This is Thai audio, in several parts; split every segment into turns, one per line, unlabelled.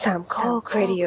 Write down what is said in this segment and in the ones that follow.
สามข้อครดิโอ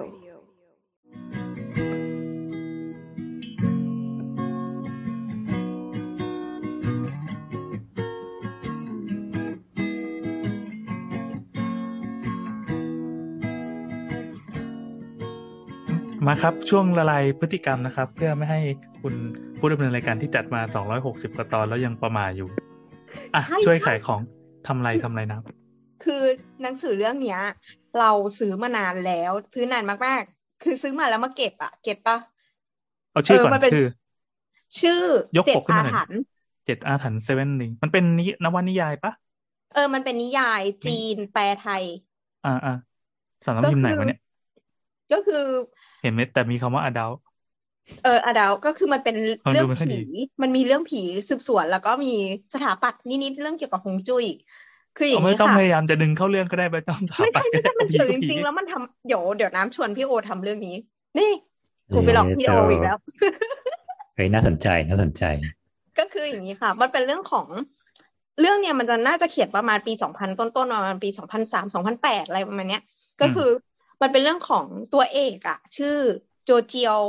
มาครับช่วงละลายพฤติกรรมนะครับเพื่อไม่ให้คุณผู้ดำเนินรายการที่จัดมา260กว่าตอนแล้วยังประมาอยู่อ่ะช่วยขายของทำไรนะ
คือหนังสือเรื่องเนี้ยเราซื้อมานานแล้วซื้อนานมากๆคือซื้อมาแล้วมาเก็บปะ
เอาชื่อก่อน
ชื่อย
กปกขึ้นมาหน่อย7 อาถรรพ์7 มันเป็นนวนิยายปะ
มันเป็นนิยายจีนแปลไทย
สำนักพิมพ์ไหนวะเนี่ย
ก็คือ
เห็นไหมแต่มีคำว่าอดัล
อดัลก็คือมันเป็นเรื่องผีมันมีเรื่องผีสืบสวนแล้วก็มีสถาปัตย์นิดๆเรื่องเกี่ยวกับฮวงจุ้ยคืออย่างนี้ค่ะ
ไม่ต้องพยายามจะดึงเข้าเรื่องก็ได้ไม่ต้องถาม
ไม่ใช่มันเกี่ยวจริงๆแล้วมันทำเดี๋ยวน้ำชวนพี่โอทำเรื่องนี้นี่กูไปหลอกพี่โออีกแล้ว
เฮ้ยน่าสนใจ
ก็คืออย่างนี้ค่ะมันเป็นเรื่องของเรื่องเนี่ยมันจะน่าจะเขียนประมาณปี2000ต้นๆประมาณปี2003 2008อะไรประมาณเนี้ยก็คือมันเป็นเรื่องของตัวเอกอ่ะชื่อโจเจียว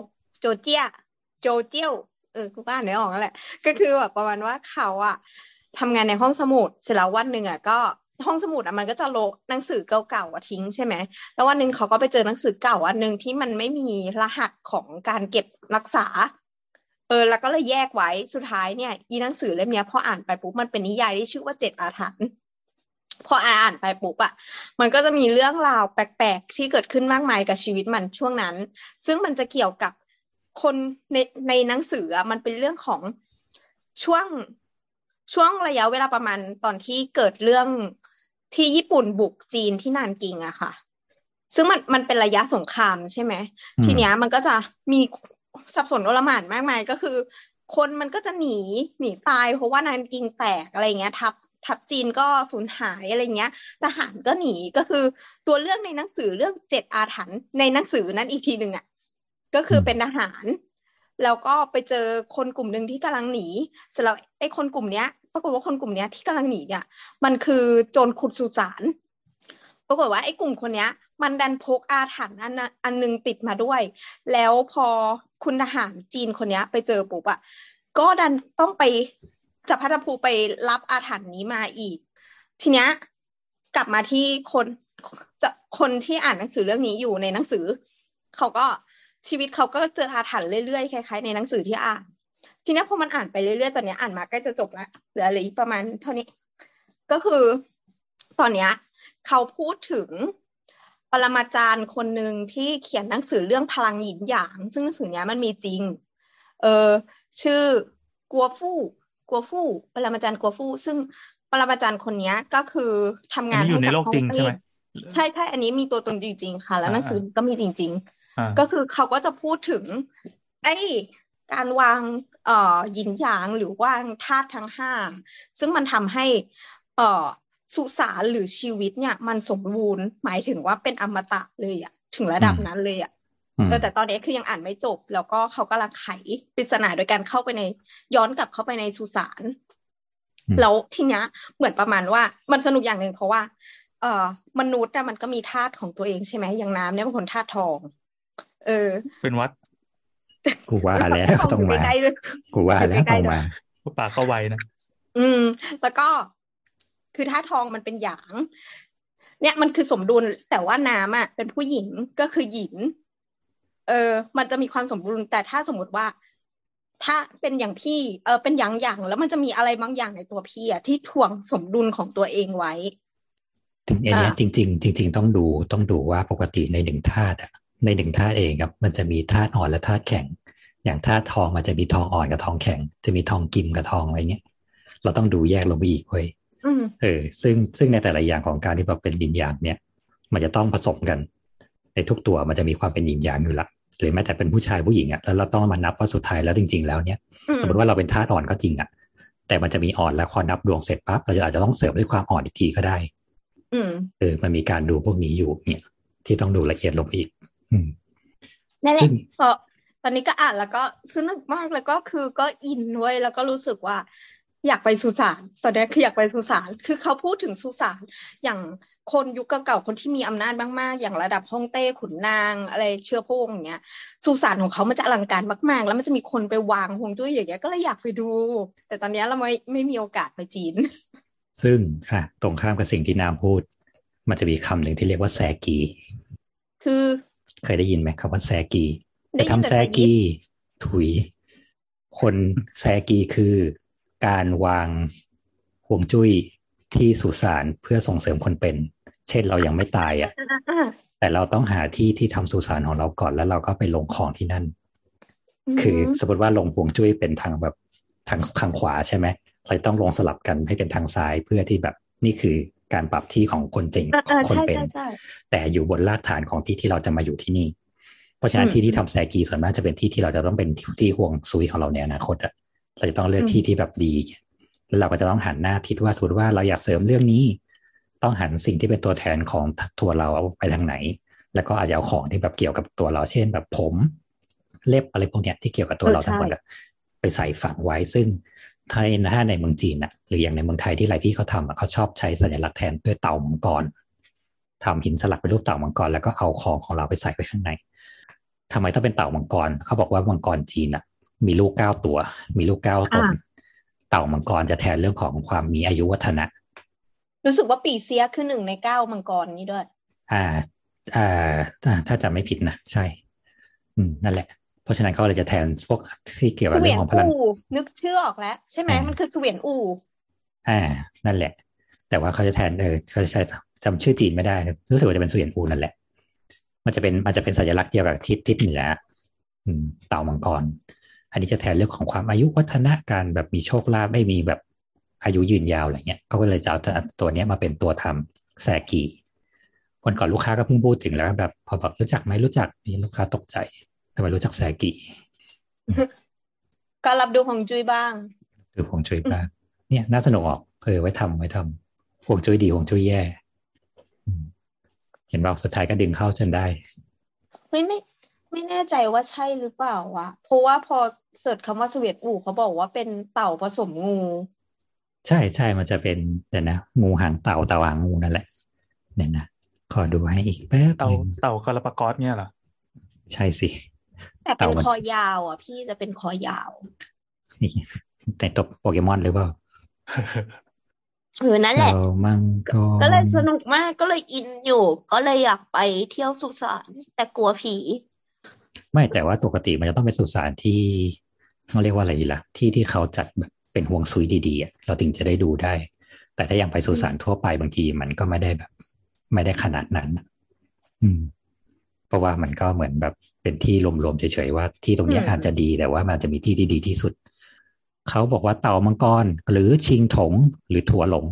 กูอ่านไม่ออกแล้วแหละก็คือแบบประมาณว่าเขาอ่ะทำงานในห้องสมุดเสร็จแล้ววันหนึ่งอ่ะก็ห้องสมุดอ่ะมันก็จะโละหนังสือเก่าๆอ่ะทิ้งใช่ไหมแล้ววันหนึ่งเขาก็ไปเจอหนังสือเก่าอันนึงที่มันไม่มีรหัสของการเก็บรักษาแล้วก็เลยแยกไว้สุดท้ายเนี่ยหนังสือเล่มนี้พออ่านไปปุ๊บมันเป็นนิยายที่ชื่อว่า7 อาถรรพ์พออ่านไปปุ๊บอ่ะมันก็จะมีเรื่องราวแปลกๆที่เกิดขึ้นมากมายกับชีวิตมันช่วงนั้นซึ่งมันจะเกี่ยวกับคนในหนังสือมันเป็นเรื่องของช่วงระยะเวลาประมาณตอนที่เกิดเรื่องที่ญี่ปุ่นบุกจีนที่นานกิงอะค่ะซึ่งมันเป็นระยะสงครามใช่ไหมทีเนี้ยมันก็จะมีสับสนโอลหม่านมากมายก็คือคนมันก็จะหนีตายเพราะว่านานกิงแตกอะไรเงี้ยทัพจีนก็สูญหายอะไรเงี้ยทหารก็หนีก็คือตัวเรื่องในหนังสือเรื่อง7 อาถรรพ์ในหนังสือนั้นอีกทีนึงอะก็คือเป็นทหารแล้วก็ไปเจอคนกลุ่มนึงที่กำลังหนีเสร็จแล้วไอ้คนกลุ่มเนี้ยปรากฏว่าคนกลุ่มเนี้ยที่กำลังหนีเนี่ยมันคือโจรขุดสุสานปรากฏว่าไอ้กลุ่มคนเนี้ยมันดันพกอาถรรพ์อันนึงติดมาด้วยแล้วพอคุณทหารจีนคนเนี้ยไปเจอปุ๊บอ่ะก็ดันต้องไปจับพระจับผลูไปรับอาถรรพ์นี้มาอีกทีเนี้ยกลับมาที่คนที่อ่านหนังสือเรื่องนี้อยู่ในหนังสือเขาก็ชีวิตเขาก็เจออาถรรพ์เรื่อยๆคล้ายๆในหนังสือที่อ่านทีนี้พอมันอ่านไปเรื่อยๆตอนนี้อ่านมาใกล้จะจบแล้วเหลืออีกประมาณเท่านี้ก็คือตอนนี้เขาพูดถึงปรมาจารย์คนหนึ่งที่เขียนหนังสือเรื่องพลังหยินหยางซึ่งหนังสือนี้มันมีจริงชื่อกัวฟู่ปรมาจารย์กัวฟู่ซึ่งปรมาจารย์คนนี้ก็คือทำงาน
อยู่ในโลกจริงใช่ไหม
ใช่อันนี้มีตัวตนจริงๆค่ะแล้วหนังสือก็มีจริงๆก็คือเขาก็จะพูดถึงไอ้การวางหยินหยางหรือวางธาตุทั้ง5ซึ่งมันทำให้สุสานหรือชีวิตเนี่ยมันสมบูรณ์หมายถึงว่าเป็นอมตะเลยอะถึงระดับนั้นเลยอะแต่ตอนนี้คือยังอ่านไม่จบแล้วก็เขากำลังไขปริศนาโดยการเข้าไปย้อนกลับเข้าไปในสุสานแล้วทีเนี้ยเหมือนประมาณว่ามันสนุกอย่างหนึ่งเพราะว่ามนุษย์มันก็มีธาตุของตัวเองใช่ไหมอย่างน้ำเนี่ยเป็นคนธาตุทอง
เป็นวัด
กูว่าแล้วต้องมากูว่าแล้วต้องมา
ปากเข้าไวนะ
แล้วก็คือธาตุทองมันเป็นหยางเนี่ยมันคือสมดุลแต่ว่าน้ำอ่ะเป็นผู้หญิงก็คือหยินมันจะมีความสมดุลแต่ถ้าสมมติว่าถ้าเป็นอย่างพี่เป็นอย่างแล้วมันจะมีอะไรบางอย่างในตัวพี่อ่ะที่ถ่วงสมดุลของตัวเองไว้
ถึงอันนี้จริงต้องดูว่าปกติใน1 ธาตุใน1 ธาตุเองครับมันจะมีธาตุอ่อนและธาตุแข็งอย่างธาตุทองมันจะมีทองอ่อนกับทองแข็งจะมีทองกิมกับทองอะไรเงี้ยเราต้องดูแยกลงไปอีกเว้ยซึ่งในแต่ละอย่างของการที่แบบเป็นยินหยางเนี่ยมันจะต้องผสมกันในทุกตัวมันจะมีความเป็นยินหยางอยู่ละหรือแม้แต่เป็นผู้ชายผู้หญิงแล้วเราต้องมานับว่าสุดท้ายแล้วจริงๆแล้วเนี่ยสมมติว่าเราเป็นธาตุอ่อนก็จริงแต่มันจะมีอ่อนแล้วพอนับดวงเสร็จปั๊บเราอาจจะต้องเสริมด้วยความอ่อนอีกทีก็ได้มันมีการดูพวกนี้อยู่เนี่ยที่ต้องดูละเอียดลงอีก
นั่นแหละตอนนี้ก็อ่านแล้วก็สนุกมากแล้วก็คือก็อินด้วยแล้วก็รู้สึกว่าอยากไปสุสานตอนนี้คืออยากไปสุสานคือเขาพูดถึงสุสานอย่างคนยุคเก่าๆคนที่มีอำนาจมากๆอย่างระดับฮ่องเต้ขุนนางอะไรเชื้อพระวงศ์อย่างเงี้ยสุสานของเขามันจะอลังการมากๆแล้วมันจะมีคนไปวางฮวงจุ้ยอย่างเงี้ยก็เลยอยากไปดูแต่ตอนนี้เราไม่มีโอกาสไปจีน
ซึ่งตรงข้ามกับสิ่งที่น้ำพูดมันจะมีคำหนึ่งที่เรียกว่าแซกี
คือ
เคยได้ยินไหมคำว่าแซกี
ได้ยิน
ทำ
แต่
แซกีถุยคนแซกีคือการวางฮวงจุ้ยที่สุสานเพื่อส่งเสริมคนเป็นเช่นเรายังไม่ตายแต่เราต้องหาที่ที่ทำสุสานของเราก่อนแล้วเราก็ไปลงของที่นั่นคือสมมติว่าลงฮวงจุ้ยเป็นทางแบบทางขวาใช่ไหมเราต้องลงสลับกันให้เป็นทางซ้ายเพื่อที่แบบนี่คือการปรับที่ของคนจริงของคนเป็นแต่อยู่บนรากฐานของที่ที่เราจะมาอยู่ที่นี่เพราะฉะนั้นที่ทำแซกีส่วนมากจะเป็นที่ที่เราจะต้องเป็นที่ห่วงซุยของเราในอนาคตเราจะต้องเลือกที่ที่แบบดีแล้วเราก็จะต้องหันหน้าทิศว่าสมมติว่าเราอยากเสริมเรื่องนี้ต้องหันสิ่งที่เป็นตัวแทนของตัวเราเอาไปทางไหนแล้วก็อาจจะเอาของที่แบบเกี่ยวกับตัวเราเช่นแบบผมเล็บอะไรพวกเนี้ยที่เกี่ยวกับตัวเราทั้งหมดไปใส่ฝังไว้ซึ่งถ้าในเมืองจีนหรืออย่างในเมืองไทยที่หลายที่เขาทำเขาชอบใช้สัญลักษณ์แทนด้วยเต่ามังกรทำหินสลักเป็นรูปเต่ามังกรแล้วก็เอาของเราไปใส่ไว้ข้างในทำไมต้องเป็นเต่ามังกรเขาบอกว่ามังกรจีนมีลูก9ตัวมีลูก9ตนเต่ามังกรจะแทนเรื่องของความมีอายุวัฒนะ
รู้สึกว่าปีเสียคือ1 ใน 9มังกรนี้ด้วย
ถ้าจำไม่ผิดนะใช่นั่นแหละเพราะฉะนั้นเขาเลยจะแทนพวกที่เกี่ยวกับเรื่องของพลัง
นึกชื่อออกแล้วใช่ไหมมันคือเสวียนอู่
นั่นแหละแต่ว่าเขาจะแทนเขาจะใช้จำชื่อจีนไม่ได้รู้สึกว่าจะเป็นเสวียนอู่นั่นแหละมันจะเป็นสัญลักษณ์เดียวกับทิศเหนือเต่ามังกรอันนี้จะแทนเรื่องของความอายุวัฒนะการแบบมีโชคลาภไม่มีแบบอายุยืนยาวอะไรเงี้ยเขาก็เลยจะเอาตัวนี้มาเป็นตัวทำแซกีวันก่อนลูกค้าก็เพิ่งพูดถึงแล้วแบบพอบอกรู้จักไหมรู้จักมีลูกค้าตกใจทำไมรู้จักแซกี
ก็รับดูของจุ้ยบ้าง
ดูของจุ้ยบ้างเนี่ยน่าสนุกออกไว้ทำห่วงจุ้ยดีห่วงจุ้ยแย่เห็นบอกสุดท้ายก็ดึงเข้าจนได้
เฮ้ยไม่แน่ใจว่าใช่หรือเปล่าวะเพราะว่าพอเสิร์ชคำว่าเสวียนอู่เขาบอกว่าเป็นเต่าผสมงู
ใช่มันจะเป็นเดี๋ยวนะงูหางเต่าหางงูนั่นแหละเนี่ยนะขอดูให้อีกแป๊บนึง
เต่ากาลาปากอสเนี่ยเหรอ
ใช่สิ
แต่เป็นคอยาวพี่จะเป็นคอยาว
ในตัวโปเกมอนหรือเปล่า
นั่นแหละ
ก็
เลยสนุกมากก็เลยอินอยู่ก็เลยอยากไปเที่ยวสุสานแต่กลัวผี
ไม่แต่ว่าปกติมันจะต้องเป็นสุสานที่เขาเรียกว่าอะไรล่ะที่เขาจัดแบบเป็นห่วงซุยดีๆเราถึงจะได้ดูได้แต่ถ้าอย่างไปสุสานทั่วไปบางทีมันก็ไม่ได้แบบไม่ได้ขนาดนั้นเพราะว่ามันก็เหมือนแบบเป็นที่รวมๆเฉยๆว่าที่ตรงนี้อาจจะดีแต่ว่ามันจะมีที่ที่ดีที่สุดเขาบอกว่าเต่ามังกรหรือชิงถงหรือถั่วหลง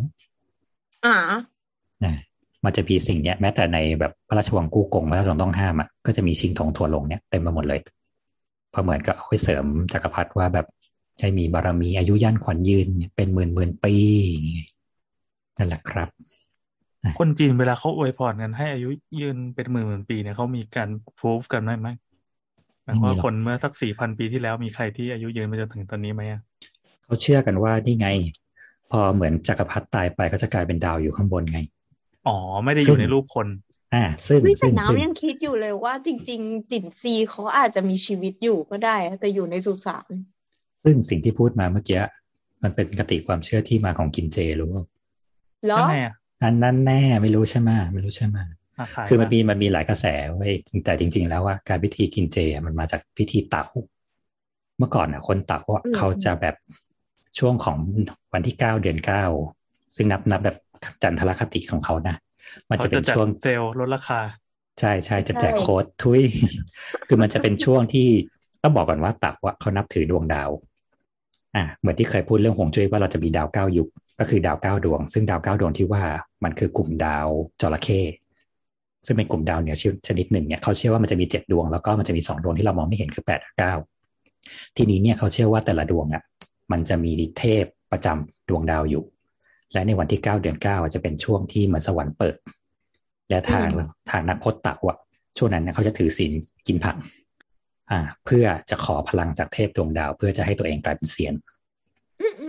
มันจะมีสิ่งนี้แม้แต่ในแบบพระราชวังกู้กงพระราชวังต้องห้ามก็จะมีชิงถงถั่วหลงเนี่ยเต็มไปหมดเลยเพราะเหมือนกับเอาไว้เสริมจักรพรรดิว่าแบบให้มีบารมีอายุยั่นขวัญยืนเป็นหมื่นปีนั่นแหละครับ
คนจีนเวลาเขาอวยพรกันให้อายุยืนเป็นหมื่นปีเนี่ยเขามีการพูฟกันไหมหมายความว่าคนเมื่อสัก4,000 ปีที่แล้วมีใครที่อายุยืนมาจนถึงตอนนี้ไหม
เขาเชื่อกันว่านี่ไงพอเหมือนจักรพรรดิตายไปเขาจะกลายเป็นดาวอยู่ข้างบนไง
ไม่ได้อยู่ในรูปคน
ซึ่ง
แต่น้ำยังคิดอยู่เลยว่าจริงๆจินซีเขาอาจจะมีชีวิตอยู่ก็ได้แต่อยู่ในสุสาน
ซึ่งสิ่งที่พูดมาเมื่อกี้มันเป็นคติความเชื่อที่มาของกินเจรู้ป่ะ
เหรอ
นั้นแน่ไม่รู้ใช่ไหมคือมันมีหลายกระแสไว้แต่จริงๆแล้วว่าการพิธีกินเจมันมาจากพิธีเต่าเมื่อก่อนคนเต่าเขาจะแบบช่วงของวันที่9 เดือน 9ซึ่งนับแบบจันทรคติของเขานะมันจะเป็นช่วง
เซลล์ลดราคา
ใช่จะแจกโค้ดทุยคือมันจะเป็นช่วงที่ต้องบอกก่อนว่าเต่าเขานับถือดวงดาวเหมือนที่เคยพูดเรื่องฮวงจุ้ยว่าเราจะมีดาว9 ยุคก็คือดาว9 ดวงซึ่งดาว9 ดวงที่ว่ามันคือกลุ่มดาวจระเข้ซึ่งเป็นกลุ่มดาวเหนือชนิดหนึ่งเนี่ยเขาเชื่อว่ามันจะมี7 ดวงแล้วก็มันจะมี2 ดวงที่เรามองไม่เห็นคือ8 กับ 9ทีนี้เนี่ยเขาเชื่อว่าแต่ละดวงมันจะมีเทพประจำดวงดาวอยู่และในวันที่9 เดือน 9จะเป็นช่วงที่เหมือนสวรรค์เปิดและทางนักพจน์เต่าช่วงนั้นเขาจะถือศีลกินผักเพื่อจะขอพลังจากเทพดวงดาวเพื่อจะให้ตัวเองกลายเป็นเซียน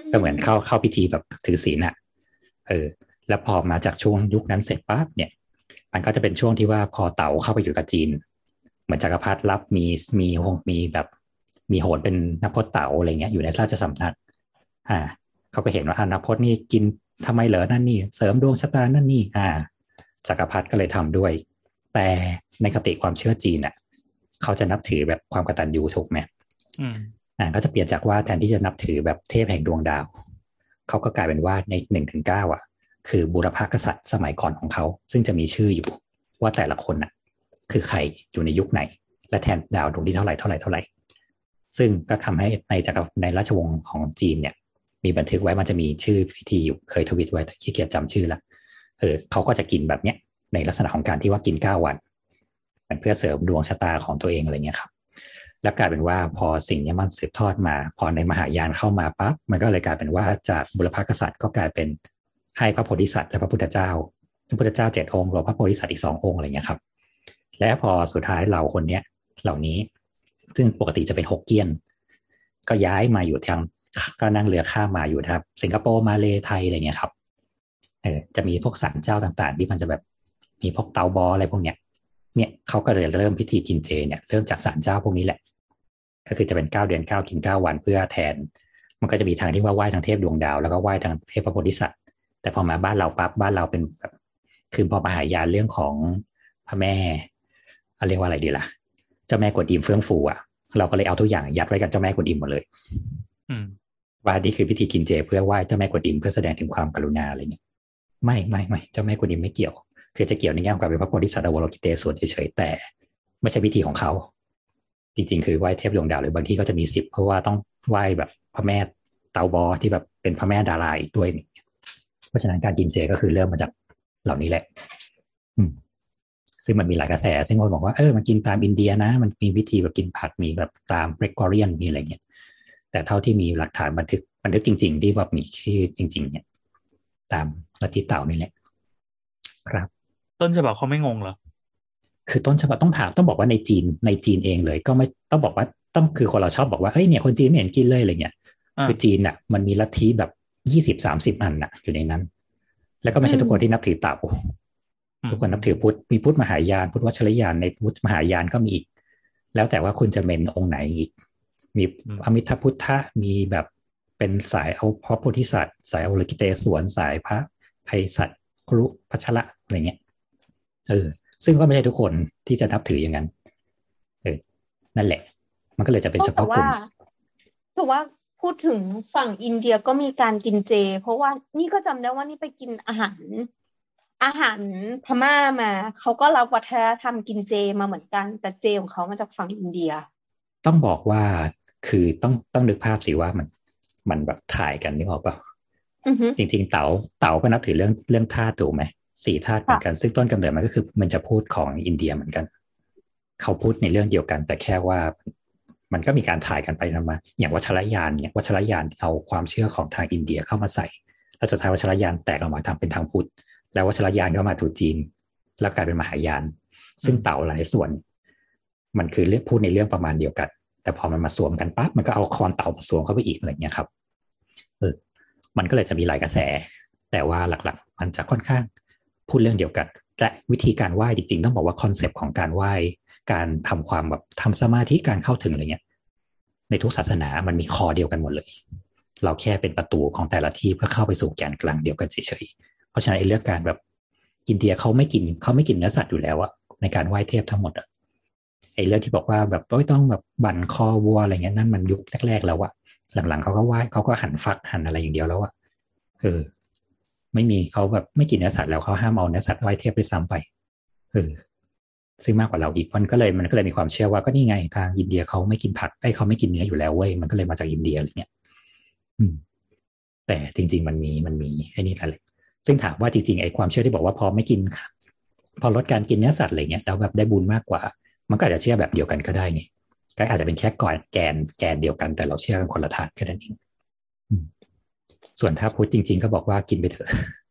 ก็เหมือนเข้าพิธีแบบถือศีลอ่ะแล้วพอมาจากช่วงยุคนั้นเสร็จปั๊บเนี่ยมันก็จะเป็นช่วงที่ว่าพอเต๋าเข้าไปอยู่กับจีนเหมือนจักรพรรดิรับมีแบบมีโหรเป็นนพเต๋าอะไรเงี้ยอยู่ในราชสำนักเขาก็เห็นว่านพนี่กินทำไมเหรอนั่นนี่เสริมดวงชะตานั่นนี่จักรพรรดิก็เลยทำด้วยแต่ในคติความเชื่อจีนอ่ะเขาจะนับถือแบบความกตัญญูถูกไหมก็จะเปลี่ยนจากว่าแทนที่จะนับถือแบบเทพแห่งดวงดาวเขาก็กลายเป็นว่าใน1-9คือบูรพกษัตริย์สมัยก่อนของเขาซึ่งจะมีชื่ออยู่ว่าแต่ละคนคือใครอยู่ในยุคไหนและแทนดาวดวงที่เท่าไหร่ซึ่งก็ทำให้ในราชวงศ์ของจีนเนี่ยมีบันทึกไว้มันจะมีชื่อพิธีอยู่เคยทวิตไว้แต่ขี้เกียจจำชื่อละเขาก็จะกินแบบเนี้ยในลักษณะของการที่ว่ากิน9 วันเพื่อเสริมดวงชะตาของตัวเองอะไรเงี้ยครับแล้วกลายเป็นว่าพอสิ่งนี้มันสืบทอดมาพอในมหายานเข้ามาปั๊บมันก็เลยกลายเป็นว่าจากบุรพกษัตริย์ก็กลายเป็นให้พระโพธิสัตว์และพระพุทธเจ้าพระพุทธเจ้า7 องค์รวมพระโพธิสัตว์อีก2 องค์อะไรเงี้ยครับและพอสุดท้ายเหล่านี้ซึ่งปกติจะเป็นฮกเกี้ยนก็ย้ายมาอยู่ทางก็นั่งเรือข้ามมาอยู่ครับสิงคโปร์มาเลไทยอะไรเงี้ยครับจะมีพวกศาลเจ้าต่างๆที่มันจะแบบมีพวกเตาบออะไรพวกเนี้ยเขาก็เลยเริ่มพิธีกินเจเนี่ยเริ่มจากศาลเจ้าพวกนี้แหละก็คือจะเป็น9 เดือน 9 กิน 9 วันเพื่อแทนมันก็จะมีทางที่ว่าไหว้ทางเทพดวงดาวแล้วก็ไหว้ทางเทพพระโพธิสัตว์แต่พอมาบ้านเราปั๊บบ้านเราเป็นแบบคือพอมหายานเรื่องของพระแม่เรียกว่าอะไรดีล่ะเจ้าแม่กวนอิมเฟื่องฟูเราก็เลยเอาทุกอย่างยัดไว้กับเจ้าแม่กวนอิมหมดเลยว่านี่คือพิธีกินเจเพื่อไหว้เจ้าแม่กวนอิมเพื่อแสดงถึงความกรุณาอะไรเนี่ยไม่เจ้าแม่กวนอิมไม่เกี่ยวคือจะเกี่ยวในแง่ของการเป็นพระโพธิสัตว์อวโลกิเตศวรเฉยๆแต่ไม่ใช่พิธีของเขาจริงๆคือไหว้เทพดวงดาวหรือบางที่ก็จะมี10เพราะว่าต้องไหว้แบบพระแม่เตาบอที่แบบเป็นพระแม่ดาราอีกด้วยเพราะฉะนั้นการกินเจก็คือเริ่มมาจากเหล่านี้แหละซึ่งมันมีหลายกระแสซึ่งคนบอกว่ามันกินตามอินเดียนะมันมีวิธีแบบกินผักมีแบบตามเกรกอเรียนมีอะไรเงี้ยแต่เท่าที่มีหลักฐานบันทึกจริงๆที่แบบมีชื่อจริงๆเนี่ยตามลัทธิเต่านี่แหละครับ
ต้นฉบับเขาไม่งงเหรอ
คือต้นฉบับต้องบอกว่าในจีนเองเลยก็ไม่ต้องบอกว่าต้องคือคนเราชอบบอกว่าเนี่ยคนจีนไม่เห็นกินเลยอะไรเงี้ยคือจีนมันมีลัทธิแบบ20-30 อันอยู่ในนั้นแล้วก็ไม่ใช่ทุกคนที่นับถือเต่าทุกคนนับถือพุทธมีพุทธมหายานพุทธวัชรยานในพุทธมหายานก็มีอีกแล้วแต่ว่าคุณจะเป็นองค์ไหนอีกมีอมิทพุทธะมีแบบเป็นสายเอาพระโพธิสัตว์สายอวโลกิเตศวรสายพระไพศาลครุพัชระอะไรเงี้ยซึ่งก็ไม่ใช่ทุกคนที่จะนับถืออย่างนั้นนั่นแหละมันก็เลยจะเป็นเฉพาะกลุ่ม
แต่ว่าพูดถึงฝั่งอินเดียก็มีการกินเจเพราะว่านี่ก็จำได้ว่านี่ไปกินอาหารพม่ามาเขาก็รับวัฒนธรรมกินเจมาเหมือนกันแต่เจของเขามาจากฝั่งอินเดีย
ต้องบอกว่าคือต้องนึกภาพสิว่ามันแบบถ่ายกันนึกออกป่ะจริงๆเต๋าก็นับถือเรื่องธาตุถูกไหม4 ธาตุเหมือนกันซึ่งต้นกำเนิดมันก็คือมันจะพูดของอินเดียเหมือนกันเขาพูดในเรื่องเดียวกันแต่แค่ว่ามันก็มีการถ่ายกันไปมาอย่างวัชรยานเนี่ยวัชรยานเอาความเชื่อของทางอินเดียเข้ามาใส่แล้วสุดท้ายวัชรยานแตกออกมาทำเป็นทางพุทธแล้ววัชรยานก็มาถูกจีนแล้วกลายเป็นมหายานซึ่งเต่าหลายส่วนมันคือเรื่องพูดในเรื่องประมาณเดียวกันแต่พอมันมาสวมกันปั๊บมันก็เอาคอนเต่ามาสวมเข้าไปอีกอะไรเงี้ยครับมันก็เลยจะมีหลายกระแสแต่ว่าหลักๆมันจะค่อนข้างพูดเรื่องเดียวกันและวิธีการไหว้จริงๆต้องบอกว่าคอนเซปต์ของการไหว้การทำความแบบทำสมาธิการเข้าถึงอะไรเงี้ยในทุกศาสนามันมีคอเดียวกันหมดเลยเราแค่เป็นประตูของแต่ละที่เพื่อเข้าไปสู่แกนกลางเดียวกันเฉยๆเพราะฉะนั้นเรื่องการแบบอินเดียเขาไม่กินเนื้อสัตว์อยู่แล้วอะในการไหว้เทพทั้งหมดอะเรื่องที่บอกว่าแบบต้องแบบบั่นคอวัวอะไรเงี้ยนั่นมันยุคแรกๆแล้วอะหลังๆเขาก็ไหว้เขาก็หั่นฟักหั่นอะไรอย่างเดียวแล้วอะไม่มีเขาแบบไม่กินเนื้อสัตว์แล้วเขาห้ามเอาเนื้อสัตว์ไหว้เทพไปซ้ำไปซึ่งมากกว่าเราอีกมันก็เลยมีความเชื่อว่าก็นี่ไงทางอินเดียเขาไม่กินผักเขาไม่กินเนื้ออยู่แล้วเว้ยมันก็เลยมาจากอินเดียอะไรเงี้ยแต่จริงๆมันมีไอ้นี่กันเลยซึ่งถามว่าจริงๆไอ้ความเชื่อที่บอกว่าพอไม่กินพอลดการกินเนื้อสัตว์อะไรเงี้ยแล้วแบบได้บุญมากกว่ามันก็อาจจะเชื่อแบบเดียวกันก็ได้ไงก็อาจจะเป็นแค่ก่อนแกนเดียวกันแต่เราเชื่อกันคนละทางแค่นั้นเองส่วนถ้าพุทธจริงๆก็บอกว่ากินไปเถอะ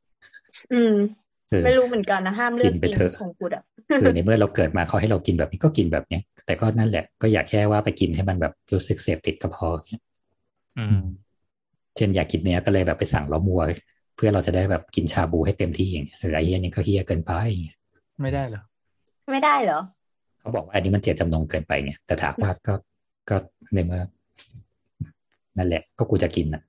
ไม่รู้เหมือนกันนะห้ามเลือกกินของพุทธอ่ะ
ในเมื่อเราเกิดมาเขาให้เรากินแบบนี้ก็กินแบบนี้แต่ก็นั่นแหละก็อยากแค่ว่าไปกินให้มันแบบรู้สึกเสพติดก็พอเช่นอยากกินเนื้อก็เลยแบบไปสั่งล้อมัวเพื่อเราจะได้แบบกินชาบูให้เต็มที่อย่างเงี้ยไอ้เหี้ยนี่ก็เหี้ยเกินไป
ไม่ได้เหรอ
ไม่ได้เหรอ
เขาบอกว่าอันนี้มันเจตจำนงเกินไปไงแต่ถามว่าก็ในเมื่อนั่นแหละก็กูจะกินอ่ะ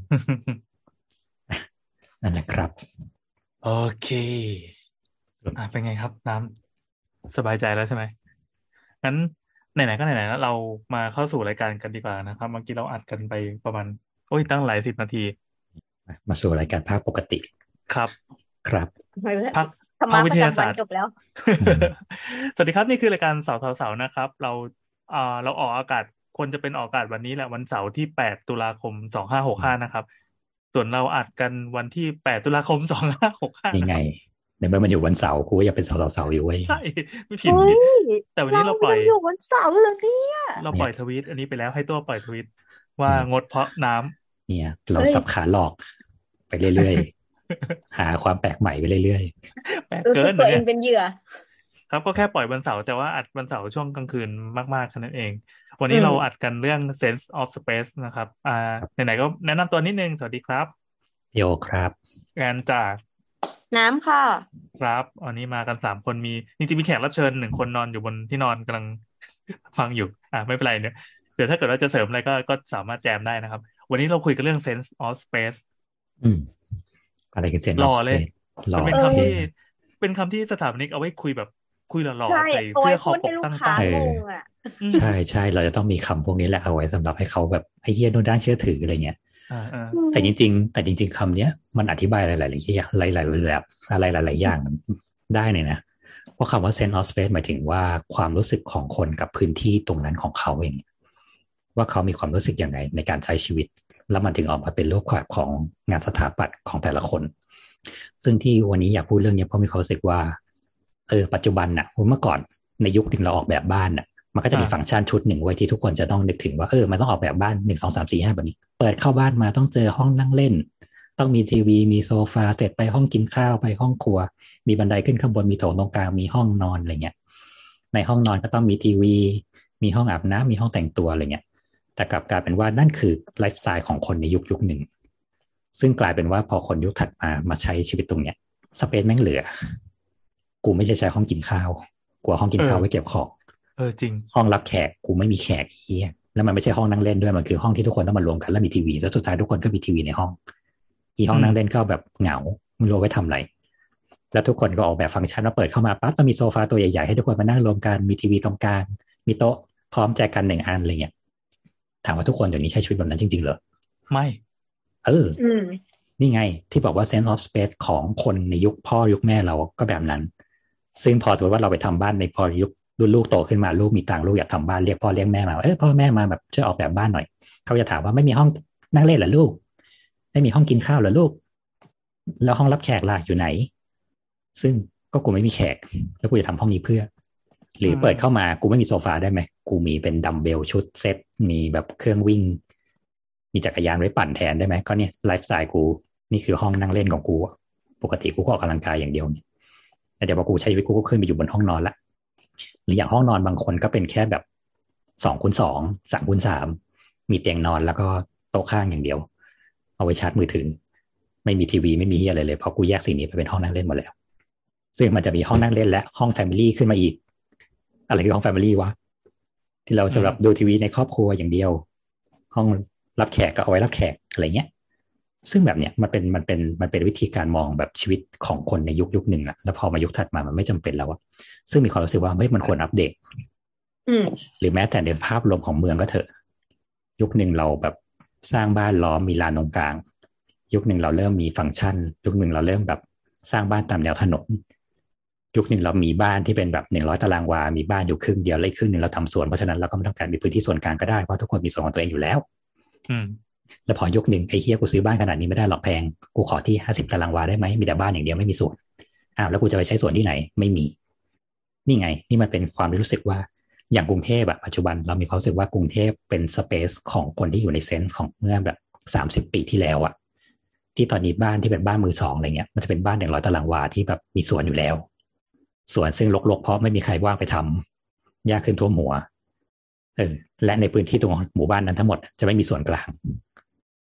นั่นแหละครับ
โอเคเป็นไงครับน้ำสบายใจแล้วใช่ไหมงั้นไหนๆก็ไหนๆแล้วเรามาเข้าสู่รายการกันดีกว่านะครับเมื่อกี้เราอัดกันไปประมาณโอ้ยตั้งหลาย10 นาที
มาสู่รายการภาคปกติ
ครับ
ครับ
พัก
ธรรมะประจำวันจบแล้ว
สวัสดีครับนี่คือรายการเสาร์นะครับเราออกอากาศควรจะเป็นออกอากาศวันนี้แหละวันเสาร์ที่8 ตุลาคม2565นะครับส่วนเราอัดกันวันที่8 ตุลาคม2565
นี่ไง
นะครับ
ในเมื่อมันอยู่วันเสาร์กูก็อยากเป็นเสาร์อยู่เว้ย
ใช่ไม่ผิดแต่วันนี้เราปล่อย
อยู่วันเสาร์เลยเนี่ย
เราปล่อยทวีตอันนี้ไปแล้วให้ตัวปล่อยทวีตว่างดเพราะน้ำ
เนี่ยเราสับขาหลอกไปเรื่อยๆหาความแปลกใหม่ไปเรื่อย
ๆแปลก
รู้
เกิ
สึกตัวเอง
นนะเนี่ย
เป็นเหยื่อ
ครับก็แค่ปล่อยวันเสาร์แต่ว่าอัดวันเสาร์ช่วงกลางคืนมากๆแค่นั้นเองวันนี้เราอัดกันเรื่อง Sense of Space นะครับไหนๆก็แนะนำตัวนิดนึงสวัสดีครับ
โยครับ
งานจาก
น้ำค่ะ
ครับวันนี้มากัน3 คนมีจริงๆมีแขกรับเชิญ1 คนนอนอยู่บนที่นอนกำลังฟังอยู่ไม่เป็นไรเนี่ยเดี๋ยวถ้าเกิดว่าจะเสริมอะไรก็สามารถแจมได้นะครับวันนี้เราคุยกันเรื่อง Sense of Space
อะไรคือ Sense
หล่อ
of
เลย
Space หล่อ
เป็นคำที่สถาปนิกเอาไว้คุยแบบคุยหล่อ
ใช่
ๆใส่
เอาไว้
เสื้อคอป
พูดให้ลูก
กตั้
ค้าง
ง
งอ่ะ
ใช่เราจะต้องมีคำพวกนี้แหละเอาไว้สำหรับให้เขาแบบไอ้เหี้ยโน้นด้านเชื่อถืออะไรเงี้ยแต่จริงคำเนี้ยมันอธิบายหลายๆอย่างหลายๆแบบอะไรหลายๆอย่างได้เนี่ยนะเพราะคำว่า sense of space หมายถึงว่าความรู้สึกของคนกับพื้นที่ตรงนั้นของเขาเองว่าเขามีความรู้สึกยังไงในการใช้ชีวิตแล้วมันถึงออกมาเป็นรูปแบบของงานสถาปัตย์ของแต่ละคนซึ่งที่วันนี้อยากพูดเรื่องนี้เพราะมีความรู้สึกว่าปัจจุบันน่ะเมื่อก่อนในยุคที่เราออกแบบบ้านน่ะมันก็จะมีฟังก์ชันชุดหนึ่งไว้ที่ทุกคนจะต้องนึกถึงว่ามันต้องออกแบบบ้าน1 2 3 4 5แบบนี้เปิดเข้าบ้านมาต้องเจอห้องนั่งเล่นต้องมีทีวีมีโซฟาเสร็จไปห้องกินข้าวไปห้องครัวมีบันไดขึ้นข้างบนมีโถงตรงกลางมีห้องนอนอะไรเงี้ยในห้องนอนก็ต้องมีทีวีมีห้องอาบน้ำมีห้องแต่งตัวอะไรเงี้ยแต่กลับกลายเป็นว่านั่นคือไลฟ์สไตล์ของคนในยุคหนึ่งซึ่งกลายเป็นว่าพอคนยุคถัดมาใช้ชีวิตตรงเนี้ยสเปซแม่งเหลือกูไม่ใช้ห้องกินข้าวกูห้องกินข้าวไว้เก็บของ
จริง
ห้องรับแขกกูไม่มีแขกเฮียแล้วมันไม่ใช่ห้องนั่งเล่นด้วยมันคือห้องที่ทุกคนต้องมารวมกันแล้วมีทีวีแล้วสุดท้ายทุกคนก็มีทีวีในห้องห้องนั่งเล่นก็แบบเหงาไม่รู้ไว้ทำอะไรแล้วทุกคนก็ออกแบบฟังก์ชันว่าเปิดเข้ามาปั๊บจะมีโซฟาตัวใหญ่ๆให้ทุกคนมานั่งรวมกันมีทีวีตรงกลางมีโต๊ะพร้อมแจกัน1 อันอะไรเงี้ยถามว่าทุกคนเดี๋ยวนี้ใช้ชีวิตแบบนั้นจริงๆเหรอ
ไม่
นี่ไงที่บอกว่า sense of space ของคนในยุคพ่อยุคแม่เราก็แบบนั้นซึ่งพอสมมติว่าเราไปทำบ้านในพอยุครุ่นลูกโตขึ้นมาลูกมีตังค์ลูกอยากทำบ้านเรียกพ่อเรียกแม่มาพ่อแม่มาแบบช่วยออกแบบบ้านหน่อยเขาจะถามว่าไม่มีห้องนั่งเล่นเหรอลูกไม่มีห้องกินข้าวเหรอลูกแล้วห้องรับแขกล่ะอยู่ไหนซึ่งก็กูไม่มีแขกแล้วกูจะทำห้องนี้เพื่อหรือเปิดเข้ามากูไม่มีโซฟาได้ไหมกูมีเป็นดัมเบลชุดเซ็ตมีแบบเครื่องวิ่งมีจักรยานไว้ปั่นแทนได้ไหมก็เนี่ยไลฟ์สไตล์กูนี่คือห้องนั่งเล่นของกูปกติกูก็ออกกำลังกายอย่างเดียวเนี่ยแต่เดี๋ยวพอกูใช้ชีวิตกูก็ขึ้นไปอยู่บนห้องนอนละหรืออย่างห้องนอนบางคนก็เป็นแค่แบบ2 คูณ 2 3 คูณ 3มีเตียงนอนแล้วก็โต๊ะข้างอย่างเดียวเอาไว้ชาร์จมือถือไม่มีทีวีไม่มีอะไรเลยเพราะกูแยกสิ่งนี้ไปเป็นห้องนั่งเล่นหมดแล้วซึ่งมันจะมีห้องนั่งเล่นและห้องแฟมิลี่ขึ้นมาอีกอะไรคือห้องแฟมิลี่วะที่เราสำหรับดูทีวีในครอบครัวอย่างเดียวห้องรับแขกก็เอาไว้รับแขกอะไรเงี้ยซึ่งแบบเนี้ยมันเป็นวิธีการมองแบบชีวิตของคนในยุคหนึ่งอะแล้วพอมายุคถัดมามันไม่จำเป็นแล้วอะซึ่งมีความรู้สึกว่ามันควรอัปเดตหรือแม้แต่ในภาพรวมของเมืองก็เถอะยุคหนึ่งเราแบบสร้างบ้านล้อมมีลานตรงกลางยุคหนึ่งเราเริ่มมีฟังก์ชันยุคหนึ่งเราเริ่มแบบสร้างบ้านตามแนวถนนยุคหนึ่งเรามีบ้านที่เป็นแบบ100 ตารางวามีบ้านอยู่ครึ่งเดียวเลยครึ่งนึงเราทำสวนเพราะฉะนั้นเราก็ไม่ต้องการมีพื้นที่ส่วนกลางก็ได้เพราะทุกคนมีส่วนของตัวเองอยู่แล้วแล้วพอยุคหนึ่งไอ้เฮียกูซื้อบ้านขนาดนี้ไม่ได้หรอกแพงกูขอที่50 ตารางวาได้ไหมมีแต่บ้านอย่างเดียวไม่มีสวนแล้วกูจะไปใช้สวนที่ไหนไม่มีนี่ไงนี่มันเป็นความรู้สึกว่าอย่างกรุงเทพปัจจุบันเรามีความรู้สึกว่ากรุงเทพเป็นสเปซของคนที่อยู่ในเซนส์ของเมื่อแบบ30 ปีที่แล้วที่ตอนนี้บ้านที่เป็นบ้านมือสองอะไรเงี้ยมันจะเป็นบ้าน100 ตารางวาที่แบบมีสวนอยู่แล้วสวนซึ่งรกๆเพราะไม่มีใครว่างไปทำหญ้าขึ้นท่วมหัวและในพื้นที่ตรงหมู่บ้านนั้นทั้งหมดจะไม่มีส่วนกลาง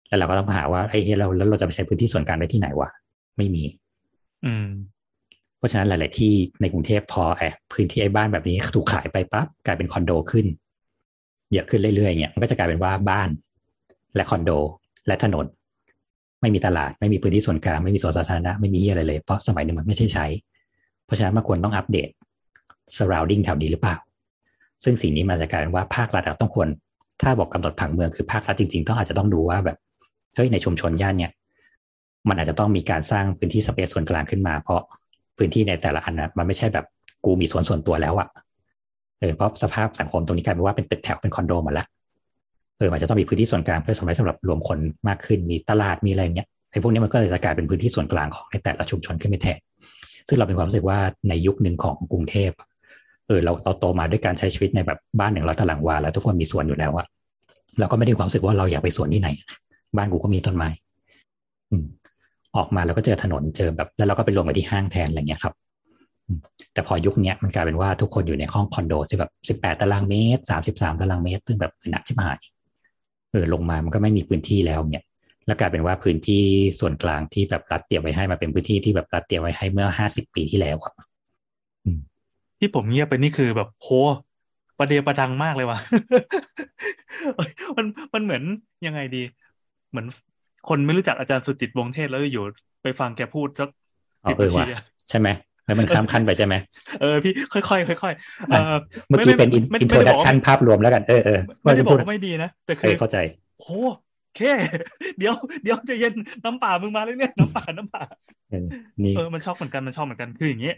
แล้วเราก็ต้องหาว่าไอ้เราจะไปใช้พื้นที่ส่วนกลางได้ที่ไหนวะไม่มีเพราะฉะนั้นหลายๆที่ในกรุงเทพพอพื้นที่ไอ้บ้านแบบนี้ถูกขายไปปั๊บกลายเป็นคอนโดขึ้นเยอะขึ้นเรื่อยๆเนี่ยมันก็จะกลายเป็นว่าบ้านและคอนโดและถนนไม่มีตลาดไม่มีพื้นที่ส่วนกลางไม่มีสวนสาธารณะไม่มีอะไรเลยเพราะสมัยหนึ่งมันไม่ใช่ใช้เพราะฉะนั้นมันควรต้องอัปเดต surrounding แถวนี้หรือเปล่าซึ่งสิ่งนี้มันจะกลายเป็นว่าภาครัฐต้องควรถ้าบอกกำหนดผังเมืองคือภาครัฐจริงๆต้องอาจจะต้องดูว่าแบบเฮ้ยในชุมชนย่านเนี่ยมันอาจจะต้องมีการสร้างพื้นที่สเปซส่วนกลางขึ้นมาเพราะพื้นที่ในแต่ละอันนะมันไม่ใช่แบบกูมีส่วนตัวแล้วอะเพราะสภาพสังคมตรงนี้กลายเป็นว่าเป็นตึกแถวเป็นคอนโดหมดละมันจะต้องมีพื้นที่ส่วนกลางเพื่อสำหรับรวมคนมากขึ้นมีตลาดมีอะไรเงี้ยไอ้พวกนี้มันก็เลยจะกลายเป็นพื้นที่ส่วนกลางของในแต่ละชุมชนขึ้นไปแทนซึ่งเราเป็นความรู้สึกว่าในยุคหนึ่งของกรุงเทพเราโตมาด้วยการใช้ชีวิตในแบบบ้าน100 ตารางวาแล้วทุกคนมีสวนอยู่แล้วอะเราก็ไม่ได้ความรู้สึกว่าเราอยากไปสวนที่ไหนบ้านกูก็มีต้นไม้ออกมาแล้วก็เจอถนนเจอแบบแล้วเราก็ไปรวมกันที่ห้างแทนอะไรเงี้ยครับแต่พอยุคนี้มันกลายเป็นว่าทุกคนอยู่ในห้องคอนโดที่แบบ18 ตารางเมตร33 ตารางเมตรซึ่งแบบหนักชิบหายลงมามันก็ไม่มีพื้นที่แล้วเนี่ยแล้วกลายเป็นว่าพื้นที่ส่วนกลางที่แบบรัฐเตรียมไว้ให้มาเป็นพื้นที่ที่แบบรัฐเตรียมไว้ให้เมื่อ50 ปีที่แล้วครับ
ที่ผมเงียบไปนี่คือแบบโหประเดประดังมากเลยว่ะ มันมันเหมือนยังไงดีเหมือนคนไม่รู้จักอาจารย์สุจิตวงศ์เทศแล้วอยู่ไปฟังแกพูดสัก10 นาที
ใช่ไหมแล้วมันข้ามขั้นไปใช่ไหม
พี่ค่อยๆค่อยๆ
เมื่อกี้เป็นอินโทรดักชันภาพรวมแล้วกัน
ไม่ได้บอกว่าไม่ดีนะแต่คือ
เข้าใจ
โหแค่เดี๋ยวจะเย็นน้ำป่ามึงมาเลยเนี่ยน้ำป่า
นี่
มันชอบเหมือนกันคืออย่างนี้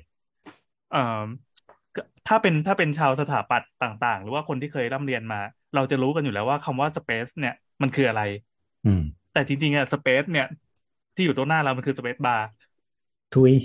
ถ้าเป็นชาวสถาปัตย์ต่างๆหรือว่าคนที่เคยร่ำเรียนมาเราจะรู้กันอยู่แล้วว่าคำว่า space เนี่ยมันคืออะไรแต่จริงๆอะ space เนี่ยที่อยู่ตรงหน้าเรามันคือ space bar
ทุย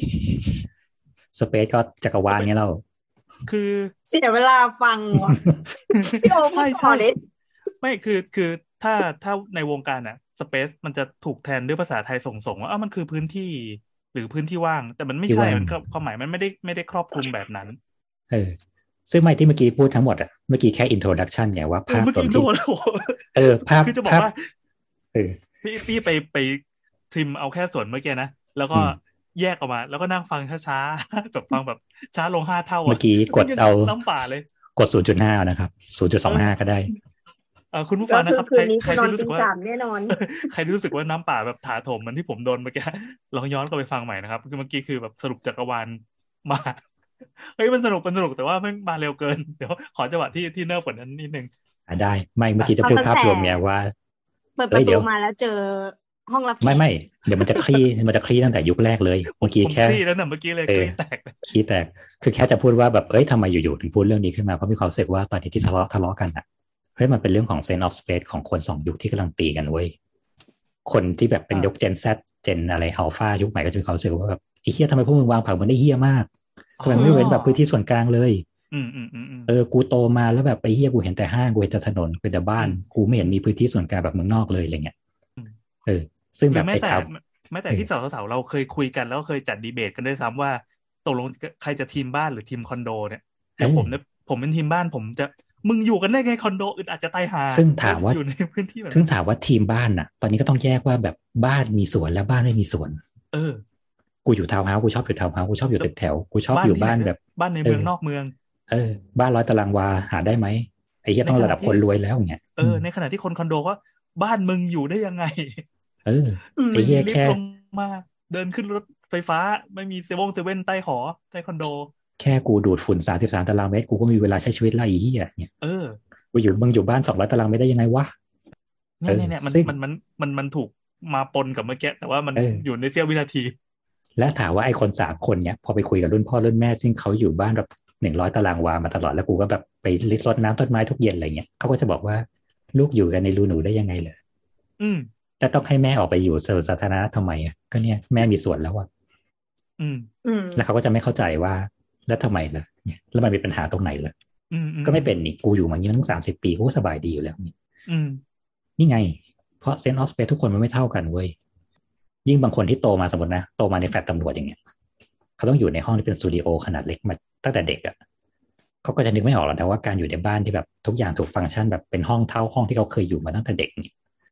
space ก็จักรวาลเงี้ยเรา
คือ
เสียเวลาฟังว่ะพี่โอพูดต่อดิ
ไม่คือถ้าในวงการอะ space มันจะถูกแทนด้วยภาษาไทยส่งว่ามันคือพื้นที่หรือพื้นที่ว่างแต่มันไม่ใช่มันความหมายมันไม่ได้ครอบคลุมแบบนั้น
ซึ่งไม่ที่เมื่อกี้พูดทั้งหมดอ่ะเมื่อกี้แค่ introduction ไงว่าภาพ
ตอนที่
ภาพ
คือจะบอกว่าพี่ไปทริมเอาแค่ส่วนเมื่อกี้นะแล้วก็แยกออกมาแล้วก็นั่งฟังช้าๆแบบฟังแบบช้าลง5 เท่า
เมื่อกี้กดเอา
น้ำป่าเลย
กด 0.5 นะครับ 0.25 ก็ได้
คุณผู้ฟังนะครับใครที่รู้สึกว่า
แน่นอน
ใครรู้สึกว่าน้ำป่าแบบถาโถมเหมือนที่ผมโดนเมื่อกี้ลองย้อนกลับไปฟังใหม่นะครับคือเมื่อกี้คือแบบสรุปจักรวาลมาเฮ้ยมันสนุกแต่ว่าไม่มาเร็วเกินเดี๋ยวขอจังหวะที่เนิร์ฟกว่านั้นนิดนึง
ได้ไม่เมื่อกี้จะพูดภาพรวมเนี่ยว่า
เปิดประตูมาแล้วเจอห้องรับ
ไม่เดี๋ยวมันจะคลี่ตั้งแต่ยุคแรกเลยเมื่อกี้แค่
คลี่แล้วนะเมื่อกี้เลยคลี่แตก
คือแค่จะพูดว่าแบบทำไมอยู่ๆถึงพูดเรื่องนี้ขึ้นมาเพราะมีความรู้สึกว่าตอนนี้ที่ทะเลาะกันอ่ะเฮ้ยมันเป็นเรื่องของ sense of space ของคน2 ยุคที่กำลังตีกันเว้ยคนที่แบบเป็นยุค Gen Z เจนอะไรอัลฟายุคใหม่ก็จะมีความรู้สึกว่าแบบไอ้เหี้ยทำไมพวกมึงวางผังมันได้เหี้ยมากทำไมไม่เว้นแบบพื้นที่ส่วนกลางเลยกูโตมาแล้วแบบไอ้เหี้ยกูเห็นแต่ห้างกูเห็นแต่ถนนกูเห็นแต่บ้านกูไม่เห็นมีพื้นที่ส่วนกลางแบบเมืองนอกเลยอะไรเงี้ยซึ่งแบบ
แม้แต่ที่สาวเราเคยคุยกันแล้วเคยจัดดีเบตกันด้วยซ้ำว่าตกลงใครจะทีมบ้านหรือทีมคอนโดเนี่ยอย่างผมเป็นทีมบ้านผมจะมึงอยู่กันได้ไงคอนโดอึดอาจจะตายหา
ซึ่งถามว่า
อยู่ในพื้นที่แบบ
ซึ่งถามว่าทีมบ้านน่ะตอนนี้ก็ต้องแยกว่าแบบบ้านมีสวนและบ้านไม่มีสวนกูอยู่ทาวน์เฮาส์กูชอบอยู่ทาวน์เฮาส์กูชอบอยู่ตึกแถวกูชอบอยู่บ้านแบบ
บ้านในเมืองนอกเมือง
บ้าน100 ตารางวาหาได้ไหมไอ้เหี้ยต้องระดับคนรวยแล้วเนี่ย
ในขณะที่คนคอนโดก็บ้านมึงอยู่ได้ยังไง
ไอ้เหี้ยแค่
ลงมาเดินขึ้นรถไฟฟ้าไม่มีเซเว่นใต้หอใต้คอนโด
แค่กูดูดฝุ่น33 ตารางเมตรกูก็มีเวลาใช้ชีวิตแล้วไอ้เหี้ยเนี่ยกูอยู่บ้าน200 ตารางเมตรได้ยังไงวะ
เนี่ยมันถูกมาปนกับเมื่อกี้แต่ว่ามันอยู่ในเสี้ยววินาที
และถามว่าไอ้คน3 คนเนี่ยพอไปคุยกับรุ่นพ่อรุ่นแม่ซึ่งเขาอยู่บ้านแบบ100 ตารางวามาตลอดแล้วกูก็แบบไปรดน้ำต้นไม้ทุกเย็นอะไรเงี้ยเขาก็จะบอกว่าลูกอยู่กันในรูหนูได้ยังไงเหรอแล้วต้องให้แม่ออกไปอยู่สาธารณะทำไมอ่ะก็เนี่ยแม่มีส่วนแล้วอ่ะแล้วเขาก็จะไม่เข้าใจว่าแล้วทำไมล่ะเนี่ยแล้วมันมีปัญหาตรงไหนล่ะก็ไม่เป็นนี่กูอยู่มาอย่างนี้ตั้ง30 ปีกูก็สบายดีอยู่แล้วนี่ไงเพราะเซนต์ออฟสเปซทุกคนมันไม่เท่ากันเว้ยยิ่งบางคนที่โตมาสมมตินะโตมาในแฟลตตำรวจอย่างเงี้ยเขาต้องอยู่ในห้องที่เป็นสตูดิโอขนาดเล็กมาตั้งแต่เด็กอ่ะเขาก็จะนึกไม่ออกหรอกนะว่าการอยู่ในบ้านที่แบบทุกอย่างถูกฟังก์ชันแบบเป็นห้องเท่าห้องที่เขาเคยอยู่มาตั้งแต่เด็กนี่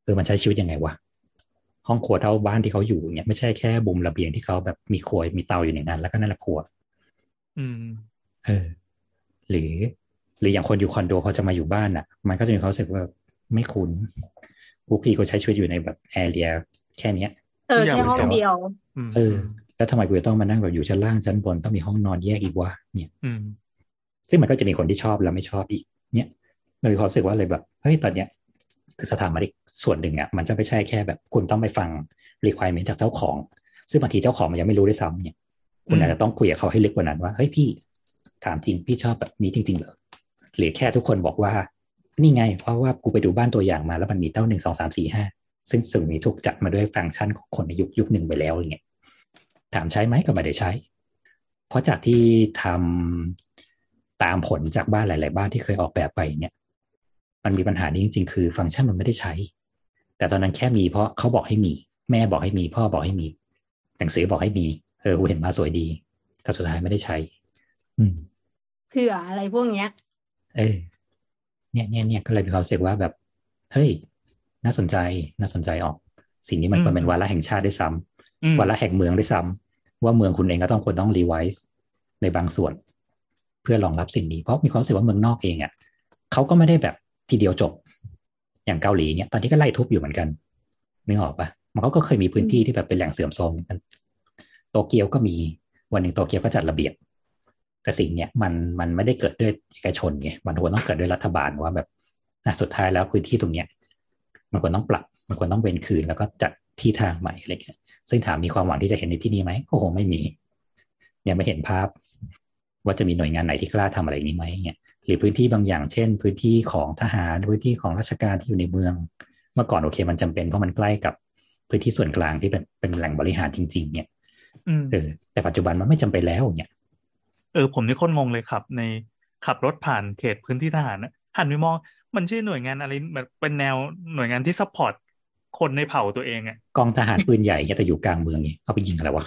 มันใช้ชีวิตยังไงวะห้องครัวเท่าบ้านที่เขาอยู่เนี่ยไม่ใช่แค่บุมระเบียงที่เขาแบบมีครัวมีเตาอยู่ในนั้นแล้วก็นั่นแหละครัว
อืม
เออหรืออย่างคนอยู่คอนโดเขาจะมาอยู่บ้านอ่ะมันก็จะมีความรู้สึกว่าไม่คุ้นพวกพี่ก็ใช้ชีวิตอยู่ในแบบแอเรียแค่เนี้ย
ทุกอย่าง
แค่ห้อง
เป็นจอ
เดียว
เออแล้วทำไมกูจะต้องมานั่งแบบอยู่ชั้นล่างชั้นบนต้องมีห้องนอนแยกอีกวะเนี่ยซึ่งมันก็จะมีคนที่ชอบและไม่ชอบอีกเนี่ยเลยความรู้สึกว่าเลยแบบเฮ้ยตอนเนี้ยคือสถาปนิกส่วนหนึ่งอ่ะมันจะไม่ใช่แค่แบบคุณต้องไปฟัง requirement จากเจ้าของซึ่งบางทีเจ้าของมันยังไม่รู้ด้วยซ้ำเนี่ยคุณอาจจะต้องคุยกับเขาให้ลึกกว่านั้นว่าเฮ้ยพี่ถามจริงพี่ชอบแบบนี้จริงๆเหรอหรือแค่ทุกคนบอกว่านี่ไงเพราะว่ากูไปดูบ้านตัวอย่างมาแล้วมันมีเต้า1 2 3 4 5ซึ่งมีถูกจัดมาด้วยฟังก์ชันของคนในยุคหนึ่งไปแล้วอย่างเงี้ยถามใช้ไหมก็ไม่ได้ใช้เพราะจากที่ทำตามผลจากบ้านหลายๆบ้านที่เคยออกแบบไปเนี่ยมันมีปัญหานี้จริงๆคือฟังก์ชันมันไม่ได้ใช้แต่ตอนนั้นแค่มีเพราะเขาบอกให้มีแม่บอกให้มีพ่อบอกให้มีหนังสือบอกให้มีกูเห็นมาสวยดีแต่สุดท้ายไม่ได้ใช้
เผื่ออะไรพวกเนี้ย
เนี่ยก็เลยมีความรู้สึกว่าแบบเฮ้ยน่าสนใจออกสิ่งนี้มันเป็นวาระแห่งชาติด้วยซ้ำวาระแห่งเมืองด้วยซ้ำว่าเมืองคุณเองก็ต้องควรต้องรีไวซ์ในบางส่วนเพื่อรองรับสิ่งนี้เพราะมีความรู้สึกว่าเมืองนอกเองอ่ะเขาก็ไม่ได้แบบทีเดียวจบอย่างเกาหลีเนี่ยตอนนี้ก็ไล่ทุบอยู่เหมือนกันนึกออกปะมันก็เคยมีพื้นที่ที่แบบเป็นแหล่งเสื่อมโทรมกันโตเกียวก็มีวันหนึ่งโตเกียวก็จัดระเบียบแต่สิ่งเนี้ยมันไม่ได้เกิดด้วยเอกชนไงมันควรต้องเกิดด้วยรัฐบาลว่าแบบสุดท้ายแล้วพื้นที่ตรงเนี้ยมันควรต้องปรับมันควรต้องเว้นคืนแล้วก็จัดที่ทางใหม่อะไรเงี้ยซึ่งถามมีความหวังที่จะเห็นในที่นี้ไหมก็คงไม่มียังไม่เห็นภาพว่าจะมีหน่วยงานไหนที่กล้าทำอะไรนี้ไหมเนี่ยหรือพื้นที่บางอย่างเช่นพื้นที่ของทหารพื้นที่ของราชการที่อยู่ในเมืองเมื่อก่อนโอเคมันจำเป็นเพราะมันใกล้กับพื้นที่ส่วนกลางที่เป็นแหล่งบริหารจริงๆเนี่ยแต่ปัจจุบันมันไม่จำเป็นแล้วเนี่ย
ผมนี่โคตรงงเลยครับในขับรถผ่านเขตพื้นที่ทหารนะหันไปมองมันชื่อหน่วยงานอะไรแบบเป็นแนวหน่วยงานที่ซัพพอร์ตคนในเผ่าตัวเองอ่ะ
กองทหารปืนใหญ่แต่อยู่กลางเมืองนี่เอาไปยิงอะไรวะ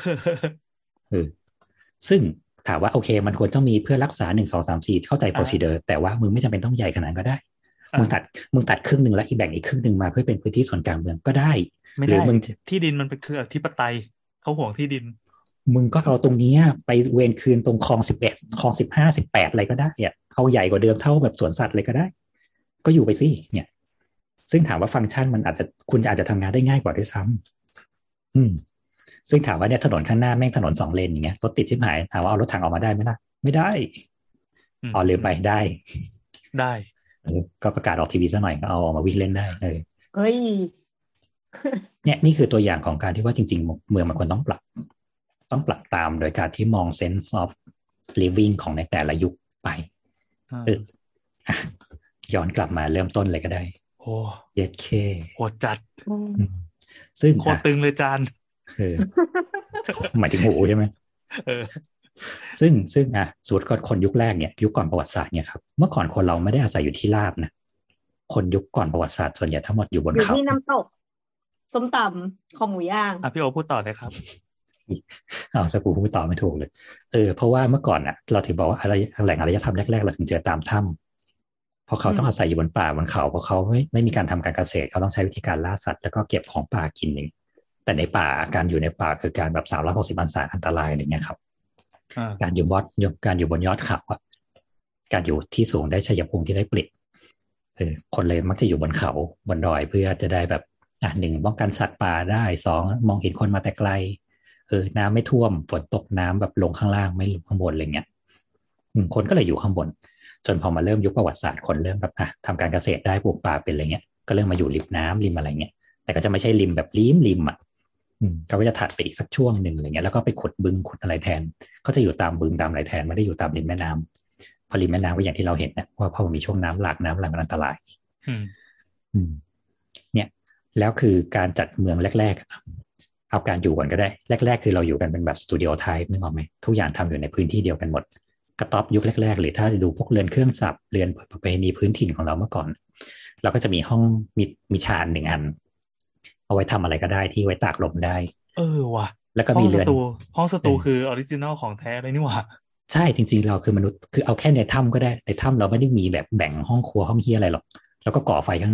ซึ่งถามว่าโอเคมันควรต้องมีเพื่อรักษา1 2 3 4เข้าใจโปรซีเดอร์แต่ว่ามึงไม่จำเป็นต้องใหญ่ขนาดนั้นก็ได้มึงตัดครึ่งหนึ่งแล้วอีกแบ่งอีกครึ่งหนึ่งมาเพื่อเป็นพื้นที่ส่วนกลางเมืองก็ได้
ไม่ได้ที่ดินมันเป็นคืออธิปไตยเขาห่วงที่ดิน
มึงก็เอาตรงนี้ไปเวรคืนตรงคลอง11คลอง15 18อะไรก็ได้เนี่ยเอาใหญ่กว่าเดิมเท่าแบบสวนสัตว์เลยก็ได้ก็อยู่ไปสิเนี่ยซึ่งถามว่าฟังก์ชันมันคุณอาจจะทำงานได้ง่ายกว่าด้วยซ้ำซึ่งถามว่าเนี่ยถนนข้างหน้าแม่งถนน2 เลนอย่างเงี้ยรถติดชิบหายถามว่าเอารถถังออกมาได้ไหมล่ะไม่ได้ลืมไปได้ก็ประกาศออกทีวีซะหน่อยก็เอาออกมาวิ่งเล่นได้
เฮ้ย
เนี่ยนี่คือตัวอย่างของการที่ว่าจริงๆเมืองมันควรต้องปรับตามโดยการที่มอง sense of living ของในแต่ละยุคไปย้อนกลับมาเริ่มต้นเลยก็ได้
โอ้
เย็ดเค
โหจัด
ซึ่ง
โคตรตึงเลยจาน
หมายถึงหูใช่ไหมซึ่งสมมติคนยุคแรกเนี่ยยุคก่อนประวัติศาสตร์เนี่ยครับเมื่อก่อนคนเราไม่ได้อาศัยอยู่ที่ราบนะคนยุคก่อนประวัติศาสตร์ส่วนใหญ่ทั้งหมดอยู่บนเขา
ที่น้ำตกส้มตำคอหมูย่าง
พี่โอพูดต่อเลยครับ
สกูพูดต่อไม่ถูกเลยเพราะว่าเมื่อก่อนน่ะเราถือบอกว่าอะไรแหล่งอารยธรรมแรกๆเราถึงเจอตามถ้ำเพราะเขาต้องอาศัยอยู่บนป่าบนเขาเพราะเขาไม่มีการทำการเกษตรเขาต้องใช้วิธีการล่าสัตว์แล้วก็เก็บของป่ากินเองแต่ในป่าการอยู่ในป่าคือการแบบ360 องศาอันตรายอะไรเงี้ยครับการอยู่บนยอดเขาการอยู่ที่สูงได้ชัยภูมิที่ได้เปรียบคนเลยมักจะอยู่บนเขาบนดอยเพื่อจะได้แบบ1ป้องกันสัตว์ป่าได้2มองเห็นคนมาแต่ไกลน้ำไม่ท่วมฝนตกน้ำแบบลงข้างล่างไม่ลงข้างบนอะไรเงี้ยคนก็เลยอยู่ข้างบนจนพอมาเริ่มยุคประวัติศาสตร์คนเริ่มแบบทำการเกษตรได้ปลูกป่าเป็นอะไรเงี้ยก็เริ่มมาอยู่ริมน้ำริมอะไรเงี้ยแต่ก็จะไม่ใช่ริมแบบริมอ่ะเขาก็จะถัดไปอีกสักช่วงหนึ่งอะไรเงี้ยแล้วก็ไปขุดบึงขุดอะไรแทนก็จะอยู่ตามบึงตามอะไรแทนไม่ได้อยู่ตามริมแม่น้ำพอริมแม่น้ำก็อย่างที่เราเห็นนะว่าพอมีช่วงน้ำหลากมันอันตรายเนี่ยแล้วคือการจัดเมืองแรกๆเอาการอยู่ก่อนก็ได้แรกๆคือเราอยู่กันเป็นแบบสตูดิโอไทป์นึกออกไหมทุกอย่างทำอยู่ในพื้นที่เดียวกันหมดกระต๊อบยุคแรกๆหรือถ้าดูพวกเรือนเครื่องศัพท์เรือนประเพณีพื้นถิ่นของเราเมื่อก่อนเราก็จะมีห้องมีชาน1 อันเอาไว้ทำอะไรก็ได้ที่ไว้ตากลมได้
ว่ะ
แล้วก็มีเรือน
ห้องสตูคือออริจินอลของแท้เลยนี่หว่า
ใช่จริงๆเราคือมนุษย์คือเอาแค่ในถ้ำก็ได้ในถ้ำเราไม่ได้มีแบบแบ่งห้องครัวห้องเฮียอะไรหรอกแล้วก็ก่อไฟข้างหน้า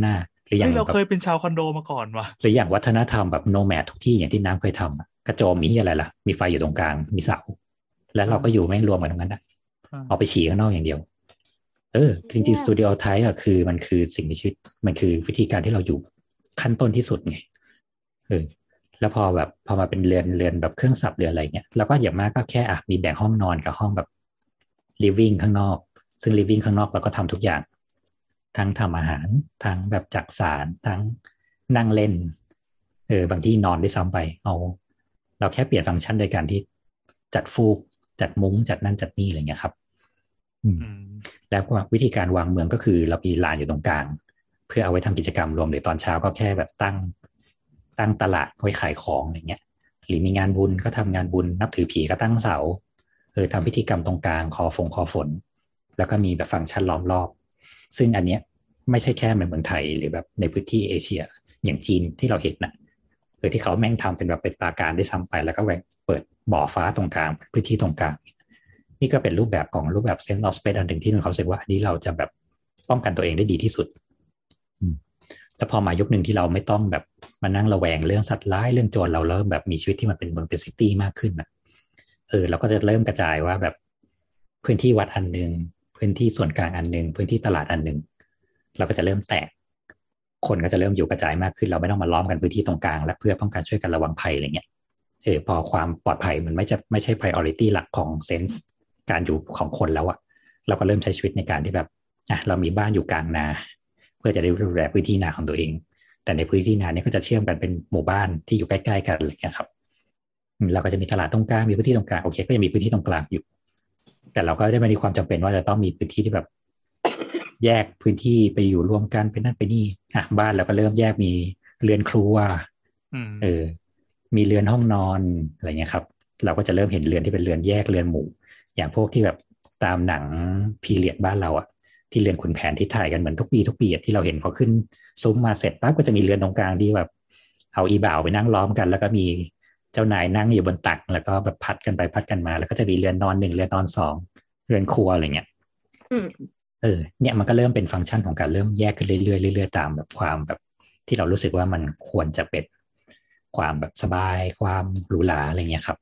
หรืออย่าง
เรา
แบบ
เคยเป็นชาวคอนโดมาก่อนว่ะ
หรืออย่างวัฒนธรรมแบบโนแมดทุกที่อย่างที่น้ำเคยทำกระโจมมีอะไรล่ะมีไฟอยู่ตรงกลางมีเสาแล้วเราก็อยู่แม่งรวมกันตรงนั้นออกไปฉี่ข้างนอกอย่างเดียวจริงๆสตูดิโอไทป์คือมันคือสิ่งมีชีวิตมันคือวิธีการที่เราอยู่ขั้นต้นที่สุดไงแล้วพอมาเป็นเรือนแบบเครื่องสับเรือนอะไรเงี้ยเราก็อย่างมากก็แค่มีแบ่งห้องนอนกับห้องแบบ living ข้างนอกซึ่ง living ข้างนอกเราก็ทำทุกอย่างทั้งทำอาหารทั้งแบบจักสารทั้งนั่งเล่นบางที่นอนด้วยซ้ำไปเราแค่เปลี่ยนฟังก์ชันโดยการที่จัดฟูกจัดมุ้งจัดนั่นจัดนี่อะไรเงี้ยครับแล้วก็วิธีการวางเมืองก็คือเรามีลานอยู่ตรงกลางเพื่อเอาไว้ทำกิจกรรมรวมหรือตอนเช้าก็แค่แบบตั้งตลาดไว้ขายของอะไรเงี้ยหรือมีงานบุญก็ทำงานบุญนับถือผีก็ตั้งเสาทำพิธีกรรมตรงกลางคอฝนแล้วก็มีแบบฟังก์ชันล้อมรอบซึ่งอันเนี้ยไม่ใช่แค่ในเมืองไทยหรือแบบในพื้นที่เอเชียอย่างจีนที่เราเห็นนะที่เขาแม่งทำเป็นแบบเป็นปราการได้ซ้ำไปแล้วก็เปิดบ่อฟ้าตรงกลางพื้นที่ตรงกลางนี่ก็เป็นรูปแบบเซนส์ออฟสเปซอันหนึ่งที่เขารู้สึกว่าอันนี้เราจะแบบป้องกันตัวเองได้ดีที่สุดแล้วพอมายุคหนึ่งที่เราไม่ต้องแบบมานั่งระแวงเรื่องสัตว์ร้ายเรื่องโจรเราเริ่มแบบมีชีวิตที่มันเป็นเมืองเป็นซิตี้มากขึ้นนะเราก็จะเริ่มกระจายว่าแบบพื้นที่วัดอันหนึ่งพื้นที่ส่วนกลางอันหนึ่งพื้นที่ตลาดอันหนึ่งเราก็จะเริ่มแตกคนก็จะเริ่มอยู่กระจายมากขึ้นเราไม่ต้องมาล้อมกันพื้นที่ตรงกลางและเพื่อป้องกันช่วยกันระวังภัยอะไรเงี้ยพอความปลอดภัยมันไม่ใช่ priority หลักของเซนส์การอยู่ของคนแล้วอะเราก็เริ่มใช้ชีวิตในการที่แบบเรามีบ้านอยู่กลางนาเพื่อจะได้ดูแลพื้นที่นาของตัวเองแต่ในพื้นที่นานี้ก็จะเชื่อมกันเป็นหมู่บ้านที่อยู่ใกล้ๆกันอะไรเงี้ยครับเราก็จะมีตลาดตรงกลางมีพื้นที่ตรงกลางโอเคก็ยังมีพื้นที่ตรงกลางอยู่แต่เราก็ได้ไม่มีความจำเป็นว่าจะต้องมีพื้นที่ที่แบบแยกพื้นที่ไปอยู่รวมกันเป็นนั่นไปนี่บ้านเราก็เริ่มแยกมีเรือนครัวมีเรือนห้องนอนอะไรเงี้ยครับเราก็จะเริ่มเห็นเรือนที่เป็นเรือนแยกเรือนหมู่อย่างพวกที่แบบตามหนังพีเรียดบ้านเราที่เรือนขุนแผนที่ถ่ายกันเหมือนทุกปีที่เราเห็นพอขึ้นซุ้มมาเสร็จปั๊บก็จะมีเรือนตรงกลางที่แบบเอาอีบ่าวไปนั่งล้อมกันแล้วก็มีเจ้านายนั่งอยู่บนตักแล้วก็แบบพัดกันไปพัดกันมาแล้วก็จะมีเรือนนอน1เรือนนอน2เรือนครัวอะไรเงี้ยเนี่ยมันก็เริ่มเป็นฟังก์ชันของการเริ่มแยกขึ้นเรื่อยๆเรื่อยๆตามแบบความแบบที่เรารู้สึกว่ามันควรจะเป็นความแบบสบายความหรูหราอะไรเงี้ยครับ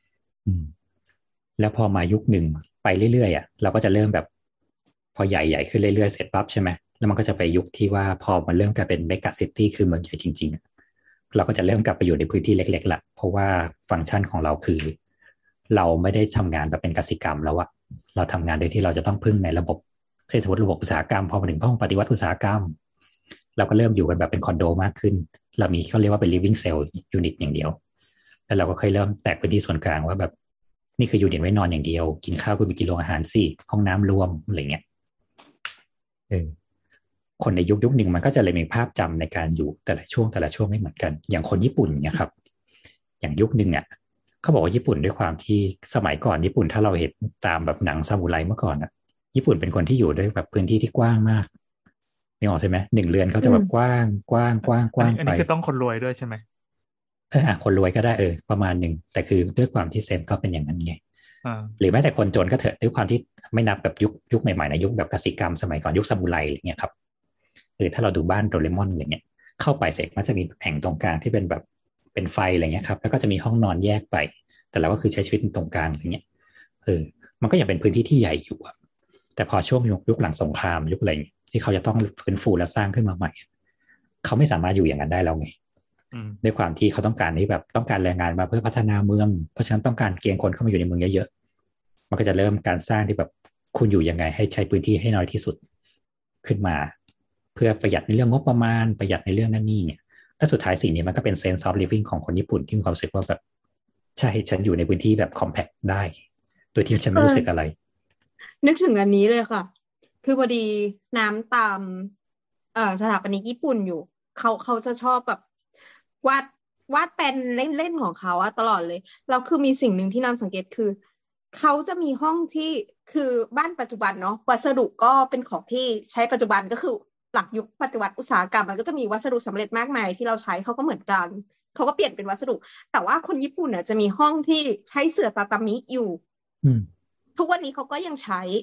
แล้วพอมายุคหนึ่งไปเรื่อยๆเราก็จะเริ่มแบบพอใหญ่ๆขึ้นเรื่อยๆเสร็จปั๊บใช่ไหมแล้วมันก็จะไปยุคที่ว่าพอมันเริ่มกลายเป็นเมกะซิตี้คือเมืองใหญ่จริงๆเราก็จะเริ่มกลับไปอยู่ในพื้นที่เล็กๆละเพราะว่าฟังก์ชันของเราคือเราไม่ได้ทำงานแบบเป็นกสิกรรมแล้วเราทำงานโดยที่เราจะต้องพึ่งในระบบเช่นสมมติระบบอุตสาหกรรมพอมาถึงห้องปฏิวัติอุตสาหกรรมเราก็เริ่มอยู่กันแบบเป็นคอนโดมากขึ้นเรามีเขาเรียกว่าเป็น living cell unit อย่างเดียวแล้วเราก็เคยเริ่มแตกพื้นที่ส่วนกลางว่าแบบนี่คือยูนิตไว้นอนอย่างเดียวกินข้าวก็มีกินโรงอาหารสิห้องน้ำรวมอะไรเงี้ยคนในยุคหนึ่งมันก็จะเลยมีภาพจำในการอยู่แต่ละช่วงไม่เหมือนกันอย่างคนญี่ปุ่นเนี่ยครับอย่างยุคหนึ่งเขาบอกว่าญี่ปุ่นด้วยความที่สมัยก่อนญี่ปุ่นถ้าเราเห็นตามแบบหนังซามูไรเมื่อก่อนญี่ปุ่นเป็นคนที่อยู่ด้วยแบบพื้นที่ที่กว้างมากนี่ออกใช่ไหม1เรือนเขาจะแบบกว้าง
อันนี้คือต้องคนรวยด้วยใช่ไหม
คนรวยก็ได้ประมาณหนึ่งแต่คือด้วยความที่เซนก็เป็นอย่างนั้นไงหรือแม้แต่คนจนก็เถอะด้วยความที่ไม่นับแบบยุคใหม่ๆนะยุคแบบกสิกรรมสมัยก่อนยุคซามูไรอะไรเงี้ยครับถ้าเราดูบ้านโดเรมอนอะไรเงี้ยเข้าไปเสร็จมันจะมีแห่งตรงกลางที่เป็นแบบเป็นไฟอะไรเงี้ยครับแล้วก็จะมีห้องนอนแยกไปแต่เราก็คือใช้ชีวิตตรงกลางอะไรเงี้ยมันก็ยังเป็นพื้นที่ที่ใหญ่อยู่แต่พอช่วงยุคหลังสงครามยุคอะไรที่เขาจะต้องฟื้นฟูและสร้างขึ้นมาใหม่เขาไม่สามารถอยู่อย่างนั้นได้แล้วไงด้วยความที่เขาต้องการที่แบบต้องการแรงงานมาเพื่อพัฒนาเมืองเพราะฉะนั้นต้องการเกณฑ์คนเข้ามาอยู่ในเมืองเยอะๆมันก็จะเริ่มการสร้างที่แบบคุณอยู่ยังไงให้ใช้พื้นที่ให้น้อยที่สุดขึ้นมาเพื่อประหยัดในเรื่องงบประมาณประหยัดในเรื่องนั่นนี่เนี่ยและสุดท้ายสิ่งนี้มันก็เป็นเซนส์ออฟลิฟวิ่งของคนญี่ปุ่นที่มีความรู้สึกว่าแบบใช่ฉันอยู่ในพื้นที่แบบคอมแพคได้โดยที่ฉันไม่รู้สึกอะไร
นึกถึงอันนี้เลยค่ะคือพอดีน้ำตามสถาปนิกญี่ปุ่นอยู่เขาจะชอบแบบวาดเป็นเล่นๆของเขาตลอดเลยแล้วคือมีสิ่งหนึ่งที่น้ำสังเกตคือเขาจะมีห้องที่คือบ้านปัจจุบันเนาะวัสดุก็เป็นของที่ใช้ปัจจุบันก็คือหลักยุคปฏิวัติอุตสาหกรรมมันก็จะมีวัสดุสำเร็จมากมายที่เราใช้เขาก็เหมือนกันเขาก็เปลี่ยนเป็นวัสดุแต่ว่าคนญี่ปุ่นจะมีห้องที่ใช้เสื่อตาตามิอยู่ทุกวันนี้เขาก็ยังใช้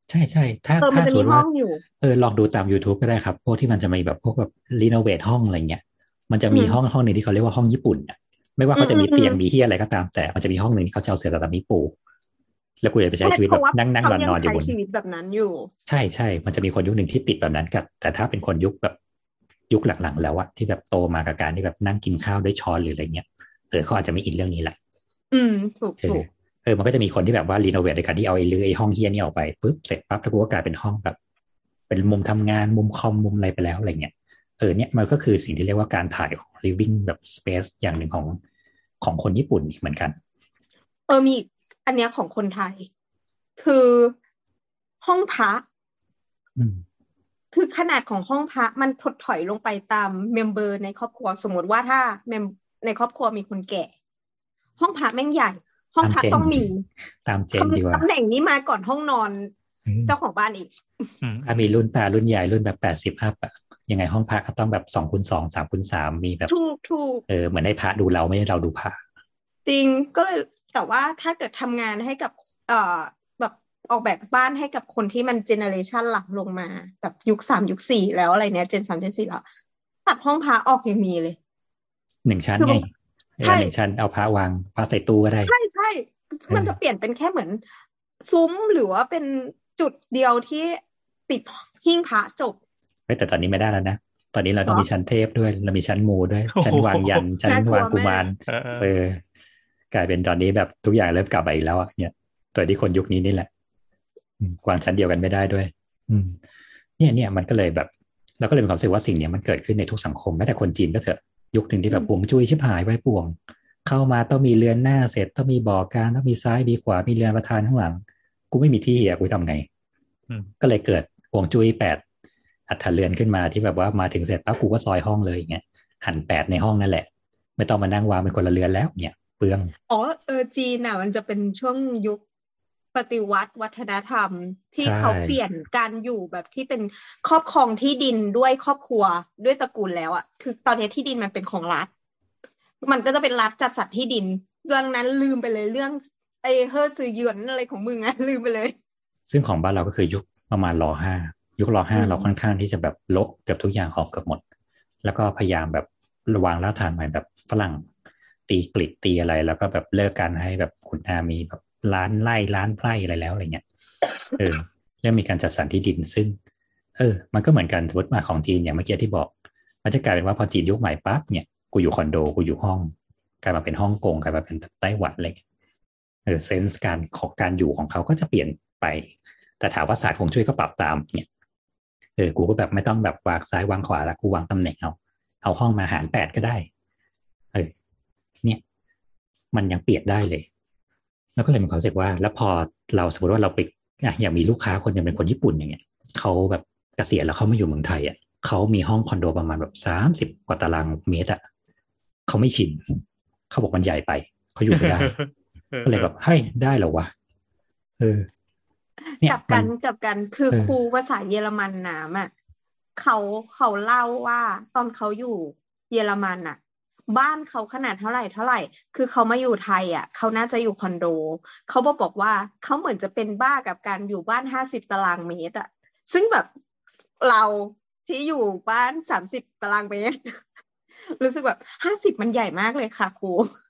ใช่ใช่ถ้า
มันจะมี
สมมติว่า
ห้องอยู่
ลองดูตาม YouTube ก็ได้ครับพวกที่มันจะมีแบบพวกแบบรีโนเวทห้องอะไรเงี้ยมันจะ
อืม
มีห้องหนึ่งที่เขาเรียกว่าห้องญี่ปุ่นอ่ะไม่ว่า
อื
เขาจะมีเตี
มอืมอืม
ยงมีที่อะไรก็ตามแต่มันจะมีห้องหนึ่งที่เขาจะเอาเสื่อตาตามิปูแล้วกูจะไปใช้
ใช่
ชีวิตแบบ
เพราะว่า
นั่ง
เขา
นอน
ยังใช้
นอนอยู่บน
ชีวิตแบบนั้นอยู่
ใช่ใช่มันจะมีคนยุคหนึ่งที่ติดแบบนั้นกับแต่ถ้าเป็นคนยุคแบบยุคหลังๆแล้วอะที่แบบโตมากับการที่แบบนั่งกินข้าวด้วยช้อนหรืออะไรเงี้ยเขาอาจจะไม่อินเรื่องนี้แหละ
อืมถูก
เออ
ถูก
มันก็จะมีคนที่แบบว่ารีโนเวทในการที่เอาไอ้ห้องเฮียนี่ออกไปปุ๊บเสร็จปั๊บแล้วกูก็กลายเป็นห้องแบบเป็นมุมทำงานมุมคอมมุมอะไรไปแล้วอะไรเงี้ยเนี่ยมันก็คือสิ่งที่เรียกว่าการถ่าย living แบบ space อย่างหนึ่งของคนญี่ปุ่นอีกเหมือนกัน
มีอีกอันเนี้ยของคนไทยคือห้องพระ
อืม
คือขนาดของห้องพระมันถดถอยลงไปตามเมมเบอร์ในครอบครัวสมมติว่าถ้าเมมในครอบครัวมีคนแก่ห้องพระแม่งใหญ่ห้องพระ
ตามเจน
ต้องมี
ตามเจนดีกว่า
ตำแหน่งนี้มาก่อนห้องนอนเจ้าของบ้านอีก
ถ้ามีรุ่นใหญ่รุ่นแบบ80อัพอะยังไงห้องพักก็ต้องแบบ2x23x3มีแบบ
ถูก
เหมือนให้พระดูเราไม่ใช่เราดูพระ
จริงก็เลยแต่ว่าถ้าเกิดทำงานให้กับแบบออกแบบบ้านให้กับคนที่มันเจเนอเรชันหลังลงมาแบบยุค 3 ยุค 4แล้วอะไรเนี้ยGen 3 Gen 4แล้วตัดห้องพระออกยังมีเลย
1 ชั้น
คือ
ไง
ใช่
1 ชั้นเอาพระวางพระใส่ตู้ก็ได้
ใช่
เออ
มันจะเปลี่ยนเป็นแค่เหมือนซุ้มหรือว่าเป็นจุดเดียวที่ติดหิ้งพระจบ
แต่ตอนนี้ไม่ได้แล้วนะตอนนี้เราต้อง
เนาะ
มีชั้นเทพด้วยเรามีชั้นมูด้วย
โอ้โห
ชั้นวางยันชั้น
น่ากลั
วางกุ
วมาก
มาร
เออ
เออกลายเป็นตอนนี้แบบทุกอย่างเริ่มกลับมาอีกแล้วอ่ะเนี่ยตัวที่คนยุคนี้นี่แหละวางชั้นเดียวกันไม่ได้ด้วยอืมเนี่ยมันก็เลยแบบเราก็เลยมีความรู้สึกว่าสิ่งนี้มันเกิดขึ้นในทุกสังคมแม้แต่คนจีนก็เถอะยุคหนึ่งที่
อืม
แบบฮวงจุ้ยชิบหายไว้ป่วงเข้ามาต้องมีเรือนหน้าเสร็จต้องมีบ่อการต้องมีซ้ายมีขวามีเรือนประธานข้างหลังกูไม่มีที่อ่ะกูทำไง
อืม
ก็เลยเกิดฮวงจุ้ย8อัฐเรือนขึ้นมาที่แบบว่ามาถึงเสร็จปั๊บกูก็ซอยห้องเลยอย่างเงี้ยหั่น8ในห้องนั่นแหละไม่ต้องมานั่งวางเป็นคนละเรือนแล้วเนี่ยเปลือง
อ๋อจีนน่ะมันจะเป็นช่วงยุคปฏิวัติวัฒนธรรมที่
ใช่
เขาเปลี่ยนการอยู่แบบที่เป็นครอบครองที่ดินด้วยครอบครัวด้วยตระกูลแล้วอ่ะคือตอนนี้ที่ดินมันเป็นของรัฐมันก็จะเป็นรัฐจัดสรรที่ดินดังนั้นลืมไปเลยเรื่องไอ้เฮ่อซือหยวนอะไรของมึงอะลืมไปเลย
ซึ่งของบ้านเราก็คือยุคประมาณร.5ยุคร.5
อื
เราค่อน
ม
ข้างที่จะแบบโละเกือบทุกอย่างออกเกือบหมดแล้วก็พยายามแบบระวางรากฐานใหม่แบบฝรั่งตีกลิดตีอะไรแล้วก็แบบเลิกการให้แบบคุณอามีแบบร้านไร่ร้านไพร่อะไรแล้วอะไรเงี้ยเออเริ่มมีการจัดสรรที่ดินซึ่งมันก็เหมือนกันสมมติมาของจีนอย่างเมื่อกี้ที่บอกมันจะกลายเป็นว่าพอจีนยุคใหม่ปั๊บเนี่ยกูอยู่คอนโดกูอยู่ห้องกลายมาเป็นฮ่องกงกลายมาเป็นไต้หวันอะไรเซนส์การของการอยู่ของเขาก็จะเปลี่ยนไปแต่ถามว่าศาสตร์ฮวงจุ้ยก็ปรับตามเนี่ยกูก็แบบไม่ต้องแบบวางซ้ายวางขวาแล้วกูวางตำแหน่งเอาห้องมาหาร8ก็ได้เออเนี่ยมันยังเปลี่ยนได้เลยแล้วก็เลยมีความรู้สึกว่าแล้วพอเราสมมติว่าเราไปอย่างมีลูกค้าคนหนึ่งเป็นคนญี่ปุ่นอย่างเงี้ยเขาแบบเกษียณแล้วเขามาอยู่เมืองไทยอ่ะเขามีห้องคอนโดประมาณแบบ30 กว่าตารางเมตรอ่ะเขาไม่ชินเขาบอกมันใหญ่ไปเขาอยู่ไม่ได้ก็เลยแบบเฮ้ยได้เหรอวะเออเนี่ยมัน
กับกันคือครูภาษาเยอรมันน้ำอ่ะเขาเขาเล่าว่าตอนเขาอยู่เยอรมันอ่ะบ้านเขาขนาดเท่าไหร่คือเขามาอยู่ไทยอ่ะเขาน่าจะอยู่คอนโดเขาบอกว่าเขาเหมือนจะเป็นบ้ากับการอยู่บ้าน50 ตารางเมตรอ่ะซึ่งแบบเราที่อยู่บ้าน30 ตารางเมตรรู้สึกแบบ50มันใหญ่มากเลยค่ะครู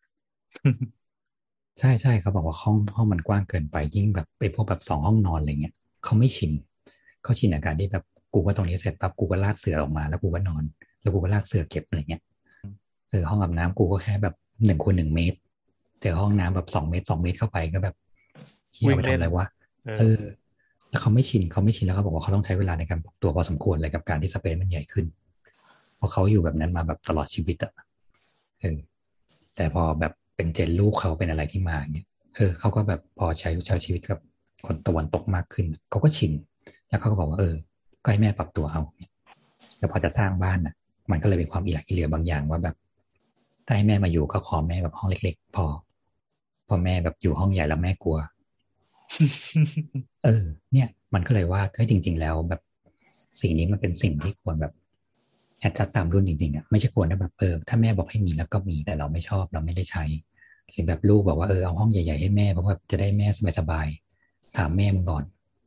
ใช่ใช่เขาบอกว่าห้องมันกว้างเกินไปยิ่งแบบไปพวกแบบ2 ห้องนอนอะไรเงี้ยเขาไม่ชินเขาชินกับการที่แบบกูว่าตรงนี้เสร็จปั๊บกูก็ลากเสื่อออกมาแล้วกูก็นอนแล้วกูก็ลากเสื่อเก็บอะไรเงี้ยห้องอาบน้ำกูก็แค่แบบ1 คูณ 1 เมตรเจอห้องน้ำแบบ2 เมตรเข้าไปก็แบบเฮียเอาไปทำ
วิ่งเล่น
อะไรวะ
เออ
เออแล้วเขาไม่ชินแล้วเขาบอกว่าเขาต้องใช้เวลาในการปรับตัวพอสมควรเลยกับการที่สเปซมันใหญ่ขึ้นเพราะเขาอยู่แบบนั้นมาแบบตลอดชีวิตอะเออแต่พอแบบเป็นเจนลูกเขาเป็นอะไรที่มาเนี่ย เขาก็แบบพอใช้ชีวิตกับคนตะวันตกมากขึ้นเขาก็ชินแล้วเขาก็บอกว่าก็ให้แม่ปรับตัวเอาแล้วพอจะสร้างบ้านน่ะมันก็เลยเป็นความอิหลักอิเหลือบางอย่างว่าแบบถ้าให้แม่มาอยู่ก็ขอแม่แบบห้องเล็กๆพอแม่แบบอยู่ห้องใหญ่แล้วแม่กลัวเนี่ยมันก็เลยว่าเฮ้ยจริงๆแล้วแบบสิ่งนี้มันเป็นสิ่งที่ควรแบบแอดจัดตามรุ่นจริงๆอ่ะไม่ใช่ควรนะแบบถ้าแม่บอกให้มีแล้วก็มีแต่เราไม่ชอบเราไม่ได้ใช้หรือแบบลูกบอกว่าเอาห้องใหญ่ๆให้แม่เพราะว่าจะได้แม่สบายๆถามแม่มึงก่อน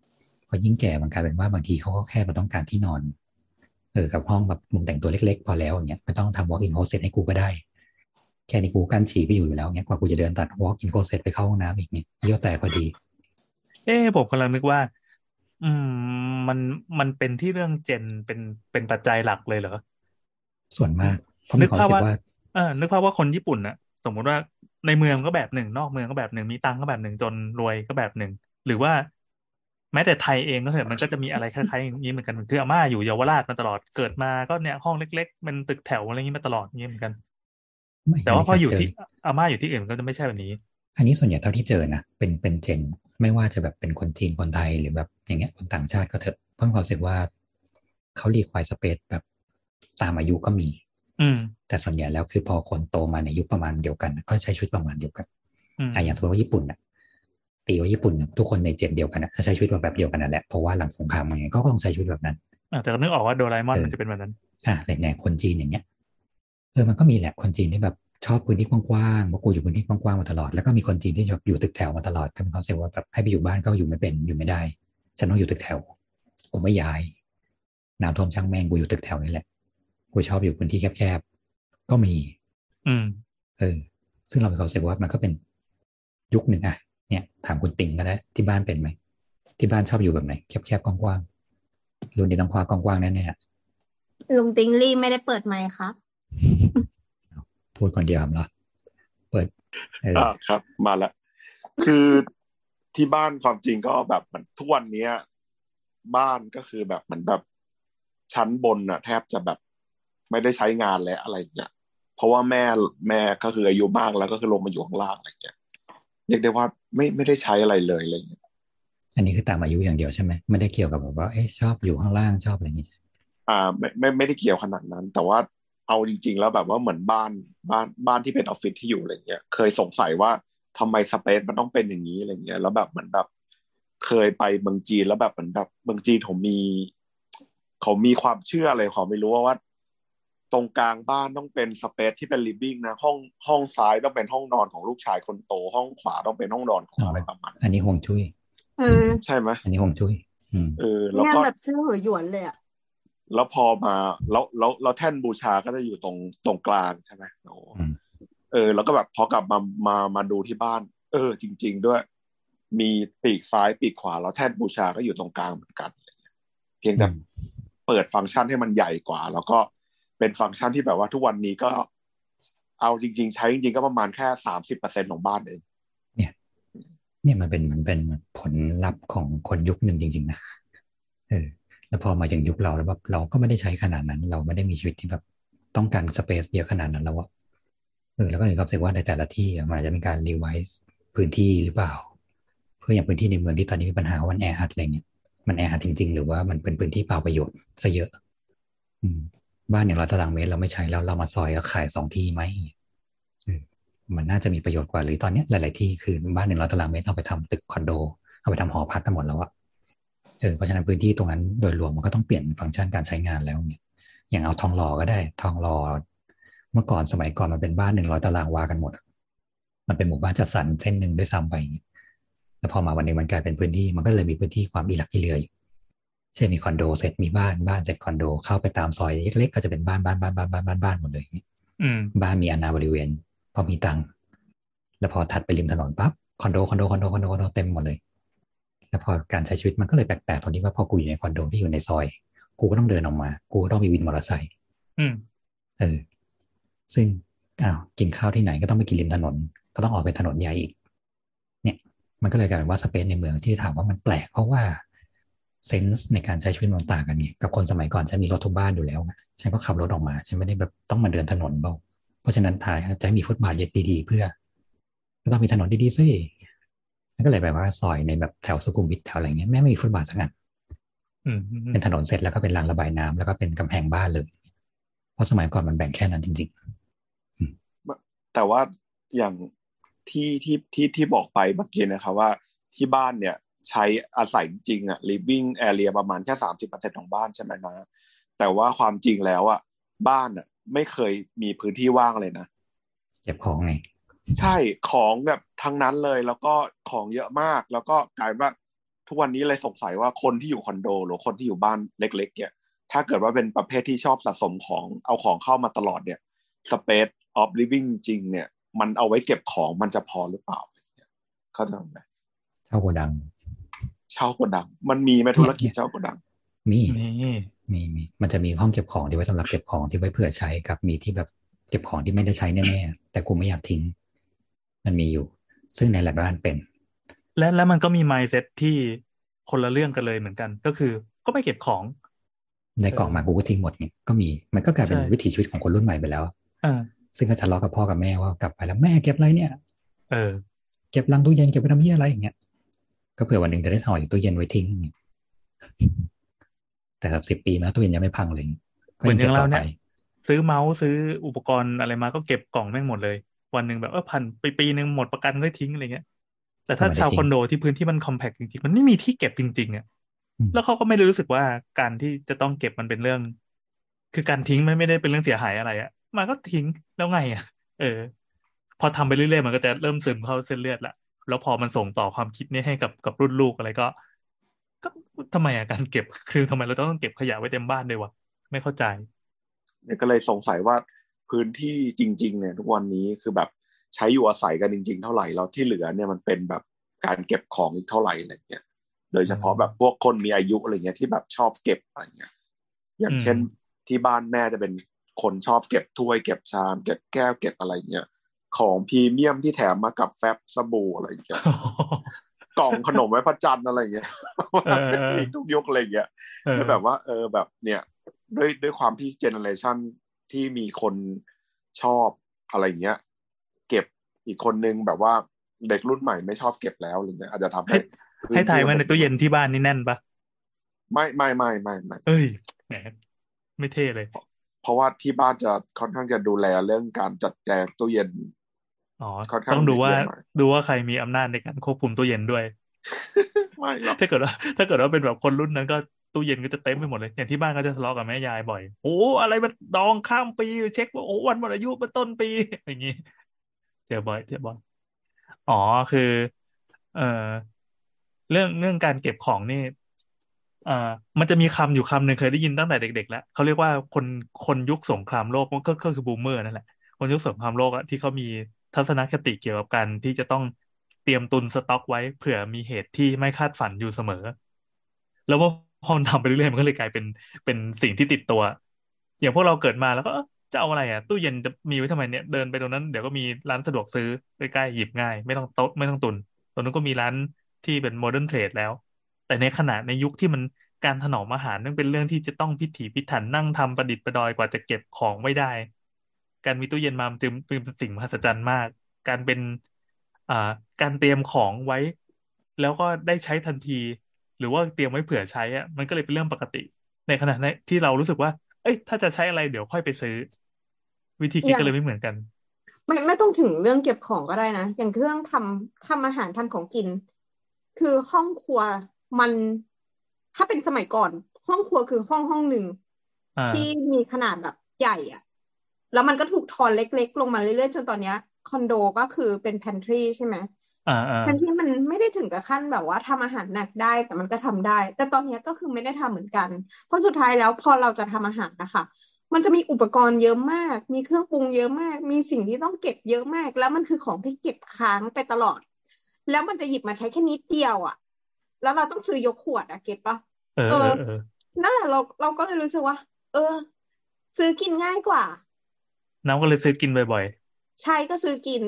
พอยิ่งแก่มันกลายเป็นว่าบางทีเขาก็แค่มาต้องการที่นอนกับห้องแบบมุมแต่งตัวเล็กๆพอแล้วอย่างเงี้ยไม่ต้องทำ walk in closet ให้กูก็ได้แค่นี้กูกั้นฉี่ไปอยู่แล้วเงี้ยกว่ากูจะเดินตัด walk in closet ไปเข้าห้องน้ำอีกเนี่ยเยี่ยวแตกพอดี
ผมกำลังนึกว่าอืมมันมันเป็นที่เรื่องเจนเป็นปัจจัยหลักเลยเหรอ
ส่วน
อืม
มากเพราะมี
นึกภาพว่า
ความรู้สึกว่า
นึกภาพว่าคนญี่ปุ่นน่ะสมมุติว่าในเมืองก็แบบหนึ่งนอกเมืองก็แบบหนึ่งมีตังค์ก็แบบหนึ่งจนรวยก็แบบหนึ่งหรือว่าแม้แต่ไทยเองก็เถอะมันก็จะมีอะไรคล้ายๆอย่างนี้เหมือนกันคืออาม่าอยู่เยาวราชมาตลอดเกิดมาก็เนี่ยห้องเล็กๆเป็นตึกแถวอะไรอย่างนี้มาตลอดอย่างนี้เหมือนกัน
ไม่
แต่
อันนี้จากเจอ
ว่าพออยู่ที่อาม่าอยู่ที่อื่นก็จะไม่ใช่แบบนี้
อันนี้ส่วนใหญ่เท่าที่เจอนะเป็นเจนไม่ว่าจะแบบเป็นคนจีนคนไทยหรือแบบอย่างเงี้ยคนต่างชาติก็เถอะเพิ่งความรู้สึกว่าเขารีควายสเปซแบบตามอายุก็มี
อืม
แต่ส่วนใหญ่แล้วคือพอคนโตมาในยุคประมาณเดียวกันก็ใช้ชีวิตประมาณเดียวกัน
อืม
อย่างสมมติว่าญี่ปุ่นน่ะตีว่าญี่ปุ่นทุกคนในเจนเดียวกันนะใช้ชีวิตแบบเดียวกันนั่นแหละเพราะว่าหลังสงครามมันไงก็ต้องใช้ชีวิตแบบนั้น
แต่ก็นึกออกว่าโดราเอมอน
เออ
มันจะเป็นแบบนั้น
อะไรเนี่ยคนจีนอย่างเงี้ย มันก็มีแหละคนจีนที่แบบชอบพื้นที่กว้างๆเพราะกูอยู่พื้นที่กว้างๆมาตลอดแล้วก็มีคนจีนที่แบบอยู่ตึกแถวมาตลอดก็มีความรู้สึกว่าแบบให้ไปอยู่บ้านก็อยู่ไม่เป็นอยู่ไม่ได้ฉันต้องอยู่ตึกแถวผมไม่ย้ายน้ำท่วมช่างแม่งกูอยู่ตึกแถวนี่แหละกูชอบอยู่พื้นที่แคบๆก็มี
อืม
เออซึ่งเรามีความรู้สึกว่ามันก็เป็นยุคหนึ่งอะเนี่ยถามคุณติงก็ได้ที่บ้านเป็นไหมที่บ้านชอบอยู่แบบไหนแคบๆกว้างๆรุ่นนี้ต้องคว้ากว้างๆแน่
ลุงติงลี่ไม่ได้เปิดไมค์ครับ
ๆพูดคนเดียวเหรอเปิด
ครับมาแล้วคือที่บ้านความจริงก็แบบมันทุกวันเนี้ยบ้านก็คือแบบเหมือนแบบชั้นบนน่ะแทบจะแบบไม่ได้ใช้งานแล้วอะไรอย่างเงี้ยเพราะว่าแม่ก็คืออายุมากแล้วก็คือลงมาอยู่ข้างล่างอะไรอย่างเงี้ยเรียกได้ว่าไม่ได้ใช้อะไรเลยอะไรอย่างเงี้ย
อันนี้คือตามอายุอย่างเดียวใช่ไหมไม่ได้เกี่ยวกับแบบว่าเอ๊ะชอบอยู่ข้างล่างชอบอะไรอย่างงี้
ไม่ได้เกี่ยวขนาดนั้นแต่ว่าเอาจริงๆแล้วแบบว่าเหมือนบ้านที่เป็นออฟฟิศที่อยู่อะไรเงี้ยเคยสงสัยว่าทำไมสเปซมันต้องเป็นอย่างนี้อะไรเงี้ยแล้วแบบเหมือนแบบเคยไปเมืองจีนแล้วแบบเหมือนแบบเมืองจีนเขามีความเชื่ออะไรเขาไม่รู้ว่าตรงกลางบ้านต้องเป็นสเปซที่เป็นลิฟวิ่งนะห้องซ้ายต้องเป็นห้องนอนของลูกชายคนโตห้องขวาต้องเป็นห้องนอนของ
อ๋อ
อะไรประมาณ
อันนี้ห่วงจุ้ย
เออ
ใช่ไหม
อันนี้ห่วงจุ้ยอืม
แล้วก็
งานแบบซื้อหวยหยวนเลยอ่ะ
แล้วพอมาแล้วแท่นบูชาก็จะอยู่ตรงกลางใช่ไหมโอ้
อืม
แล้วก็แบบพอกลับมาดูที่บ้านจริงๆด้วยมีปีกซ้ายปีกขวาแล้วแท่นบูชาก็อยู่ตรงกลางเหมือนกันเพียงแต่
อืม
เปิดฟังก์ชันให้มันใหญ่กว่าแล้วก็เป็นฟังก์ชันที่แบบว่าทุกวันนี้ก็เอาจริงๆใช้จริงๆก็ประมาณแค่30%ของบ้านเอง
เนี่ยเนี่ยมันเป็นผลลัพธ์ของคนยุคหนึ่งจริงๆนะเออแล้วพอมาอย่างยุคเราแล้วแบบเราก็ไม่ได้ใช้ขนาดนั้นเราไม่ได้มีชีวิตที่แบบต้องการสเปซเยอะขนาดนั้นแล้วอะแล้วก็เลยรู้สึกว่าในแต่ละที่มันอาจจะมีการรีไวซ์พื้นที่หรือเปล่าเพื่ออย่างพื้นที่ในเมืองที่ตอนนี้มีปัญหาว่ามันแออัดอะไรเงี้ยมันแออัดจริงๆหรือว่ามันเป็นพื้นที่เปล่าประโยชน์ซะเยอะอืมบ้าน100 ตารางเมตรเราไม่ใช้แล้วเรามาซอยเราขาย2 ที่ไหม อืมมันน่าจะมีประโยชน์กว่าหรือตอนนี้หลายๆที่คือบ้าน100 ตารางเมตรเอาไปทำตึกคอนโดเอาไปทำหอพักกันหมดแล้วอะเพราะฉะนั้นพื้นที่ตรงนั้นโดยรวมมันก็ต้องเปลี่ยนฟังก์ชันการใช้งานแล้วเนี่ยอย่างเอาทองหล่อก็ได้ทองหล่อเมื่อก่อนสมัยก่อนมันเป็นบ้าน100 ตารางวากันหมดมันเป็นหมู่บ้านจัดสรรเส้นหนึ่งด้วยซ้ำไปแล้วพอมาวันนี้มันกลายเป็นพื้นที่มันก็เลยมีพื้นที่ความอิหลักอิเหลืออยู่เช่นมีคอนโดเสร็จมีบ้านเสร็จคอนโดเข้าไปตามซอยเล็กๆก็จะเป็นบ้านหมดเลย
อืม
บ้านมีอาณาบริเวณพอมีตังค์แล้วพอถัดไปริมถนนปั๊บคอนโดเต็มหมดเลยแล้วพอการใช้ชีวิตมันก็เลยแปลกๆตรงที่ว่าพอกูอยู่ในคอนโดที่อยู่ในซอยกูก็ต้องเดินออกมากูก็ต้องมีวินมอเตอร์ไซค์
อืม
เออซึ่งกินข้าวที่ไหนก็ต้องไปกินริมถนนก็ต้องออกไปถนนใหญ่อีกเนี่ยมันก็เลยกลายเป็นว่าสเปซในเมืองที่ถามว่ามันแปลกเพราะว่าเซนส์ในการใช้ชีวิตมันต่างกันไงกับคนสมัยก่อนฉันมีรถทุกบ้านอยู่แล้วฉันก็ขับรถออกมาฉันไม่ได้แบบต้องมาเดินถนนเปล่าเพราะฉะนั้นท้ายจะให้มีฟุตบาทดีๆเพื่อก็ต้องมีถนนดีๆซินั่นก็เลยแปลว่าซอยในแบบแถวสุขุมวิทแถวอะไรเงี้ยไม่มีฟุตบาทสักอัน
อืมอืม
เป็นถนนเสร็จแล้วก็เป็นรางระบายน้ำแล้วก็เป็นกำแพงบ้านเลยเพราะสมัยก่อนมันแบ่งแค่นั้นจริงๆ
แต่ว่าอย่างที่บอกไปเมื่อกี้นะครับว่าที่บ้านเนี่ยใช้อาศัยจริงๆliving area ประมาณแค่30%ของบ้านใช่ไหมนะแต่ว่าความจริงแล้วบ้านไม่เคยมีพื้นที่ว่างเลยนะ
เก็บของไง
ใช่ของแบบทั้งนั้นเลยแล้วก็ของเยอะมากแล้วก็กลายว่าทุกวันนี้เลยสงสัยว่าคนที่อยู่คอนโดหรือคนที่อยู่บ้านเล็กๆเนี่ยถ้าเกิดว่าเป็นประเภทที่ชอบสะสมของเอาของเข้ามาตลอดเนี่ย Space of Living จริงเนี่ยมันเอาไว้เก็บของมันจะพอหรือเปล่าเข้าใจไหม
เช่าโกดัง
มันมีไหมธุรกิจเช่าโกดัง
มีมันจะมีห้องเก็บของที่ไว้สำหรับเก็บของที่ไว้เผื่อใช้กับมีที่แบบเก็บของที่ไม่ได้ใช้แน่ๆแต่กูไม่อยากทิ้งมันมีอยู่ซึ่งในหลายบ้านเป็น
และมันก็มี mindset ที่คนละเรื่องกันเลยเหมือนกันก็คือก็ไม่เก็บของ
ในกล่องมากูก็ทิ้งหมดไงก็มีมันก็กลายเป็นวิถีชีวิตของคนรุ่นใหม่ไปแล้วซึ่งก็ทะเลาะกับพ่อกับแม่ว่ากลับไปแล้วแม่เก็บอะไรเนี่ยเก็บลังตู้เย็นเก็บไปทำเหี้ยอะไรอย่างเงี้ยก็เผื่อวันหนึ่งจะได้ถอดตู้เย็นไว้ทิ้งแต่ครับ10 ปีมาตู้เย็นยังไม่พังเลย
เหมือนอย่างเราเนี่ยซื้อเมาส์ซื้ออุปกรณ์อะไรมาก็เก็บกล่องแม่งหมดเลยวันหนึ่งแบบพันปีนึงหมดประกันก็ทิ้งอะไรเงี้ยแต่ถ้าชาวคอนโดที่พื้นที่มันคอมแพคจริงๆมันไม่มีที่เก็บจริงๆอ่ะแล้วเขาก็ไม่รู้สึกว่าการที่จะต้องเก็บมันเป็นเรื่องคือการทิ้งมันไม่ได้เป็นเรื่องเสียหายอะไรอ่ะมันก็ทิ้งแล้วไงอ่ะพอทำไปเรื่อยๆมันก็จะเริ่มซึมเข้าเส้นเลือดละแล้วพอมันส่งต่อความคิดนี้ให้กับรุ่นลูกอะไรก็ทำไมอ่ะการเก็บคือทำไมเราต้องเก็บขยะไว้เต็มบ้านด้วยวะไม่เข้าใจ
เนี่ยก็เลยสงสัยว่าพื้นที่จริงๆเนี่ยทุกวันนี้คือแบบใช้อยู่อาศัยกันจริงๆเท่าไหร่แล้วที่เหลือเนี่ยมันเป็นแบบการเก็บของอีกเท่าไหร่อะไรเงี้ยโดยเฉพาะแบบพวกคนมีอายุอะไรเงี้ยที่แบบชอบเก็บอะไรเงี้ยอย่างเช่นที่บ้านแม่จะเป็นคนชอบเก็บถ้วยเก็บชามเก็บแก้วเก็บอะไรเงี้ยของพรีเมียมที่แถมมากับแฟบสบู่อะไรเงี้ยกล่องขนมไว้พระจันทร์อะไรเงี้ยมีทุกยุคอะไรเงี้ยแบบว่าแบบเนี่ยด้วยความที่เจเนอเรชันที่มีคนชอบอะไรเงี้ยเก็บอีกคนนึงแบบว่าเด็กรุ่นใหม่ไม่ชอบเก็บแล้วอะไรเงี้ยอาจจะทำให้
ถ่ายไว้ในตู้เย็นที่บ้านนี่แน่นปะ
ไม่
เอ้ยแหมไม่เท่เลย
เพราะว่าที่บ้านจะค่อนข้างจะดูแลเรื่องการจัดแจงตู้เย็น
ต้องดูว่าใครมีอำนาจในการควบคุมตู้เย็นด้วย
ไม่หรอก
ถ้าเกิดว่าเป็นแบบคนรุ่นนั้นก็ตู้เย็นก็จะเต็มไปหมดเลยอย่างที่บ้านก็จะทะเลาะกับแม่ยายบ่อยโอ้อะไรมันดองข้ามปีเช็คว่าโอ้วันหมดอายุเป็นต้นปีอย่างนี้เจอบ่อยอ๋อคือเอ่อเรื่องการเก็บของนี่เอ่อมันจะมีคำอยู่คำหนึ่งเคยได้ยินตั้งแต่เด็กๆแล้วเขาเรียกว่าคนยุคสงครามโลกก็คือบูมเมอร์นั่นแหละคนยุคสงครามโลกอะที่เขามีทัศนคติเกี่ยวกับการที่จะต้องเตรียมตุนสต็อกไว้เผื่อมีเหตุที่ไม่คาดฝันอยู่เสมอแล้วว่าพอมันทำไปเรื่อยๆมันก็เลยกลายเป็นสิ่งที่ติดตัวอย่างพวกเราเกิดมาแล้วก็จะเอาอะไรอ่ะตู้เย็นจะมีไว้ทำไมเนี่ยเดินไปตรงนั้นเดี๋ยวก็มีร้านสะดวกซื้อใกล้ๆหยิบง่ายไม่ต้องโต๊ะไม่ต้องตุนตรงนั้นก็มีร้านที่เป็นโมเดิร์นเทรดแล้วแต่ในยุคที่มันการถนอมอาหารนั่นเป็นเรื่องที่จะต้องพิถีพิถันนั่งทำประดิษฐ์ประดอยกว่าจะเก็บของไว้ได้การมีตู้เย็นมามันจึงเป็นสิ่งมหัศจรรย์มากการเป็นอ่าการเตรียมของไว้แล้วก็ได้ใช้ทันทีหรือว่าเตรียมไว้เผื่อใช้อ่ะมันก็เลยเป็นเรื่องปกติในขณะที่เรารู้สึกว่าเอ้ยถ้าจะใช้อะไรเดี๋ยวค่อยไปซื้อวิธีคิดก็เลยไม่เหมือนกัน
ไม่ต้องถึงเรื่องเก็บของก็ได้นะอย่างเครื่องทำอาหารทำของกินคือห้องครัวมันถ้าเป็นสมัยก่อนห้องครัวคือห้องหนึ่งที่มีขนาดแบบใหญ่อ่ะแล้วมันก็ถูกทอนเล็กๆลงมาเรื่อยๆจนตอนนี้คอนโดก็คือเป็น pantry ใช่ไหมpantry มันไม่ได้ถึงกับขั้นแบบว่าทำอาหารหนักได้แต่มันก็ทำได้แต่ตอนนี้ก็คือไม่ได้ทำเหมือนกันเพราะสุดท้ายแล้วพอเราจะทำอาหารนะคะมันจะมีอุปกรณ์เยอะมากมีเครื่องปรุงเยอะมากมีสิ่งที่ต้องเก็บเยอะมากแล้วมันคือของที่เก็บค้างไปตลอดแล้วมันจะหยิบมาใช้แค่นิดเดียวอ่ะแล้วเราต้องซื้อยกขวดอะเก็บปะนั่นแหละเราก็เลยรู้สึกว่าซื้อกินง่ายกว่า
น้ำก็เลยซื้อกินบ่อย
ๆใช่ก็ซื้อกิน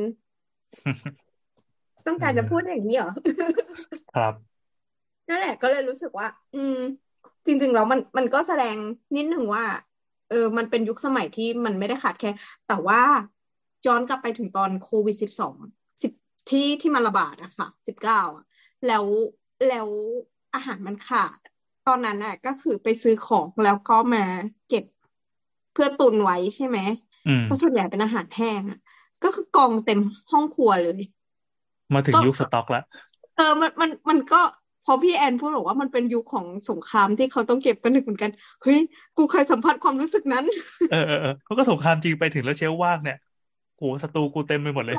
ต้องการจะพูดอย่างนี้เหรอ
ครับ
นั่นแหละก็เลยรู้สึกว่าจริงๆแล้วมันก็แสดงนิดหนึ่งว่ามันเป็นยุคสมัยที่มันไม่ได้ขาดแคลนแต่ว่าย้อนกลับไปถึงตอนโควิด12ที่มันระบาดอะค่ะ19อะแล้วอาหารมันขาดตอนนั้นน่ะก็คือไปซื้อของแล้วก็มาเก็บเพื่อตุนไว้ใช่ไหมเพราะส่วนใหญ่เป็นอาหารแห้งอะก็คือกองเต็มห้องครัวเลย
มาถึงยุคสต็อกแล้ว
มันก็พอพี่แอนพูดบอกว่ามันเป็นยุคของสงครามที่เขาต้องเก็บกันนึกเหมือนกันเฮ้ยกูเคยสัมผัสความรู้สึกนั้น
เขาก็สงครามจริงไปถึงแล้วเชลฟ์ว่างเนี่ยโหศัตรูกูเต็มไปหมดเลย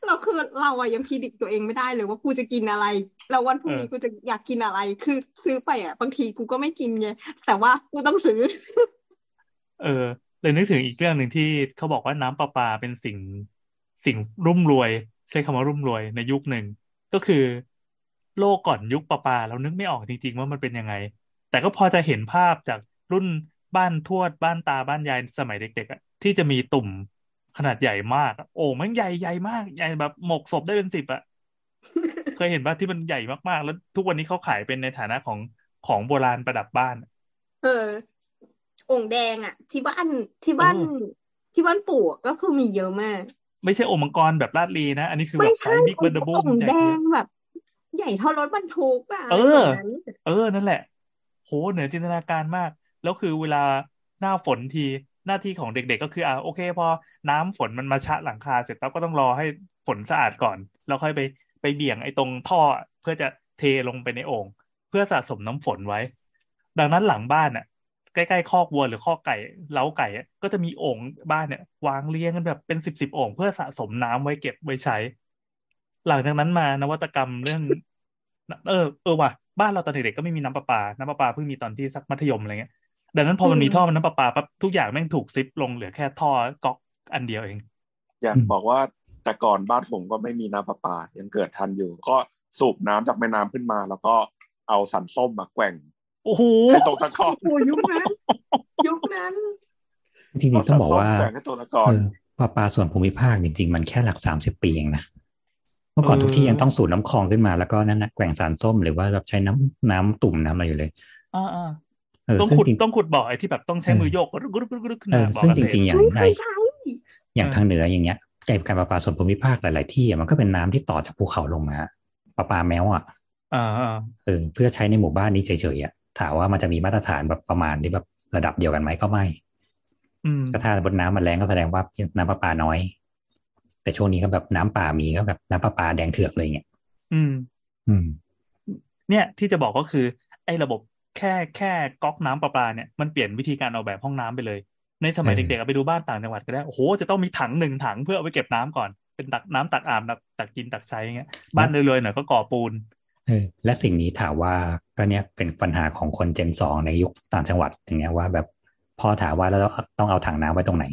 เราคือเราอะยังพิจิตรตัวเองไม่ได้เลยว่ากูจะกินอะไรแล้ววันพรุ่งนี้กู
เออ
จะอยากกินอะไรคือซื้อไปอะบางทีกูก็ไม่กินไงแต่ว่ากูต้องซื้อ
เออเลยนึกถึงอีกเรื่องหนึ่งที่เขาบอกว่าน้ำประปาเป็นสิ่งรุ่มรวยใช้คำว่ารุ่มรวยในยุคหนึ่งก็คือโลกก่อนยุคประปาเรานึกไม่ออกจริงๆว่ามันเป็นยังไงแต่ก็พอจะเห็นภาพจากรุ่นบ้านทวดบ้านตาบ้านยายสมัยเด็กๆอ่ะที่จะมีตุ่มขนาดใหญ่มากอะโอ่งมันใหญ่ใหญ่มากใหญ่แบบหมกศพได้เป็น10อ่ะเคยเห็นป่ะที่มันใหญ่มากๆแล้วทุกวันนี้เขาขายเป็นในฐานะของโบราณประดับบ้าน
เออโอ่งแดงอะที่บ้านที่
เอ
บ้าน
อ
ที่บ้านปู่อะก็คือมีเยอะมาก
ไม่ใช่โอ่งมังกรแบบลาดลีนะอันนี้คือ
ไม่ใช่
แบบไซส์บิ๊กเบ r ร์ b บูม
โอ่งแด
ใหญ่กว่าเยอะ
งแบบใหญ่เท่ารถบรรทุกอะ
เออ
อะไรแบบนั้น
นั่นแหละโหเหนือจินตนาการมากแล้วคือเวลาหน้าฝนทีหน้าที่ของเด็กๆก็คือโอเคพอน้ำฝนมันมาชะหลังคาเสร็จปั๊บก็ต้องรอให้ฝนสะอาดก่อนแล้วค่อยไปเบี่ยงไอ้ตรงท่อเพื่อจะเทลงไปในโอ่งเพื่อสะสมน้ำฝนไว้ดังนั้นหลังบ้านอ่ะใกล้ๆคอกวัวหรือคอกไก่เล้าไก่อะก็จะมีโอ่งบ้านเนี่ยวางเรียงกันแบบเป็นสิบโอ่งเพื่อสะสมน้ำไว้เก็บไว้ใช้ หลังจากนั้นมานวัตกรรมเรื่องว่ะบ้านเราตอนเด็กๆก็ไม่มีน้ำประปาเพิ่งมีตอนที่สักมัธยมอะไรเงี้ยดังนั้นพอ
อื
มันมีท่อ
ม
น้ำประปาปั๊บทุกอย่างแม่งถูกซิปลงเหลือแค่ท่อก๊อกอันเดียวเอง
อยากบอกว่าแต่ก่อนบ้านผมก็ไม่มีน้ำประปายังเกิดทันอยู่ก็สูบน้ำจากแม่น้ำขึ้นมาแล้วก็เอาสันส้มมาแกว่ง
โอ้โห
ให้ตรงตะกอน
โอ้โหยุคนั้นยุคนั้น
จริง
เอา
ๆต้องบอกว่า
สันส้มแกว่งให้ตรงตะกอน
ประปาส่วนภูมิภาคจริงๆมันแค่หลัก30 ปีเองนะเมื่
เ
อก่อนทุกที่ยังต้อง
ออ
สูบน้ำคลองขึ้นมาแล้วก็นั่นนะแกว่งสารส้มหรือว่าแบบใช้น้ำตุ่มน้ำอะไรอยู่เลย
อ่าต้อง
ซึ่งจริง
ขุดต้องขุดบ่อไอ้ที่แบบต้องใช้มือโยกกรุกกรุกกรุกกรุกขึ้นมาบ่อ
ซึ่ง
เกษตร
จริงๆอย่าง
ไม่
ใน
เคยใช้
อย่างทางเห
เออ
นืออย่างเงี้ยการประปาส่วนภูมิภาคหลายๆที่มันก็เป็นน้ำที่ต่อจากภูเขาลงมาประปาแมว
อ่า
เพื่อใช้ในหมู่บ้านนี้เฉยๆถามว่ามันจะมีมาตรฐานแบบประมาณที่แบบระดับเดียวกันไหมก็ไม่
อืม
ก็ถ้าบนน้ำมันแรงก็แสดงว่าน้ำประปาน้อยแต่ช่วงนี้ก็แบบน้ำป่ามีก็แบบน้ำประปาแดงเถือกเลยเงี้ย
อืม
อืม
เนี่ยที่จะบอกก็คือไอ้ระบบแค่ก๊อกน้ำประปาเนี่ยมันเปลี่ยนวิธีการออกแบบห้องน้ำไปเลยในสมัยเด็กๆไปดูบ้านต่างจังหวัดก็ได้โอ้โหจะต้องมีถัง1 ถังเพื่อเอาไปเก็บน้ำก่อนเป็นตักน้ำตักอาบตักกินตักใช้อย่างเงี้ยบ้าน
แล้ว
รวยๆหน่อยก็ก่อปูน
และสิ่งนี้ถามว่าก็เนี่ยเป็นปัญหาของคนGen 2ในยุคต่างจังหวัดอย่างเงี้ยว่าแบบพ่อถามว่าแล้วต้องเอาถังน้ำไว้ตรงไหน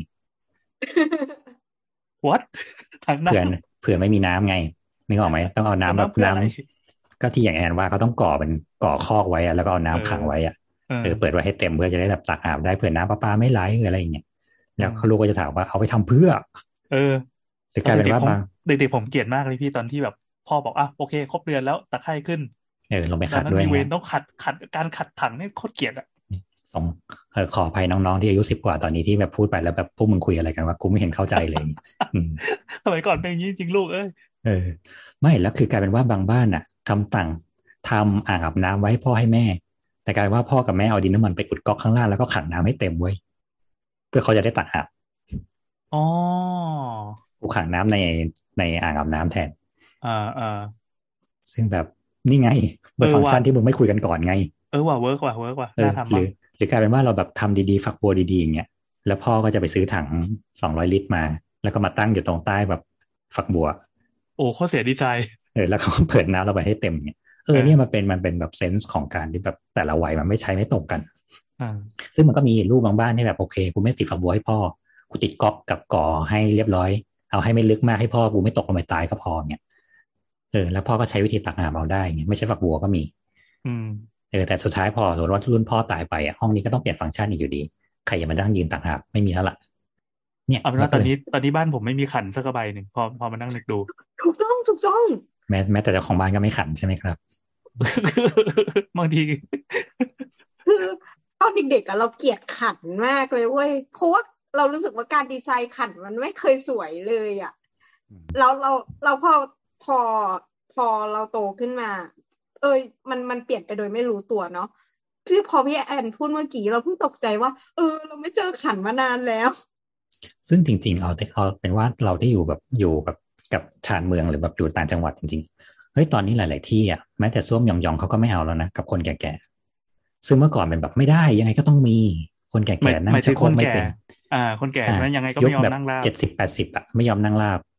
what ถังน้
เผื่อเผื่อไม่มีน้ำไงนึกออกไหมต้องเอา
ำถัง
น้ำแบบน้
น้ำเพื่ออะไร
ำก็ที่อย่างแอนว่าเขาต้องก่อคอกไว้แล้วก็เอา
เออ
น้ำขังไว้
เออ
เปิดไว้ให้เต็มเพื่อจะได้แบบตักอาบได้เผื่อน้ำประปาไม่ไหลหรืออะไรอย่างเงี้ย
เอ
แล้วเขาลูก
อ
ก็จะถามว่าเอาไปทำเพื่อ
เออ
หรือ
ตอนเด็กๆผม
กลายเป็นว่าบาง
เด็กๆผมเกลียดมากเลยพี่ตอนที่แบบพ่อบอกโอเคครบเดือนแล้วตะไคร่ขึ้น
ลงไป
ดังนั้นมีเว
ขัดด้วยฮะ
รต้องขัดการขัดถังเนี่ยโคตรเกลียดอ่ะ
ส่งขออภัยน้องๆที่อายุ10 กว่าตอนนี้ที่แบบพูดไปแล้วแบบพวกมึงคุยอะไรกันว่ากูไม่เห็นเข้าใจเลยอืม
สมัยก่อนเป็นอย่างนี้จริงๆลูกเอ้ย
เออไม่แล้วคือกลายเป็นว่าบางบ้านทำอ่างอาบน้ำไว้ให้พ่อให้แม่แต่กลายเป็นว่าพ่อกับแม่เอาดินน้ำมันไปอุดก๊อกข้างล่างแล้วก็ขังน้ำให้เต็มไว้เพื่อเขาจะได้ตักอาบ
อ๋อ
กูขังน้ำในอ่างอาบน้ำแทน
อ่าอ่า
ซึ่งแบบนี่ไงเป็นฟังก์
ว่ะ
ชันที่มึงไม่คุยกันก่อนไง
ว่ะเวิร์กว่ะน่าทำ
หรือ
บ้าง
หรือกลายเป็นว่าเราแบบทำดีๆฝักบัวดีๆอย่างเงี้ยแล้วพ่อก็จะไปซื้อถัง200 ลิตรมาแล้วก็มาตั้งอยู่ตรงใต้แบบฝักบัว
โอ้ข้อเสียดีไซน์
แล้วก็เปิดน้ำเราไปให้เต็มเนี่ย
เออ
เนี่ยมันเป็นแบบเซนส์ของการที่แบบแต่ละวัยมันไม่ใช้ไม่ตรงกัน
อ่า
ซึ่งมันก็มีรูปบางบ้านที่แบบโอเคกูไม่ติดฝักบัวให้พ่อกูติดก๊อกกับก่อให้เรียบร้อยเอาให้ไม่ลึกมากให้พ่อกูไม่ตกลงไปตายก็พอเนี่ยแล้วพ่อก็ใช้วิธีตักน้ำเอาได้เนี่ยไม่ใช่ฝักบัวก็มี
อืม
แต่สุดท้ายพอสมมติว่ารุ่นพ่อตายไปห้องนี้ก็ต้องเปลี่ยนฟังก์ชันอีกอยู่ดีใครจะมานั่งยืนตักน้ำไม่มีแล้วล่ะเนี่ย
เอาเป็นว่า
แล้วก็เลย
ตอนนี้บ้านผมไม่มีขันสักใบหนึ่งพอมานั่งนึกดู
ถูกต้อง
แม้แต่เจ้าของบ้านก็ไม่ขันใช่ไหมครับ
บางที
คือตอนเด็กๆอะเราเกลียดขันมากเลยเว้ยเพราะว่าเรารู้สึกว่าการดีไซน์ขันมันไม่เคยสวยเลยอะเราพอพอเราโตขึ้นมามันเปลี่ยนไปโดยไม่รู้ตัวเนาะพอพี่แอนพูดเมื่อกี้เราเพิ่งตกใจว่าเราไม่เจอขันมานานแล้ว
ซึ่งจริงๆเอาเป็นว่าเราได้อยู่แบบกับชานเมืองหรือแบบอยู่ต่างจังหวัดจริงๆเฮ้ยตอนนี้หลายๆที่แม้แต่ส้วมหยองๆเขาก็ไม่เอาแล้วนะกับคนแก่ๆซึ่งเมื่อก่อนเป็นแบบไม่ได้ยังไงก็ต้องมีคนแก่ๆนั่ง
หมายถึ
ชัก
งคนแก่
โครกไม่เป็น
คนแก่
อ่า
ใช่ไหมยังไงก็ไม่ยอ
ยกแบบ
มนั่งราบ
70-80ไม่ยอมนั่งราบ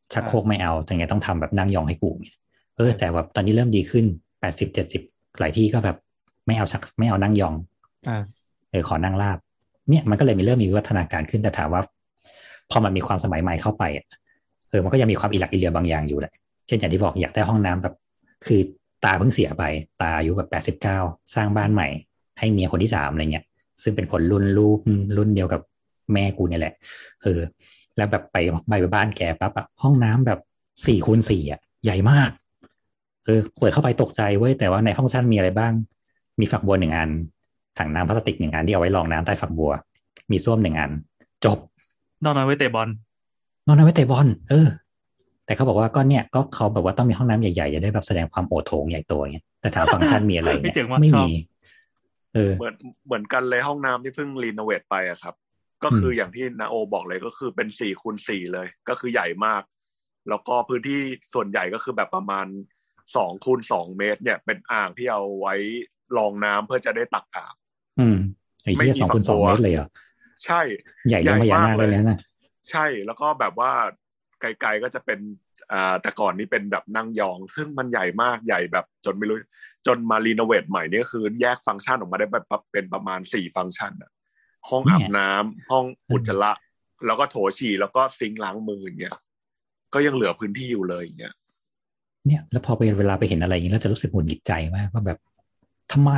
ชักโครกไม่เอาแต่ไงต้องทำแบบนั่งยองให้กูแต่แบบตอนนี้เริ่มดีขึ้น80-70หลายที่ก็แบบไม่เอานั่งยองขอนั่งราบเนี่ยมันก็เลยเริ่มมีวิวัฒนาการขึ้นแต่ถามว่าพอมันมีความสมัยใหม่เข้าไปมันก็ยังมีความอิหลักอิเลียบางอย่างอยู่แหละเช่นอย่างที่บอกอยากได้ห้องน้ำแบบคือตาเพิ่งเสียไปตาอายุแบบ89สร้างบ้านใหม่ให้เมียคนที่3อะไรเงี้ยซึ่งเป็นคนรุ่นเดียวกับแม่กูเนี่ยแหละแล้วแบบไปบ้านแกปั๊บห้องน้ำแบบ4x4ใหญ่มากเปิดเข้าไปตกใจเว้ยแต่ว่าในฟังก์ชันมีอะไรบ้างมีฝักบัว1 อันถังน้ำพลาสติก1 อันที่เอาไว้รองน้ำใต้ฝักบัวมีส้วม1 อันจบ
นอนไว้เตะบอล
แต่เขาบอกว่าก็เขาแบบว่าต้องมีห้องน้ำใหญ่ๆจะได้แบบแสดงความโอโถงใหญ่โตเงี้ยแต่ถามฟังก์ชันมีอะไรเนี่ยไม่มี
เหมือนกันเลยห้องน้ำที่เพิ่งรีโนเวทไปอะครับก็คืออย่างที่นาโอบอกเลยก็คือเป็น4x4เลยก็คือใหญ่มากแล้วก็พื้นที่ส่วนใหญ่ก็คือแบบประมาณ2x2 เมตรเนี่ยเป็นอ่างที่เอาไว้รองน้ำเพื่อจะได้ตักอาบ
ไม่มี2x2 เมตรเลยเหรอ
ใช่
ใหญ่มากเลยนะ
ใช่แล้วก็แบบว่าไกลๆก็จะเป็นแต่ก่อนนี้เป็นแบบนั่งยองซึ่งมันใหญ่มากใหญ่แบบจนไม่รู้จนมารีโนเวทใหม่นี่คือแยกฟังก์ชันออกมาได้แบบเป็นประมาณ4ฟังก์ชันห้องอาบน้ำห้องอุจจาระแล้วก็โถฉี่แล้วก็ซิงค์ล้างมืออย่างเงี้ยก็ยังเหลือพื้นที่อยู่เลยอย่างเงี้ย
เนี่ยแล้วพอเวลาไปเห็นอะไรอย่างนี้เราจะรู้สึกหงุดหงิดใจมากว่าแบบทำไม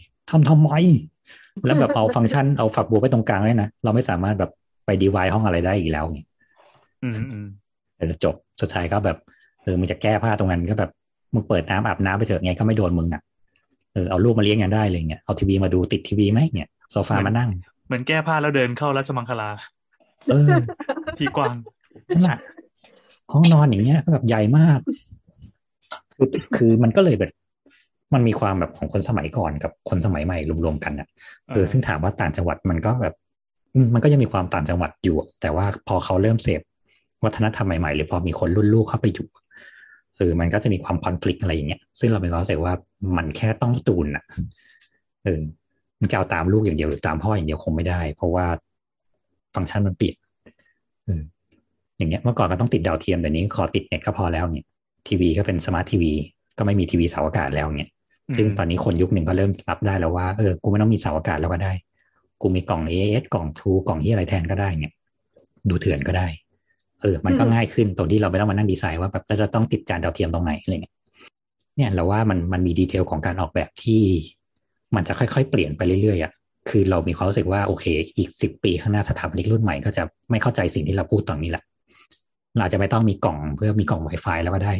แล้วแบบเอาฟังก์ชันเอาฝักบัวไปตรงกลางเลยนะเราไม่สามารถแบบไปดีไวห้องอะไรได้อีกแล้วเนี่ยจบสุดท้ายก็แบบมึงจะแก้ผ้าตรงนั้นก็แบบมึงเปิดน้ำอาบน้ำไปเถอะไงก็ไม่โดนมึงเอาลูกมาเลี้ยงกันได้เลยเนี่ยเอาทีวีมาดูติดทีวีไหมเนี่ยโซฟามานั่ง
เหมือนแก้ผ้าแล้วเดินเข้าราชมังคลาที่กว้าง
นั่นแหละห้องนอนอย่างเงี้ยก็แบบใหญ่มากคือมันก็เลยแบบมันมีความแบบของคนสมัยก่อนกับคนสมัยใหม่รวมๆกันซึ่งถามว่าต่างจังหวัดมันก็แบบมันก็ยังมีความต่างจังหวัดอยู่แต่ว่าพอเขาเริ่มเสพวัฒนธรรมใหม่ๆหรือพอมีคนรุ่นลูกเข้าไปอยู่มันก็จะมีความคอนฟ lict อะไรอย่างเงี้ยซึ่งเราเป็นความรู้สึกว่ามันแค่ต้องจูนมันจะเอาตามลูกอย่างเดียวหรือตามพ่ออย่างเดียวคงไม่ได้เพราะว่าฟังก์ชันมันเปลี่ยนอย่างเงี้ยเมื่อก่อนก็ต้องติดดาวเทียมเดี๋ยวนี้ขอติดเน็ตก็พอแล้วเนี่ยทีวีก็เป็นสมาร์ททีวีก็ไม่มีทีวีเสาอากาศแล้วเนี่ยซึ่งตอนนี้คนยุคหนึ่งก็เริ่มรับได้แล้วว่ากูไม่ต้องมีเสาอากาศแล้วก็ได้กูมีกล่อง AAS กล่อง True กล่องที่อะไรแทนก็ได้เนี่ยดูเถื่อนก็ได้มันก็ง่ายขึ้นตรงที่เราไม่ต้องมานั่งดีไซน์ว่าแบบเราจะต้องติดจานดาวเทียมตรงไหนอะไรเงี้ยเนี่ยเราว่ามันมีดีเทลของการออกแบบที่มันจะค่อยๆเปลี่ยนไปเรื่อยๆคือเรามีความรู้สึกว่าโอเคอีก10 ปีข้างหน้าสถาปนิกรุ่นใหม่ก็จะไม่เข้าใจสิ่งที่เราพูดตอนนี้แหละเราจะไม่ต้องมีกล่องเพื่อมีกล่อง Wi-Fi แล้วก็ได้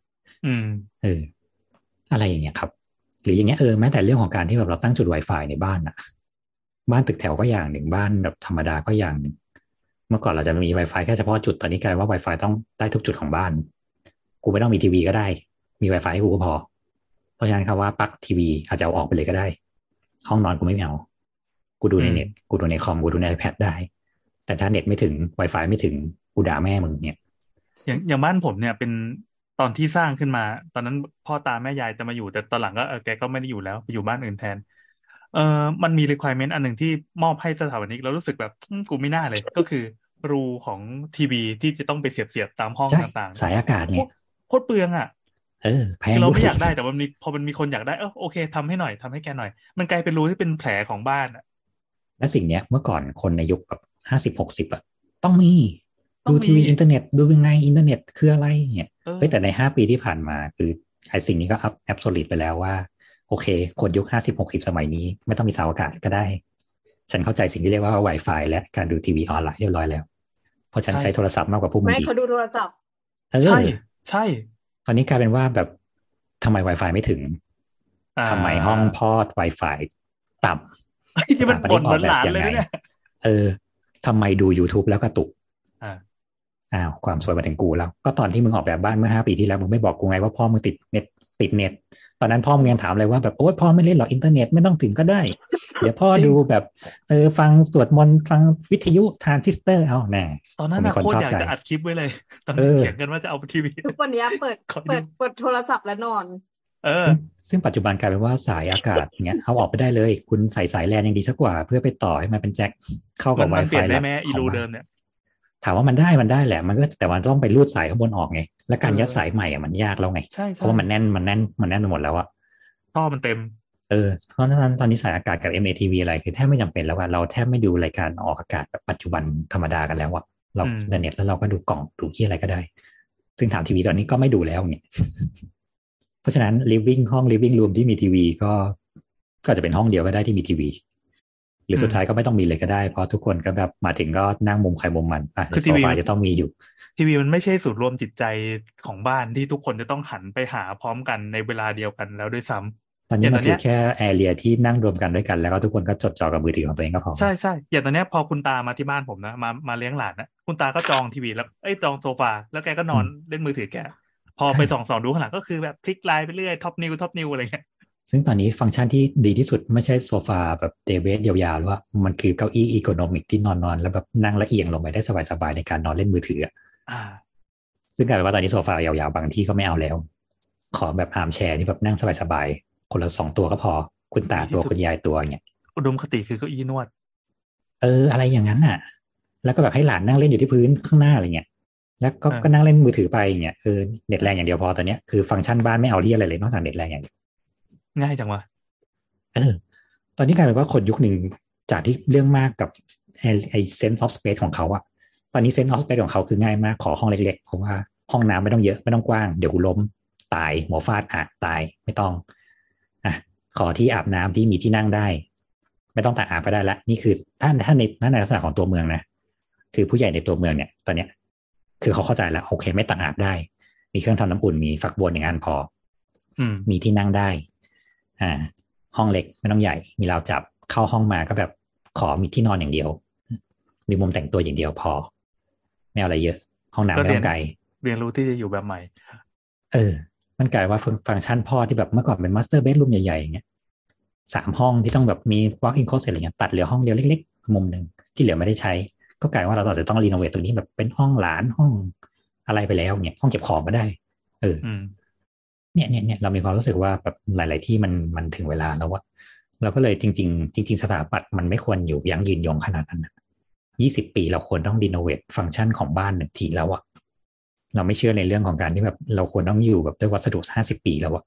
อะไรอย่างเงี้ยครับหรืออย่างเงี้ยแม้แต่เรื่องของการที่แบบเราตั้งจุด Wi-Fi ในบ้านบ้านตึกแถวก็อย่างหนึ่งบ้านแบบธรรมดาก็อย่างหนึ่งเมื่อก่อนเราจะมี Wi-Fi แค่เฉพาะจุดตอนนี้กลายว่า Wi-Fi ต้องได้ทุกจุดของบ้านกูไม่ต้องมีทีวีก็ได้มี Wi-Fi ให้กูก็พอเพราะฉะนั้นคำว่าปลั๊กทีวีอาจจะเอาออกไปเลยก็ได้ห้องนอนกูไม่เอากูดูในเน็ตกูดูในคอมกูดูใน iPad ได้แต่ถ้าเน็ตไม่ถึง Wi-Fi ไม่ถึงกูด่าแม่มึงเนี่ย
อย่างบ้านผมเนี่ยเป็นตอนที่สร้างขึ้นมาตอนนั้นพ่อตาแม่ยายจะมาอยู่แต่ตอนหลังก็แกก็ไม่ได้อยู่แล้วไปอยู่บ้านอื่นแทนมันมี requirement อันหนึ่งที่มอบให้สถาปนิกแล้วรู้สึกแบบกูไม่น่าเลยก็คือรูของทีวีที่จะต้องไปเสียบตามห้องต่าง
ๆสายอากาศเนี่ย
โคตรเปลือง
แพง
เราไม่อยากได้แต่พอมันมีคนอยากได้โอเคทำให้หน่อยทำให้แกหน่อยมันกลายเป็นรูที่เป็นแผลของบ้าน
และสิ่งเนี้ยเมื่อก่อนคนในยุคแบบ50-60ต้องมีดูทีวีอินเทอร์เน็ตดูยังไงอินเทอร์เน็ตคืออะไรเนี่ยแต่ใน5 ปีที่ผ่านมาคือไอ้สิ่งนี้ก็แอบโซลิดไปแล้วว่าโอเคคนยุค50-60สมัยนี้ไม่ต้องมีเสาอากาศก็ได้ฉันเข้าใจสิ่งที่เรียกว่า Wi-Fi และการดูทีวีออนไลน์เรียบร้อยแล้วเพราะฉันใช้โทรศัพท์มากกว่าพวกมึง
ไม่เขาดูโทรศัพท์
ใช่
ตอนนี้กลายเป็นว่าแบบทำไม Wi-Fi ไม่ถึงทำไมห้องพอร์ต Wi-Fi ต่
ำที่มันบ่นเหมือนหลานเลยเนี่ย
ทำไมดู YouTube แล้วกระตุกความสวยมาถึงกูแล้วก็ตอนที่มึงออกแบบบ้านเมื่อ5 ปีที่แล้วมึงไม่บอกกูไงว่าพ่อมึงติดเน็ตตอนนั้นพ่อมึงยังถามเลยว่าแบบโอ๊ยพ่อไม่เล่นหรอกอินเทอร์เน็ตไม่ต้องถึงก็ได้เดี๋ยวพ่อดูแบบฟังสวดมนต์ฟังวิทยุทรานซิสเตอร์เอาแน่
ตอนนั้นโคตรอยากจะอัดคลิปไว้เลยตอนเถียงกันว่าจะเอาทีวี
ทุกวันนี้เปิดโทรศัพท์แล้วนอน
ซึ่งปัจจุบันกลายเป็นว่าสายอากาศเงี้ยเอาออกไปได้เลยคุณใส่สายแลนยังดีสักกว่าเพื่อไปต่อให้มันเป็นแจ็คเข้ากับ
Wi-Fi แล้วอีรูเดิมเนี่ย
ถามว่ามันได้แหละมันก็แต่มันต้องไปรูดสายข้างบนออกไงและการยัด
เออ
สายใหม่มันยากแล้วไง
ใช่
เพราะ
ใช่
ว่ามันแน่นไปหมดแล้วอะ
ท่อมันเต็ม
เพราะฉะนั้นตอนนี้สายอากาศกับ MATV อะไรคือแทบไม่จำเป็นแล้วว่าเราแทบไม่ดูรายการออกอากาศแบบปัจจุบันธรรมดากันแล้วอะเราอินเทอร์เน็ตแล้วเราก็ดูกล่องดูที่อะไรก็ได้ซึ่งถามทีวีตอนนี้ก็ไม่ดูแล้วเนี่ยเพราะฉะนั้น living room ที่มีทีวีก็จะเป็นห้องเดียวก็ได้ที่มีทีวีหรือสุดท้ายก็ไม่ต้องมีเลยก็ได้เพราะทุกคนก็แบบมาถึงก็นั่งมุมใครมุมมัน
คือ
โซฟาจะต้องมีอยู่
ทีวีมันไม่ใช่ศูนย์รวมจิตใจของบ้านที่ทุกคนจะต้องหันไปหาพร้อมกันในเวลาเดียวกันแล้วด้วยซ้ำ
ตอนนี้
อย่างตอนเนี้ย
มันคือแค่แอเรียที่นั่งรวมกันด้วยกันแล้วก็ทุกคนก็จดจ่อกับมือถือของตัวเองก็พอ
ใช่ใช่อย่างตอนเนี้ยพอคุณตามาที่บ้านผมนะมาเลี้ยงหลานนะคุณตาก็จองทีวีแล้วจองโซฟาแล้วแกก็นอนเล่นมือถือแกพอไปส่องดูข้างหลังก็คือแบบพลิกไลน์ไปเรื่อยท็อปนิวอะไรเงี้ย
ซึ่งตอนนี้ฟังก์ชันที่ดีที่สุดไม่ใช่โซฟาแบบเดเวสยาวๆหรือว่ามันคือเก้าอี้อีโคโนมิกที่นอนแล้วแบบนั่งละเอียงลงไปได้สบายๆในการนอนเล่นมือถือซึ่งกลายเป็นว่าตอนนี้โซฟายาวๆบางที่ก็ไม่เอาแล้วขอแบบอาร์มแชร์ที่แบบนั่งสบายๆคนละ2 ตัวก็พอคุณตาตัวคุณยายตัวเงี้ย
อุดมคติคือเก้าอี้นวด
อะไรอย่างนั้นน่ะแล้วก็แบบให้หลานนั่งเล่นอยู่ที่พื้นข้างหน้าอะไรเงี้ยแล้วก็นั่งเล่นมือถือไปอย่างเงี้ยเน็ตแรงอย่างเดียวพอตอนนี้คือฟังก์ชันบ้านไม่เอาที่อะไรเลยนอกจากเน็ตแรงอย่างเดียว
ง่ายจังวะ
ตอนนี้กลายเป็นว่าคนยุคหนึ่งจากที่เรื่องมากกับไอ้เซนส์ออฟสเปซของเขาอะตอนนี้เซนส์ออฟสเปซของเขาคือง่ายมากขอห้องเล็กๆเพราะว่าห้องน้ำไม่ต้องเยอะไม่ต้องกว้างเดี๋ยวกูล้มตายหัวฟาดตายไม่ต้องขอที่อาบน้ำที่มีที่นั่งได้ไม่ต้องตักอาบก็ได้ละนี่คือถ้าในลักษณะของตัวเมืองนะคือผู้ใหญ่ในตัวเมืองเนี่ยตอนเนี้ยคือเขาเข้าใจแล้วโอเคไม่ตักอาบได้มีเครื่องทำน้ำอุ่นมีฝักบัว1 อันพอมีที่นั่งได้ห้องเล็กไม่ต้องใหญ่มีราวจับเข้าห้องมาก็แบบขอมีที่นอนอย่างเดียวมีมุมแต่งตัวอย่างเดียวพอไม่เอาอะไรเยอะห้องน้ำไม่ต้องไกล
เรียนรู้ที่จะอยู่แบบใหม่
มันกลายว่าฟังก์ชันพ่อที่แบบเมื่อก่อนเป็นมาสเตอร์เบดรูมใหญ่ๆอย่างเงี้ย3 ห้องที่ต้องแบบมี walk-in closet อะไรเงี้ยตัดเหลือห้องเดียวเล็กๆมุมหนึ่งที่เหลือไม่ได้ใช้ก็กลายว่าเราจะต้องรีโนเวทตรงนี้แบบเป็นห้องหลานห้องอะไรไปแล้วเนี่ยห้องเก็บของก็ได้เนี่ยเรามีความรู้สึกว่าแบบหลายๆที่มันถึงเวลาแล้วว่าเราก็เลยจริงสถาปัตย์มันไม่ควรอยู่ยั้งยืนยงขนาดนั้น20 ปีเราควรต้องรีโนเวทฟังก์ชันของบ้าน1 ทีแล้วอะเราไม่เชื่อในเรื่องของการที่แบบเราควรต้องอยู่แบบด้วยวัสดุ50 ปีแล้วอะ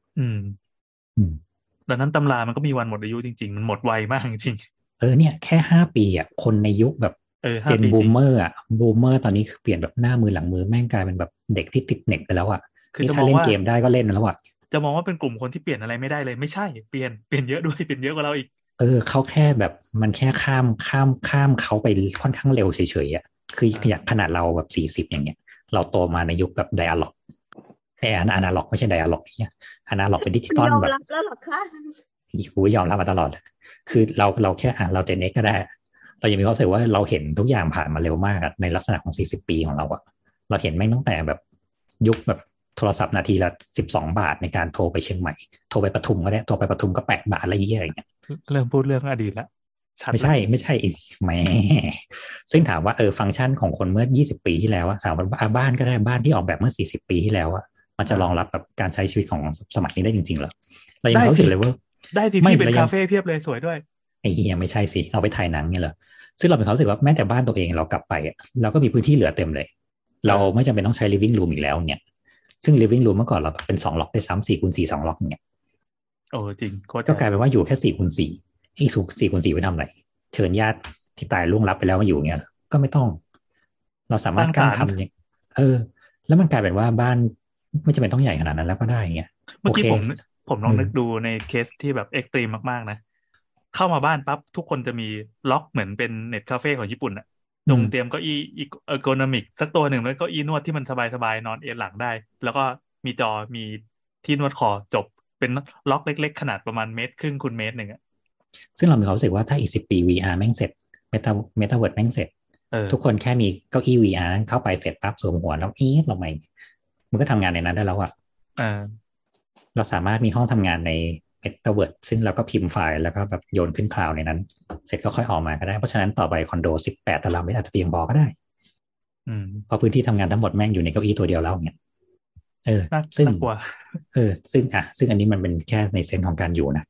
ดังนั้นตำรามันก็มีวันหมดอายุจริงๆมันหมดไวมากจริง
เนี่ยแค่5 ปีอะคนในยุคแบบเจนบูมเมอร์อะบูมเมอร์ตอนนี้คือเปลี่ยนแบบหน้ามือหลังมือแม่งกลายเป็นแบบเด็กที่ติดเน็ตไปแล้วอะคือถ้าเล่นเกมได้ก็เล่นแล้วอะ
จะมองว่าเป็นกลุ่มคนที่เปลี่ยนอะไรไม่ได้เลยไม่ใช่เปลี่ยนเยอะด้วยเปลี่ยนเยอะกว่าเราอีก
เขาแค่แบบมันแค่ข้ามเขาไปค่อนข้างเร็วเฉยๆอ่ะคืออย่างขนาดเราแบบ40อย่างเงี้ยเราโตมาในยุคแบบไดอะล็อกอนาล็อกไม่ใช่ไดอะล็อกเนี่ยอนาล็อกเป็นดิจิตอลแบบ
ยอมรับแล้วหรอคะ
กูยอมรับมาตลอดคือเราแค่เราเจนเอ็กก็ได้เรายังมีความรู้สึกว่าเราเห็นทุกอย่างผ่านมาเร็วมากในลักษณะของ40 ปีของเราอะเราเห็นไม่ตั้งแต่แบบยุคแบบโทรศัพท์นาทีละ12 บาทในการโทรไปเชียงใหม่โทรไปปทุมก็ได้โทรไปปทุมก็8 บาทอะไรอย่างเงี้ย
เริ่มพูดเรื่องอดีตแล้ว
ไม่ใช่อีกแหมซึ่งถามว่าฟังก์ชันของคนเมื่อ20 ปีที่แล้วอะสามารถบ้านก็ได้บ้านที่ออกแบบเมื่อ40 ปีที่แล้วอะมันจะรองรับแบบการใช้ชีวิตของสมัยนี้ได้จริงๆเหรอเรายังรู้สึกเลยว่า
ได้สิพี่เป็นคาเฟ่เพียบเลยสวยด้วย
ไอ้เหี้ยไม่ใช่สิเอาไปถ่ายหนังเนี่ยเหรอซึ่งเราเป็นความรู้สึกว่าแม้แต่บ้านตัวเองเรากลับไปเราก็มีพื้นที่เหลือเต็มเลยเราไม่จำเป็นต้องใช้ living room อีกแล้วเนี่ยซึ่ง living room เมื่อก่อนเราเป็น2 ล็อกได้ซ้ำ4x4 2 ล็อกเนี่ย
จริง
ก็กลายเป็นว่าอยู่แค่4x4อีก4x4ไปทำอะไรเชิญญาติที่ตายล่วงลับไปแล้วมาอยู่เงี้ยก็ไม่ต้องเราสามารถกั้นทำเนี่ยแล้วมันกลายเป็นว่าบ้านไม่จำเป็นต้องใหญ่ขนาดนั้นแล้วก็ได้เงี้ย
เมื่อกี้ผมลองนึกดูในเคสที่แบบเอ็กซ์ตรีมมากๆนะเข้ามาบ้านปั๊บทุกคนจะมีล็อกเหมือนเป็นเน็ตคาเฟ่ของญี่ปุ่นอะตรงเตรียมเก้าอี้เออร์โกนอมิกสักตัวหนึ่งแล้วก็อีนวดที่มันสบายๆนอนเอนหลังได้แล้วก็มีจอมีที่นวดคอจบเป็นล็อกเล็กๆขนาดประมาณ1.5 เมตรคูณ1 เมตรอะ
ซึ่งเรามีความรู้สึกว่าถ้าอีก10 ปี VR แม่งเสร็จเมตาเวิร์ดแม่งเสร็จทุกคนแค่มีเก้าอี้ VR นั้นเข้าไปเสร็จปั๊บสวมหัวแล้วลงมามันก็ทำงานในนั้นได้แล้วอะเราสามารถมีห้องทำงานในเมตาเวิร์ดซึ่งเราก็พิมพ์ไฟล์แล้วก็แบบโยนขึ้นคลาวด์ในนั้นเสร็จก็ค่อยออกมาก็ได้เพราะฉะนั้นต่อไปคอนโด18 ตารางเมตรอาจจะเพียงพอก็ได้เพราะพื้นที่ทำงานทั้งหมดแม่งอยู่ในเก้าอี้ตัวเดียวแล้วเนี่ยซึ่งซึ่งอันนี้มันเป็นแค่ในเซนส์ของการอยู่นะ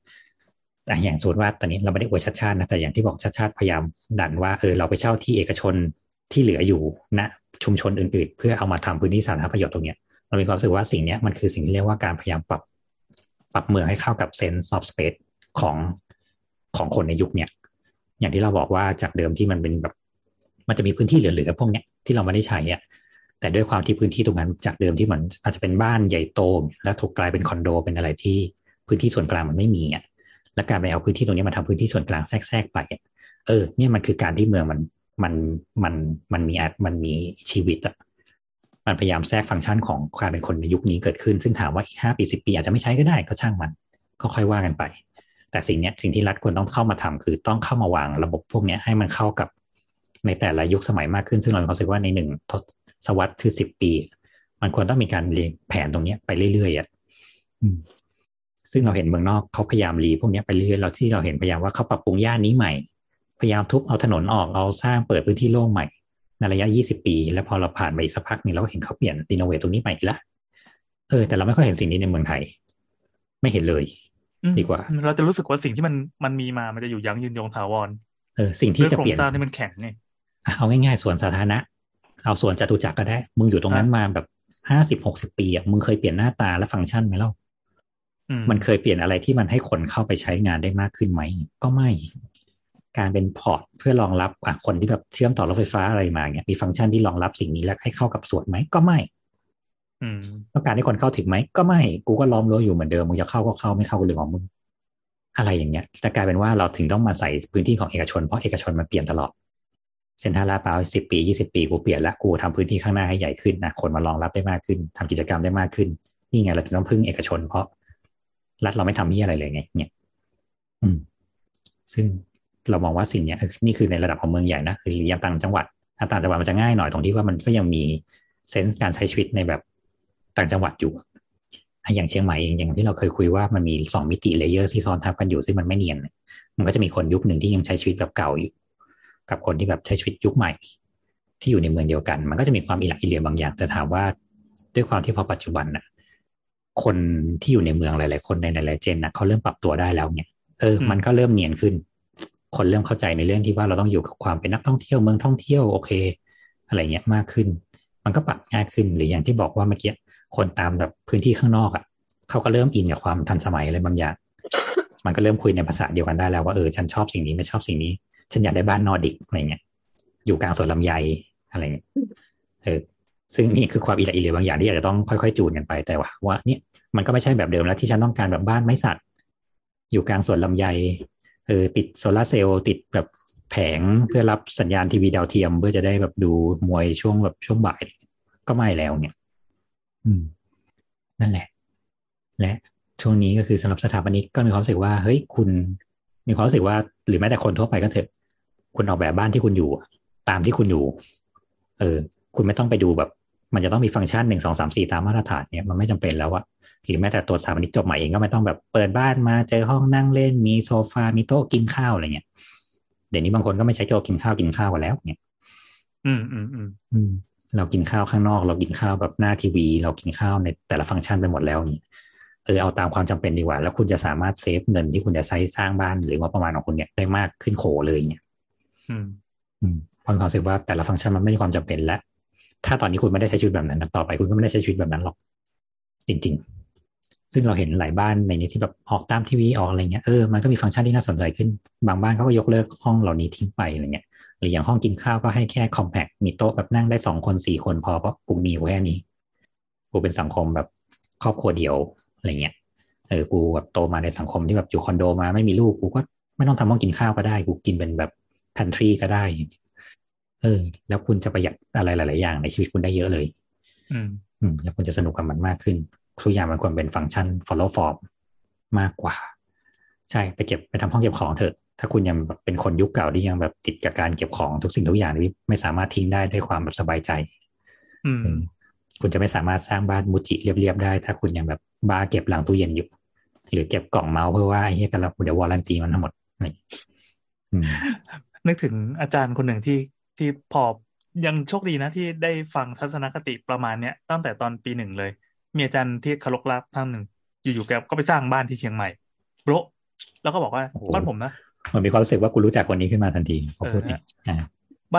อย่างสมมติว่าตอนนี้เราไม่ได้อวยชัดชาตินะแต่อย่างที่บอกชัดชาติพยายามดันว่าเราไปเช่าที่เอกชนที่เหลืออยู่ณชุมชนอื่นๆเพื่อเอามาทำพื้นที่สาธารณประโยชน์ตรงเนี้ยเรามีความรู้สึกว่าสิ่งนี้มันคือสิ่งที่เรียกว่าการพยายามปรับเมืองให้เข้ากับ sense of space ของของคนในยุคเนี้ยอย่างที่เราบอกว่าจากเดิมที่มันเป็นแบบมันจะมีพื้นที่เหลือๆพวกเนี้ยที่เราไม่ได้ใช้อ่ะแต่ด้วยความที่พื้นที่ตรงนั้นจากเดิมที่มันอาจจะเป็นบ้านใหญ่โตแล้วถูกกลายเป็นคอนโดเป็นอะไรที่พื้นที่ส่วนกลางมันไม่มีอ่ะและการไปเอาพื้นที่ตรงนี้มาทำพื้นที่ส่วนกลางแทรกไปเนี่ยมันคือการที่เมืองมันมีชีวิตอ่ะมันพยายามแทรกฟังก์ชันของความเป็นคนในยุคนี้เกิดขึ้นซึ่งถามว่าอีก5 ปี10 ปีอาจจะไม่ใช้ก็ได้ก็ช่างมันก็ค่อยว่ากันไปแต่สิ่งที่รัฐควรต้องเข้ามาทำคือต้องเข้ามาวางระบบพวกนี้ให้มันเข้ากับในแต่ละยุคสมัยมากขึ้นซึ่งเรารู้สึกว่าใน1 ทศวรรษคือ10 ปีมันควรต้องมีการรีแผนตรงนี้ไปเรื่อยๆอ่ะซึ่งเราเห็นเมืองนอกเขาพยายามรีพวกนี้ไปเรื่อยๆเราที่เราเห็นพยายามว่าเขาปรับปรุงย่านนี้ใหม่พยายามทุบเอาถนนออกเอาสร้างเปิดพื้นที่โล่งใหม่ในระยะ20 ปีแล้วพอเราผ่านไปอีกสักพักนึงเราก็เห็นเขาเปลี่ยนรีโนเวทตรงนี้ใหม่ละแต่เราไม่ค่อยเห็นสิ่งนี้ในเมืองไทยไม่เห็นเลยดีกว่า
เราจะรู้สึกว่าสิ่งที่มันมีมามันจะอยู่ยั้งยืนยงถาวร
สิ่งที่จะเปลี่ยน
โครงสร้างที่มันแข็งไง
เอาง่ายๆสวนสาธารณะเอาสวนจตุจักรก็ได้มึงอยู่ตรงนั้นมาแบบ50-60 ปีอ่ะมึงเคยเปลี่ยนหน้าตาและฟังก์ชันไหมเล่ามันเคยเปลี่ยนอะไรที่มันให้คนเข้าไปใช้งานได้มากขึ้นไหมก็ไม่การเป็นพอร์ตเพื่อรองรับคนที่แบบเชื่อมต่อรถไฟฟ้าอะไรมาเนี่ยมีฟังก์ชันที่รองรับสิ่งนี้แล้วให้เข้ากับสวนไหมก็ไม่ต้องการให้คนเข้าถึงไหมก็ไม่กูก็ล้อมรั้วอยู่เหมือนเดิมมึงจะเข้าก็เข้าไม่เข้าก็เรื่องของมึงอะไรอย่างเงี้ยแต่กลายเป็นว่าเราถึงต้องมาใส่พื้นที่ของเอกชนเพราะเอกชนมันเปลี่ยนตลอดเซ็นทรัลลาดพร้าว10 ปี20 ปีกูเปลี่ยนละกูทำพื้นที่ข้างหน้าให้ใหญ่ขึ้นนะคนมารองรับได้มากขึ้นทำกิจกรรมได้มากขึ้นนี่ไงเราถึงต้องพึ่งเอกชนเพราะรัฐเราไม่ทำนี่อะไรเลยไงเนี่ยซึ่งเรามองว่าสิ่งนี้นี่คือในระดับของเมืองใหญ่นะคืออย่างต่างจังหวัดมันจะง่ายหน่อยตรงที่ว่ามันก็ยังมีเซนส์การใช้ชีวิตในแบบต่างจังหวัดอยู่อย่างเชียงใหม่เองอย่างที่เราเคยคุยว่ามันมี2 มิติเลเยอร์ที่ซ้อนทับกันอยู่ซึ่งมันไม่เนียนมันก็จะมีคนยุคหนึ่งที่ยังใช้ชีวิตแบบเก่าอยู่กับคนที่แบบใช้ชีวิตยุคใหม่ที่อยู่ในเมืองเดียวกันมันก็จะมีความอิหลักอิเหลี่ยบางอย่างแต่ถามว่าด้วยความที่พอปัจจุบันน่ะคนที่อยู่ในเมืองหลายๆคนในหลายๆเจนน่ะเขาเริ่มปรับตัวได้แล้วเนี่ยมันก็เริ่มเนียนขึ้นคนเริ่มเข้าใจในเรื่องที่ว่าเราต้องอยู่กับความเป็นนักท่องเที่ยวเมืองท่องเที่ยวโอเคอะไรเงี้ยมากขึ้นมันก็ปรับง่ายขึ้นหรืออย่างที่บอกว่าเมื่อกี้คนตามแบบพื้นที่ข้างนอกอ่ะเขาก็เริ่มอินกับความทันสมัยอะไรบางอย่างมันก็เริ่มคุยในภาษาเดียวกันได้แล้วว่าฉันชอบสิ่งนี้ไม่ชอบสิ่งนี้ฉันอยากได้บ้านนอร์ดิกอะไรเงี้ยอยู่กลางสวนลำไยอะไรเงี้ยซึ่งนี่คือความอิหลักอิเหลี่ยบางอย่างที่อาจจะต้องค่อยๆจูนกันไปแต่ว่าเนี่ยมันก็ไม่ใช่แบบเดิมแล้วที่ฉันต้องการแบบบ้านไม้สักอยู่กลางสวนลำไยติดโซลาร์เซลล์ติดแบบแผงเพื่อรับสัญญาณทีวีดาวเทียมเพื่อจะได้แบบดูมวยช่วงบ่ายก็ไม่แล้วเนี่ยนั่นแหละและช่วงนี้ก็คือสำหรับสถาปนิกก็มีความรู้สึกว่าเฮ้ยคุณมีความรู้สึกว่าหรือแม้แต่คนทั่วไปก็เถอะคุณออกแบบบ้านที่คุณอยู่ตามที่คุณอยู่คุณไม่ต้องไปดูแบบมันจะต้องมีฟังก์ชัน1 2 3 4ตามมาตรฐานเนี่ยมันไม่จำเป็นแล้วอะหรือแม้แต่ตัวสถาปนิกจบใหม่เองก็ไม่ต้องแบบเปิดบ้านมาเจอห้องนั่งเล่นมีโซฟามีโต๊ะกินข้าวอะไรเงี้ยเดี๋ยวนี้บางคนก็ไม่ใช้โต๊ะกินข้าวกันแล้วเนี่ยเรากินข้าวข้างนอกเรากินข้าวแบบหน้าทีวีเรากินข้าวในแต่ละฟังก์ชันไปหมดแล้วนี่เอาตามความจำเป็นดีกว่าแล้วคุณจะสามารถเซฟเงินที่คุณจะใช้สร้างบ้านหรือว่าประมาณของคุณเนี่ยได้มากขึ้นโขเลยเนี่ยเพราะความรู้สึกว่าแต่ละฟังก์ชันมันไม่มีความจำเป็นและถ้าตอนนี้คุณไม่ได้ใช้ชีวิตแบบนั้นต่อไปคุณก็ไม่ได้ใช้ชีวิตแบบนั้นหรอกจริงๆซึ่งเราเห็นหลายบ้านในนี้ที่แบบออกตามทีวีออกอะไรเงี้ยมันก็มีฟังก์ชันที่น่าสนใจขึ้นบางบ้านเขาก็ยกเลิกห้องเหล่านี้ทิ้งไปอะไรเงี้ยหรืออย่างห้องกินข้าวก็ให้แค่คอมแพคมีโต๊ะแบบนั่งได้2 คน4 คนพอเพราะกูมีแค่นี้กูเป็นสังคมแบบครอบครัวเดียวอะไรเงี้ยกูแบบโตมาในสังคมที่แบบอยู่คอนโดมาไม่มีลูกกูก็ไม่ต้องทำห้องกินข้าวก็ได้กูกินเป็นแบบพันทรีก็ได้แล้วคุณจะประหยัดอะไรหลายๆอย่างในชีวิตคุณได้เยอะเลยแล้วคุณจะสนุกกับมันมากขึ้นทุกอย่างมันควรเป็นฟังก์ชัน follow form มากกว่าใช่ไปทำห้องเก็บของเถอะถ้าคุณยังแบบเป็นคนยุคเก่าที่ยังแบบติดกับการเก็บของทุกสิ่งทุกอย่างที่ไม่สามารถทิ้งได้ด้วยความแบบสบายใจคุณจะไม่สามารถสร้างบ้านมูจิเรียบๆได้ถ้าคุณยังแบบบ้าเก็บหลังตู้เย็นอยู่หรือเก็บกล่องเมาส์เพื่อว่าไอ้เหี้ยกันแล้วเดี๋ยววอรันตีมันทั้งหมด
นึกถึงอาจารย์คนหนึ่งที่พอยังโชคดีนะที่ได้ฟังทัศนคติประมาณเนี้ยตั้งแต่ตอนปี 1เลยมีอาจารย์ที่เคารพรักท่านหนึ่งอยู่ๆแกก็ไปสร้างบ้านที่เชียงใหม่โบรแล้วก็บอกว่าบ้านผมนะ
มันมีความรู้สึกว่ากูรู้จักคนนี้ขึ้นมาทันทีพอพูดเนี่ย
บ้าน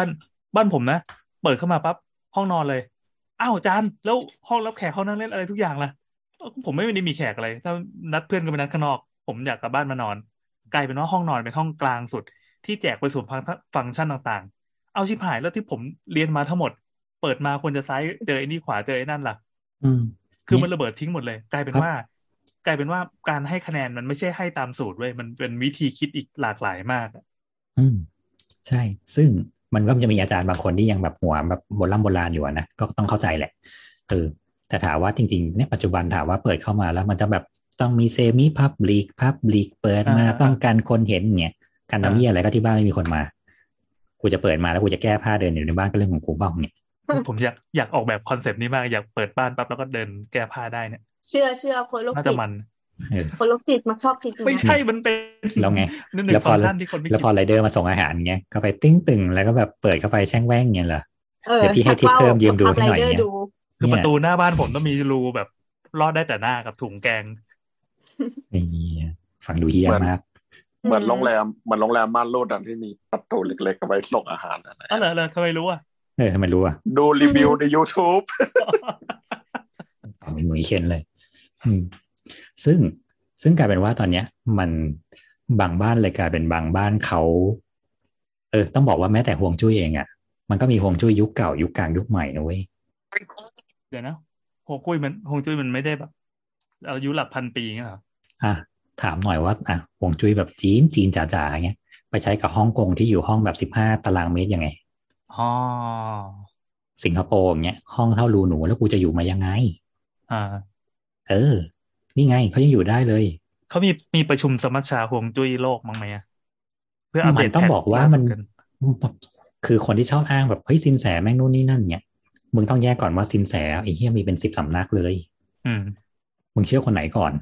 บ้านผมนะเปิดเข้ามาปั๊บห้องนอนเลยอ้าวอาจารย์แล้วห้องรับแขกห้องนั่งเล่นอะไรทุกอย่างล่ะผมไม่ได้มีแขกอะไรถ้านัดเพื่อนกันไปนัดข้างนอกผมอยากกลับบ้านมานอนกลายเป็นว่าห้องนอนเป็นห้องกลางสุดที่แจกไปสู่ฟังก์ชันต่างๆเอาชิบหายแล้วที่ผมเรียนมาทั้งหมดเปิดมาควรจะซ้ายเจอไอ้นี่ขวาเจอไอ้นั่นล่ะ
อืม
คือ
เนี่ย
มันระเบิดทิ้งหมดเลย
ครับ
กลายเป็นว่าการให้คะแนนมันไม่ใช่ให้ตามสูตรเว้ยมันเป็นวิธีคิดอีกหลากหลายมากอะ
อืมใช่ซึ่งมันก็จะมีอาจารย์บางคนที่ยังแบบหัวแบบโบราณอยู่อะนะก็ต้องเข้าใจแหละเออแต่ถามว่าจริงๆเนี่ยปัจจุบันถามว่าเปิดเข้ามาแล้วมันจะแบบต้องมีเซมิพับลิกเปิด
อ่า
มาต้
อ่า
องการคนเห็นเนี่ยการทำเหี้ยอะไร
อ่า
ก็ที่บ้านไม่มีคนมากูจะเปิดมาแล้วกูจะแก้ผ้าเดินอยู่ในบ้านก็เรื่องของกูบ้างเนี่ย
ผมอยากออกแบบคอนเซปต์นี้มากอยากเปิดบ้านปั๊บแล้วก็เดินแก้ผ้าได้เนี่ย
เชื่อคนโรคจิต
น่าจะมัน
เออ
คนโรคจิตมักชอบคิดอย่าง
ไม่
เงี้ย
ใช่
เนี่ย
มันเป็น
แล้วไง
นั่นหนึ่
แล้วพอ
งฟังก์ชันที่คนไม่คิด
แล้วพอไรเดอร์มาส่งอาหารเงี้ยก็ไปติ้งตึงแล้วก็แบบเปิดเข้าไปแช่งแว่งเงี้ยเหรอเดี๋ยวพี่ให้
ชักว่าว
ทิปเพิ่มยื
บังคับ
มดูให้หน่อยเงี้ย
ไรเดอร์ดู
คือ
เนี่ย
ประตูหน้าบ้านผมต้องมีรูแบบรอดได้แต่หน้ากับถุงแกง
นี่ฟังดูเฮี้
เหมือน
ยมาก
เหมือนโรงแรมเหมือนโรงแรมม่านรูดที่มีประตูเล็กๆเอาไว้ส่งอาหารนะ
อ๋อเหรอทำไมรู้อ่ะ
ทำไมรู้อ่ะ
ดูรีวิวใน YouTube
ตอบเป็นหนุ่ยเคนเลยอืมซึ่งซึ่งกลายเป็นว่าตอนเนี้ยมันบางบ้านเลยกลายเป็นบางบ้านเขาต้องบอกว่าแม้แต่ฮวงจุ้ยเองอ่ะมันก็มีฮวงจุ้ยยุคเก่ายุคกลางยุคใหม่นะเว้ย
เดี๋ยวนะฮวงจุ้ยมันไม่ได้แบบอายุหลักพันปีเงี้ยเหรอ
อ่ะถามหน่อยว่าฮวงจุ้ยแบบจีนจ๋าๆเงี้ยไปใช้กับฮ่องกงที่อยู่ห้องแบบ15 ตารางเมตรยังไง
อ๋อ
สิงคโปร์อย่างเงี้ยห้องเท่ารูหนูแล้วกูจะอยู่มายังไง
อ่า
เออนี่ไงเขายังอยู่ได้เลย
เขามีประชุมสมัชชาฮวงจุ้ยโลกมั้งไหมอะเพื่ออัป
มันต้อง
เดตแพท
บอกว่ามัน
ล่าสุดกัน
คือคนที่ชอบอ้างแบบเฮ้ยสินแสแม่งนู่นนี่นั่นเนี่ยมึงต้องแยกก่อนว่าสินแสไอ้เหี้ยมีเป็น10 สำนักเลย
อืม
มึงเชื่อคนไหนก่อน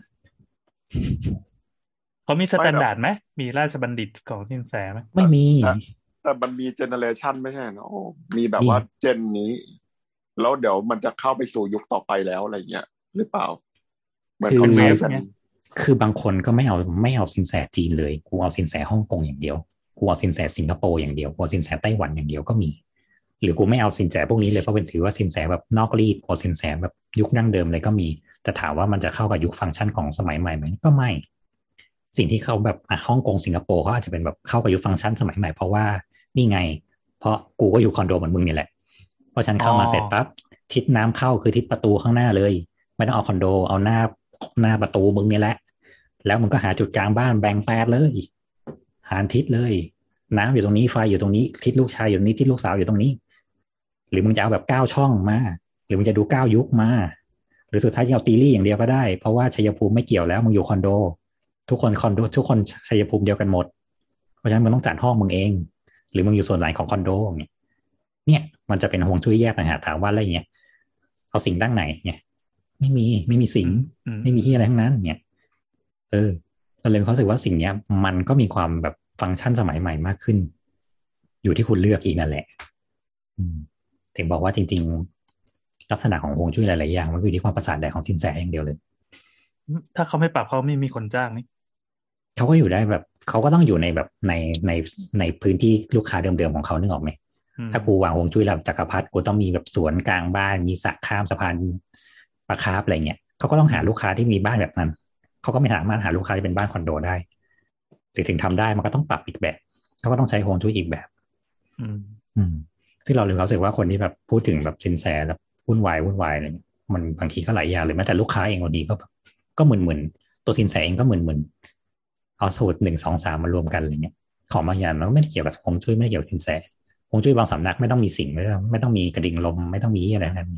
เขามีส
ไม่แต่
แตนดาร์ดไหมมีราชบัณฑิตของสินแสไหม
ไม่มี
แต่แต่มันมีเจเนเรชันไม่ใช่เนอะมีแบบ
มี
ว่าเจนนี้แล้วเดี๋ยวมันจะเข้าไปสู่ยุคต่อไปแล้วอะไรเงี้ยหรือเปล่าเหมือน
คือ
เขา
เป็นเว
ใช้กัน
ฟเงี้ย
คือบางคนก็ไม่เอาสินแสจีนเลยกูเอาสินแสฮ่องกงอย่างเดียวกูเอาสินแสสิงคโปร์อย่างเดียวกูเอาสินแสไต้หวันอย่างเดียวก็มีหรือกูไม่เอาสินแสพวกนี้เลยเพราะเป็นถือว่าสินแสแบบนอกรีดกูเอาสินแสแบบยุคดั้งเดิมเลยก็มีแต่ถามว่ามันจะเข้ากับยุคฟังก์ชันของสมัยใหม่ไหมก็ไม่สิ่งที่เขาแบบฮ่องกงสิงคโปร์เขาอาจจะเป็นแบบเข้ากับยุคฟังก์ชันสมัยใหม่เพราะว่านี่ไงเพราะกูก็อยู่คอนโดเหมือนมึงนี่แหละเพราะฉัน
อ๋อ
เข้ามาเสร็จปั๊บทิศน้ำเข้าคือทิศประตูข้างหน้าเลยไม่ต้องเอาคอนโดเอาหน้าประตูมึงนี่แหละแล้วมึงก็หาจุดกลางบ้านแบ่งแปดเลยหาทิศเลยน้ำอยู่ตรงนี้ไฟอยู่ตรงนี้ทิศลูกชายอยู่ตรงนี้ทิศลูกสาวอยู่ตรงนี้หรือมึงจะเอาแบบ9 ช่องมาหรือมึงจะดู9 ยุคมาหรือสุดท้ายจะเอาตีรี่อย่างเดียวก็ได้เพราะว่าชัยภูมิไม่เกี่ยวแล้วมึงอยู่คอนโดทุกคนคอนโดทุกคนชัยภูมิเดียวกันหมดเพราะฉะนั้นมึงต้องจัดห้องมึงเองหรือมึงอยู่ส่วนไหนของคอนโดเนี่ยมันจะเป็นห่วงจุ้ยแยกต่างหากถามว่าอะไรเงี้ยเอาสิ่งตั้งไหนเนี่ยไม่มีสิ่งไม่มีที่อะไรทั้งนั้นเนี่ยเราเลยมีความรู้สึกว่าสิ่งเนี้ยมันก็มีความแบบฟังก์ชันสมัยใหม่มากขึ้นอยู่ที่คุณเลือกอีกนั่นแหละถึงบอกว่าจริงๆลักษณะของฮวงจุ้ยหลายๆอย่างมันอยู่ที่ความประสานใจของสินแสอย่างเดียวเลย
ถ้าเขาไม่ปรับเขาไม่มีคนจ้างนี่
เขาก็อยู่ได้แบบเขาก็ต้องอยู่ในแบบในพื้นที่ลูกค้าเดิมๆของเขานึกออกไหมถ้ากูวางฮวงจุ้ยระดับจักรพรรดิกูต้องมีแบบสวนกลางบ้านมีสระข้ามสะพานปลาคาร์ฟอะไรเงี้ยเขาก็ต้องหาลูกค้าที่มีบ้านแบบนั้นเขาก็ไม่สามารถหาลูกค้าที่เป็นบ้านคอนโดได้หรือถึงทำได้มันก็ต้องปรับอีกแบบเขาก็ต้องใช้ฮวงจุ้ยอีกแบบซึ่งเราเลยรู้สึกว่าคนที่แบบพูดถึงแบบสินแสแบบวุ่นวายอะไรเงี้ยมันบางทีก็หลายอย่างเลยแม้แต่ลูกค้าเองบางทีก็เหมือนตัวสินแสเองก็เหมือนเอาสูตร1 2 3มารวมกันอะไรเงี้ยของบางอย่างมันก็ไม่ได้เกี่ยวกับฮวงจุ้ยไม่ได้เกี่ยวกับสินแสฮวงจุ้ยบางสำนักไม่ต้องมีสิ่งไม่ต้องมีกระดิ่งลมไม่ต้องมีอะไรนั้น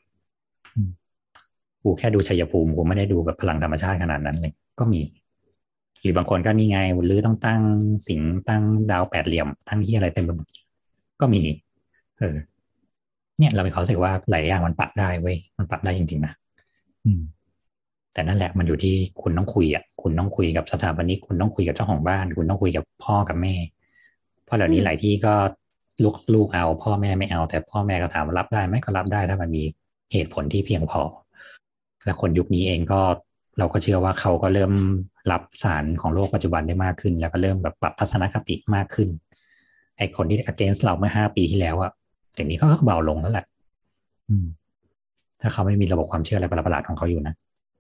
กูแค่ดูชัยภูมิกูไม่ได้ดูแบบพลังธรรมชาติขนาดนั้นเลยก็มีหรือบางคนก็นี่ไงหรือต้องตั้งสิงตั้งดาว8 เหลี่ยมตั้งที่อะไรเต็มไปหมดก็มีเนี่ยเราไปเขาสึกว่าหลายอย่างมันปรับได้เว้ยมันปรับได้จริงๆนะแต่นั่นแหละมันอยู่ที่คุณต้องคุยคุณต้องคุยกับสถาปนิกคุณต้องคุยกับเจ้าของบ้านคุณต้องคุยกับพ่อกับแม่เพราะเหล่านี้หลายที่ก็ลูกเอาพ่อแม่ไม่เอาแต่พ่อแม่ก็ถามว่ารับได้ไหมก็รับได้ถ้ามันมีเหตุผลที่เพียงพอและคนยุคนี้เองก็เราก็เชื่อว่าเขาก็เริ่มรับสารของโลกปัจจุบันได้มากขึ้นแล้วก็เริ่มแบบปรับทัศนคติมากขึ้นไอ้คนที่ against เราเมื่อ5 ปีที่แล้วอย่างนี้ก็เบาลงแล้วแหละถ้าเขาไม่มีระบบความเชื่ออะไรประหลาดๆของเขาอยู่นะ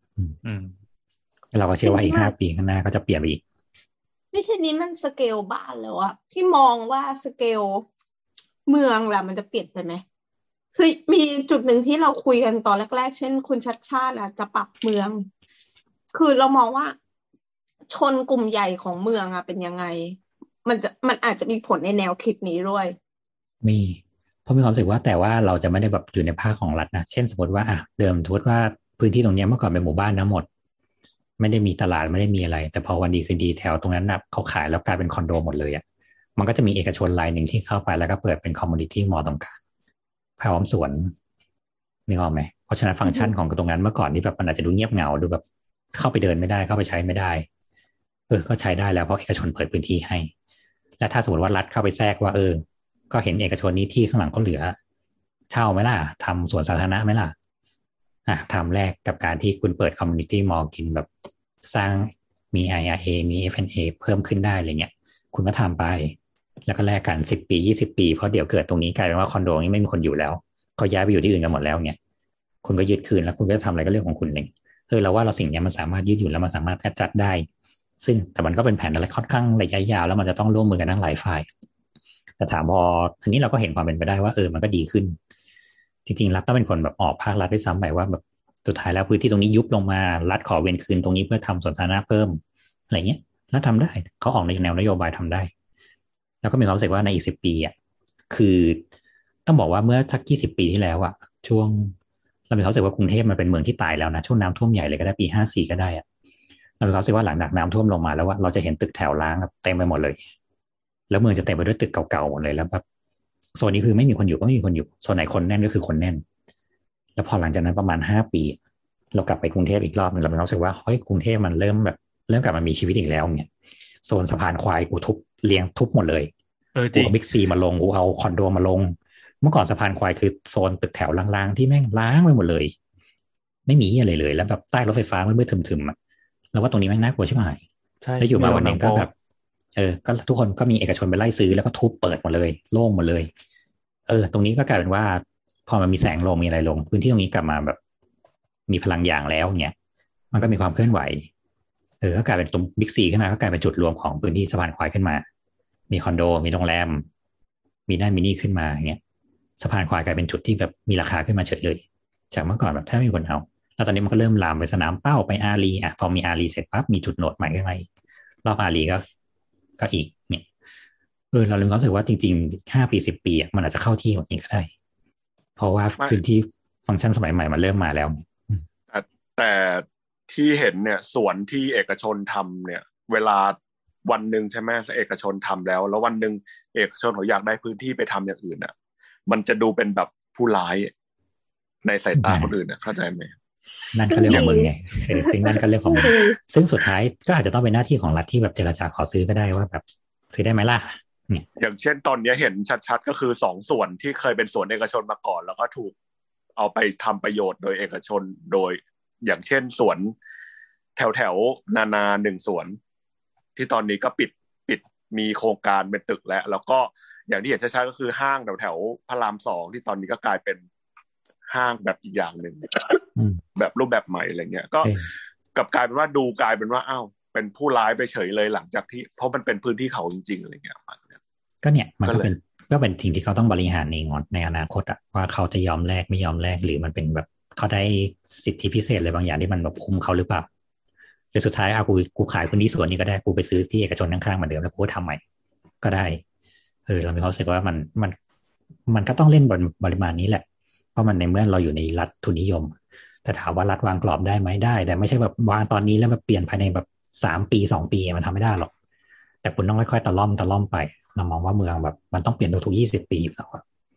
เราก็เชื่อว่าอีก5 ปีข้างหน้าก็จะเปลี่ยนไปอีก
ไม่ใช่นี้มันสเกลบ้านแล้วอะที่มองว่าสเกลเมืองล่ะมันจะเปลี่ยนไปไหมคือมีจุดหนึ่งที่เราคุยกันตอนแรกๆเช่นคุณชัดชาติอะจะปรับเมืองคือเรามองว่าชนกลุ่มใหญ่ของเมืองอะเป็นยังไงมันอาจจะมีผลในแนวคิดนี้ด้วย
มีเพราะมีความรู้สึกว่าแต่ว่าเราจะไม่ได้แบบอยู่ในภาคของรัฐนะเช่นสมมติว่าเดิมสมมติว่าพื้นที่ตรงนี้เมื่อก่อนเป็นหมู่บ้านทั้งหมดไม่ได้มีตลาดไม่ได้มีอะไรแต่พอวันดีคืนดีแถวตรงนั้นนะเขาขายแล้วกลายเป็นคอนโดหมดเลยอ่ะมันก็จะมีเอกชนรายหนึ่งที่เข้าไปแล้วก็เปิดเป็นคอมมูนิตี้มอลล์ตรงกลางพร้อมสวนนึกออกไหมเพราะฉะนั้นฟังก์ชันของตรงนั้นเมื่อก่อนที่แบบมันอาจจะดูเงียบเหงาดูแบบเข้าไปเดินไม่ได้เข้าไปใช้ไม่ได้ก็ใช้ได้แล้วเพราะเอกชนเปิดพื้นที่ให้และถ้าสมมติว่ารัฐเข้าไปแทรกว่าก็เห็นเอกชนนี้ที่ข้างหลังเขาเหลือเช่าไหมล่ะทำสวนสาธารณะไหมล่ะทำแลกกับการที่คุณเปิดคอมมูนิตี้มอลล์กินแบบสร้างมี IRA มี F&A เพิ่มขึ้นได้อะไรเงี้ยคุณก็ทำไปแล้วก็แลกกัน10 ปี20 ปีเพราะเดี๋ยวเกิดตรงนี้กลายเป็นว่าคอนโดนี้ไม่มีคนอยู่แล้วเขาย้ายไปอยู่ที่อื่นกันหมดแล้วเนี่ยคุณก็ยึดคืนแล้วคุณก็ทำอะไรก็เรื่องของคุณเองเราว่าเราสิ่งนี้มันสามารถยืดหยุ่นแล้วมันสามารถจัดได้ซึ่งแต่มันก็เป็นแผนอะไรค่อนข้างระยะยาวแล้วมันจะต้องร่วมมือกันทั้งหลายฝ่ายแต่ถามพอทีนี้เราก็เห็นความเป็นไปได้ว่ามันก็ดีขึ้นจริงๆรัฐต้องเป็นคนแบบออกภาครัฐด้วยซ้ำไปว่าแบบสุดท้ายแล้วพื้นที่ตรงนี้ยุบลงมารัฐขอเว้นคืนตรงนี้เพื่อทำสวนสาธารณะเพิ่มอะไรเงี้ยแล้วทำได้เขาออกในแนวนโยบายทำได้แล้วก็มีความรู้สึกว่าในอีก10 ปีคือต้องบอกว่าเมื่อสัก20 ปีที่แล้วช่วงเรามีความรู้สึกว่ากรุงเทพมันเป็นเมืองที่ตายแล้วนะช่วงน้ำท่วมใหญ่เลยก็ได้ปี54ก็ได้เรามีความรู้สึกว่าหลังจากน้ำท่วมลงมาแล้วเราจะเห็นตึกแถวร้างเต็มไปหมดเลยแล้วเมืองจะเต็มไปด้วยตึกเก่าๆหมดเลยแล้วแบบโซนนี้คือไม่มีคนอยู่ก็ไม่มีคนอยู่โซนไหนคนแน่นก็คือคนแน่นแล้วพอหลังจากนั้นประมาณ5 ปีเรากลับไปกรุงเทพอีกรอบนึงเรามีความรู้สึกว่าเฮ้ยกรุงเทพมันเริ่มกลับมามีชีวิตอีกแล้วเนี่ยโซนสะพานควายกูทุบหมดเลย
จริง
บิ๊กซีมาลงกูเอาคอนโดมาลงเมื่อก่อนสะพานควายคือโซนตึกแถวล้างๆที่แม่งล้างไปหมดเลยไม่มีอะไรเลยแล้วแบบใต้รถไฟฟ้ามืดๆทึมๆแล้วว่าตรงนี้แม่งน่ากลัวใช่ไหม
ใช่
แล้วอยู่มาวันนึงก็แบบก็ทุกคนก็มีเอกชนไปไล่ซื้อแล้วก็ทุบเปิดหมดเลยโล่งหมดเลยตรงนี้ก็กลายเป็นว่าพอมันมีแสงลงมีอะไรลงพื้นที่ตรงนี้กลับมาแบบมีพลังอย่างแล้วเนี่ยมันก็มีความเคลื่อนไหวก็กลายเป็นตรงบิ๊กซีขึ้นมาก็กลายเป็นจุดรวมของพื้นที่สะพานควายขึ้นมามีคอนโดมีโรงแรมมีนั่นมีนี่ขึ้นมาอย่างเงี้ยสะพานควายกลายเป็นจุดที่แบบมีราคาขึ้นมาเฉยเลยจากเมื่อก่อนแบบแทบไม่มีคนเอาแล้วตอนนี้มันก็เริ่มลามไปสนามเป้าไปอารีพอมีอารีเสร็จปั๊บมีจุดโหนดใหม่ขึ้นมารอบอารีก็อีกเนี่ยเราเลยรู้สึกว่าจริงๆ5 ปี10 ปีมันอาจจะเข้าที่กว่านี้ก็ได้เพราะว่าพื้นที่ฟังก์ชันสมัยใหม่มันเริ่มมาแล้ว
แต่ที่เห็นเนี่ยสวนที่เอกชนทำเนี่ยเวลาวันหนึ่งใช่ไหมเอกชนทำแล้ววันหนึ่งเอกชนเขาอยากได้พื้นที่ไปทำอย่างอื่นมันจะดูเป็นแบบผู้ร้ายในสายตาคนอื่นเข้าใจไหม
นั่นก็เรื่องของมึงไงซึ่งนั่นก็เรื่องของมึงซึ่งสุดท้ายก็อาจจะต้องเป็นหน้าที่ของรัฐที่แบบเจรจาขอซื้อก็ได้ว่าแบบซื้อได้ไหมล่ะ
เนี่ยอย่างเช่นตอนนี้เห็นชัดๆก็คือ2 ส่วนที่เคยเป็นสวนเอกชนมาก่อนแล้วก็ถูกเอาไปทำประโยชน์โดยเอกชนโดยอย่างเช่นสวนแถวนา1 สวนที่ตอนนี้ก็ปิดมีโครงการเป็นตึกแล้วก็อย่างที่เห็นชัดๆก็คือห้างแถวพระราม2ที่ตอนนี้ก็กลายเป็นห้างแบบอีกอย่างหนึ่งแบบรูปแบบใหม่อะไรเงี้ยก็กับกลายเป็นว่ากลายเป็นว่าอ้าวเป็นผู้ร้ายไปเฉยเลยหลังจากที่เพราะมันเป็นพื้นที่เขาจริงๆอะไรเงี้ย
ก็เนี่ยมันก็เป็นสิ่งที่เขาต้องบริหารเองในอนาคตว่าเขาจะยอมแลกไม่ยอมแลกหรือมันเป็นแบบเขาได้สิทธิพิเศษอะไรบางอย่างที่มันแบบคุ้มเขาหรือเปล่าหรือสุดท้ายกูขายพื้นที่ส่วนนี้ก็ได้กูไปซื้อที่เอกชนข้างๆเหมือนเดิมแล้วกูทำใหม่ก็ได้เรามีความรู้สึกว่ามันก็ต้องเล่นปริมาณนี้แหละเพราะมันในเมื่อเราอยู่ในรัฐทุนนิยมแต่ถามว่ารัฐวางกรอบได้ไหมได้แต่ไม่ใช่แบบวางตอนนี้แล้วแบบเปลี่ยนภายในแบบ3 ปี2 ปีมันทำไม่ได้หรอกแต่คุณต้องค่อยๆตะล่อมไปเรามองว่าเมืองแบบมันต้องเปลี่ยนทุกๆ20 ปีอยู่แล้ว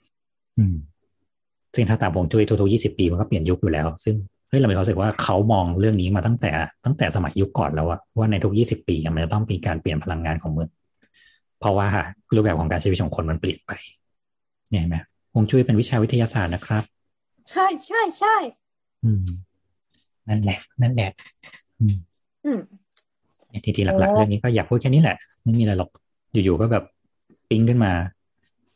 ซึ่งถ้าตามผมจุ้ยทุกๆ20 ปีมันก็เปลี่ยนยุคอยู่แล้วซึ่งเรามีความรู้สึกว่าเขามองเรื่องนี้มาตั้งแต่สมัยยุคก่อนแล้วว่าในทุก20 ปีมันจะต้องมีการเปลี่ยนพลังงานของเมืองเพราะว่ารูปแบบของการใช้ชีวิตของคนมันเปลี่ยนไปเนี่ยเห็นไหมฮวงจุ้ยเป็นวิชาวิทยาศาสตร์นะครับ
ใช่
นั่นแหละทีหลักๆเรื่องนี้ก็อยากพูดแค่นี้แหละไม่มีอะไรหรอกอยู่ๆก็แบบปิ๊งขึ้นมา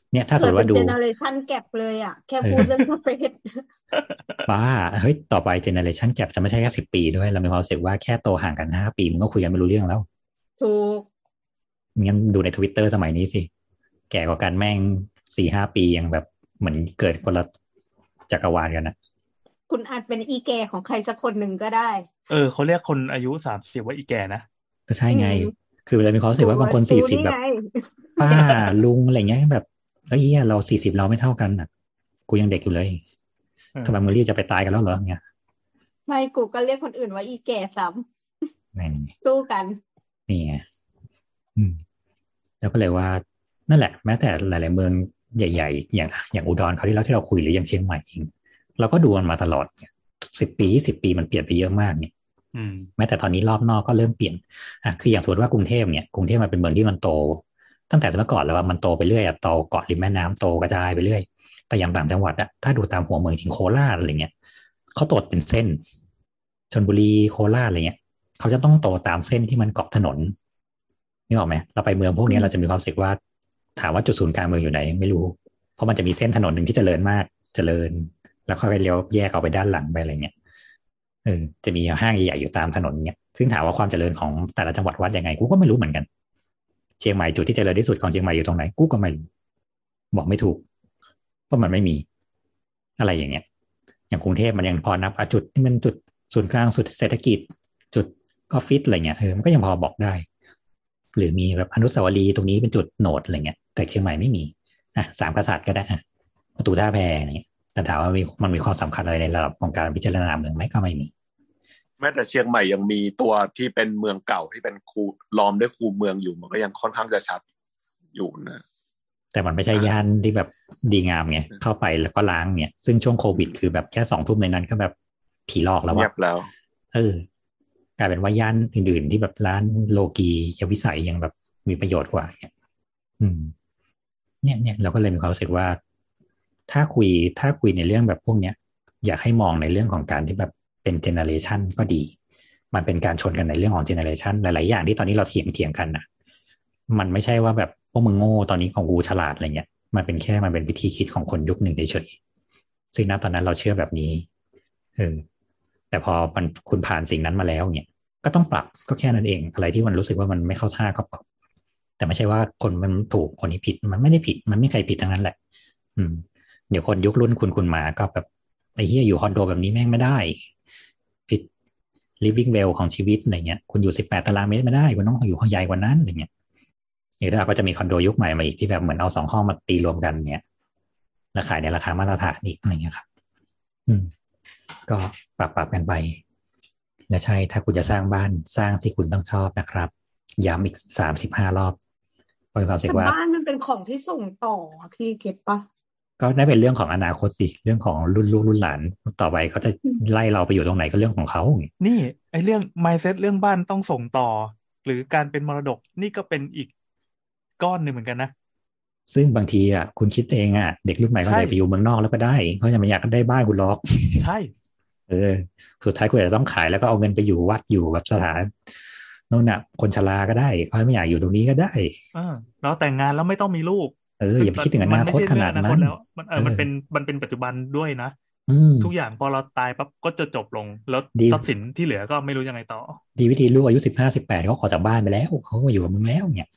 เนี่ยถ้าส
เกิดเป็
มมติว่าน ดู
เจเนอเรชันแก็ปเลยอ่ะแค่
เอ
พูดเรื่อง
อ
สเปซ
บ้าเฮ้ยต่อไปเจเนอเรชันแกปจะไม่ใช่แค่10 ปีด้วยเรามีความรู้สึกว่าแค่โตห่างกัน5 ปีมันก็คุยกันไม่รู้เรื่องแล้ว
ถูก
งั้นดูในTwitterสมัยนี้สิแก่กว่ากันแม่ง4-5 ปียังแบบเหมือนเกิดคนละจักรวาลกันนะ
คุณอาจเป็นอีแก่ของใครสักคนหนึ่งก็ได้
เขาเรียกคนอายุ30ว่าอีแก่นะ
ก็ใช่ไง
อืม
คือเรามีความรู้สึกว่าบางคน
กู
40แบบ
นี่ไง
ป้าลุงอะไรเงี้ยแบบเฮ้ยเรา40เราไม่เท่ากันอ่ะกูยังเด็กอยู่เลยทำไมมึงรีบจะไปตายกันแล้วเหรอเงี้ย
ไม่กูก็เรียกคนอื่นว่าอีแก่ซ้
แม่ง
ำสู้กัน
นี่ไงอืม แล้วก็เลยว่านั่นแหละแม้แต่หลายๆเมืองใหญ่ๆอย่างอุดรเขาที่เราคุยหรืออย่างเชียงใหม่เองเราก็ดูมันมาตลอด10 ปี20 ปีมันเปลี่ยนไปเยอะมากเนี่ยแม้แต่ตอนนี้รอบนอกก็เริ่มเปลี่ยนคืออย่างสมมติว่ากรุงเทพเนี่ยกรุงเทพมันเป็นเมืองที่มันโตตั้งแต่เมื่อก่อนแล้วว่ามันโตไปเรื่อยโตเกาะริมแม่น้ำโตกระจายไปเรื่อยแต่อย่างต่างจังหวัดถ้าดูตามหัวเมืองจริงโคราชอะไรเงี้ยเขาโตเป็นเส้นชลบุรีโคราชอะไรเงี้ยเขาจะต้องโตตามเส้นที่มันเกาะถนนนึกออกไหมเราไปเมืองพวกนี้เราจะมีความรู้สึกว่าถามว่าจุดศูนย์กลางเมืองอยู่ไหนไม่รู้เพราะมันจะมีเส้นถนนหนึ่งที่เจริญมากเจริญแล้วค่อยเลี้ยวแยกออกไปด้านหลังไปอะไรเงี้ยจะมีห้างใหญ่ๆอยู่ตามถนนเงี้ยซึ่งถามว่าความเจริญของแต่ละจังหวัดวัดยังไงกูก็ไม่รู้เหมือนกันเชียงใหม่จุดที่เจริญที่สุดของเชียงใหม่อยู่ตรงไหนกูก็ไม่บอกไม่ถูกเพราะมันไม่มีอะไรอย่างเงี้ยอย่างกรุงเทพมันยังพอนับจุดที่มันจุดศูนย์กลางสุดเศรษฐกิจจุดออฟฟิศอะไรเงี้ยมันก็ยังพอบอกได้หรือมีแบบอนุสาวรีย์ตรงนี้เป็นจุดโหนดอะไรเงี้ยแต่เชียงใหม่ไม่มีสามกษัตริย์ก็ได้ประตูท่าแพอะไรเงี้ยแต่ถามว่ามันมีความสำคัญอะไรในระดับของการพิจารณาเมืองไหมก็ไม่มี
แม้แต่เชียงใหม่ยังมีตัวที่เป็นเมืองเก่าที่เป็นคูล้อมด้วยคูเมืองอยู่มันก็ยังค่อนข้างจะชัดอยู่นะ
แต่มันไม่ใช่ย่านที่แบบดีงามไงเข้าไปแล้วก็ล้างเนี่ยซึ่งช่วงโควิดคือแบบแค่2 ทุ่มในนั้นก็แบบผีหลอกแล้ว
เงี
ว่ะ
ยบแล้ว
กลายเป็นว่าย่านอื่นๆที่แบบร้านโลกียวิสัยยังแบบมีประโยชน์กว่าเนี่ยอืมเนี่ยเราก็เลยมีความรู้สึกว่าถ้าคุยในเรื่องแบบพวกเนี้ยอยากให้มองในเรื่องของการที่แบบเป็นเจเนอเรชันก็ดีมันเป็นการชนกันในเรื่องของเจเนอเรชันหลายๆอย่างที่ตอนนี้เราเถียงกันนะมันไม่ใช่ว่าแบบพวกมึงโง่ตอนนี้ของกูฉลาดอะไรเงี้ยมันเป็นวิธีคิดของคนยุคหนึ่งเฉยๆซึ่งณตอนนั้นเราเชื่อแบบนี้แต่พอคุณผ่านสิ่งนั้นมาแล้วเนี่ยก็ต้องปรับก็แค่นั้นเองอะไรที่มันรู้สึกว่ามันไม่เข้าท่าก็ปรับแต่ไม่ใช่ว่าคนมันถูกคนนี้ผิดมันไม่ได้ผิดมันไม่ใครผิดทั้งนั้นแหละเดี๋ยวคนยุครุ่นคุณมาก็แบบไอ้เหี้ยอยู่คอนโดแบบนี้แม่งไม่ได้ผิด living well ของชีวิตอะไรเงี้ยคุณอยู่18 ตารางเมตรไม่ได้คุณต้องอยู่ห้องใหญ่กว่านั้นอะไรเงี้ยหรือเราก็จะมีคอนโดยุคใหม่มาอีกที่แบบเหมือนเอา2 ห้องมาตีรวมกันเนี่ยแล้วขายในราคามาตรฐานอีกอะไรเงี้ยครับก็ปรับกันไปและใช่ถ้าคุณจะสร้างบ้านสร้างที่คุณต้องชอบนะครับย้ำอีก35 รอบเพราะความรู้สึ
แต่
กว่า
บ้านมันเป็นของที่ส่งต่อพี่เก็ตปะ
ก็ได้เป็นเรื่องของอนาคตสิเรื่องของรุ่นลูกรุ่นหลานต่อไปเขาจะไล่เราไปอยู่ตรงไหนก็เรื่องของเขา
นี่ไอ้เรื่อง mindset เรื่องบ้านต้องส่งต่อหรือการเป็นมรดกนี่ก็เป็นอีกก้อนหนึ่งเหมือนกันนะ
ซึ่งบางทีคุณคิดเองเด็กรุ่นใหม่ก็เลยไปอยู่เมืองนอกแล้วก็ได้เขาจะไม่อยากได้บ้านคุณล็อก
ใช่
สุดท้ายคุณอาจจะต้องขายแล้วก็เอาเงินไปอยู่วัดอยู่แบบสถานโน่นคนชราก็ได้เขาไม่อยากอยู่ตรงนี้ก็ได้
เราแต่งงานแล้วไม่ต้องมีลูก
อย่าไปคิดถึงอนาคตขนาดนั้น
แล้วมันเป็นปัจจุบันด้วยนะทุกอย่างพอเราตายปั๊บก็จะจบลงแล้วทรัพย์สินที่เหลือก็ไม่รู้ยังไงต่อ
ดีวิธีลูกอายุ15-18เขาขอจากบ้านไปแล้วเขามาอยู่กับมึงแล้วเนี่ย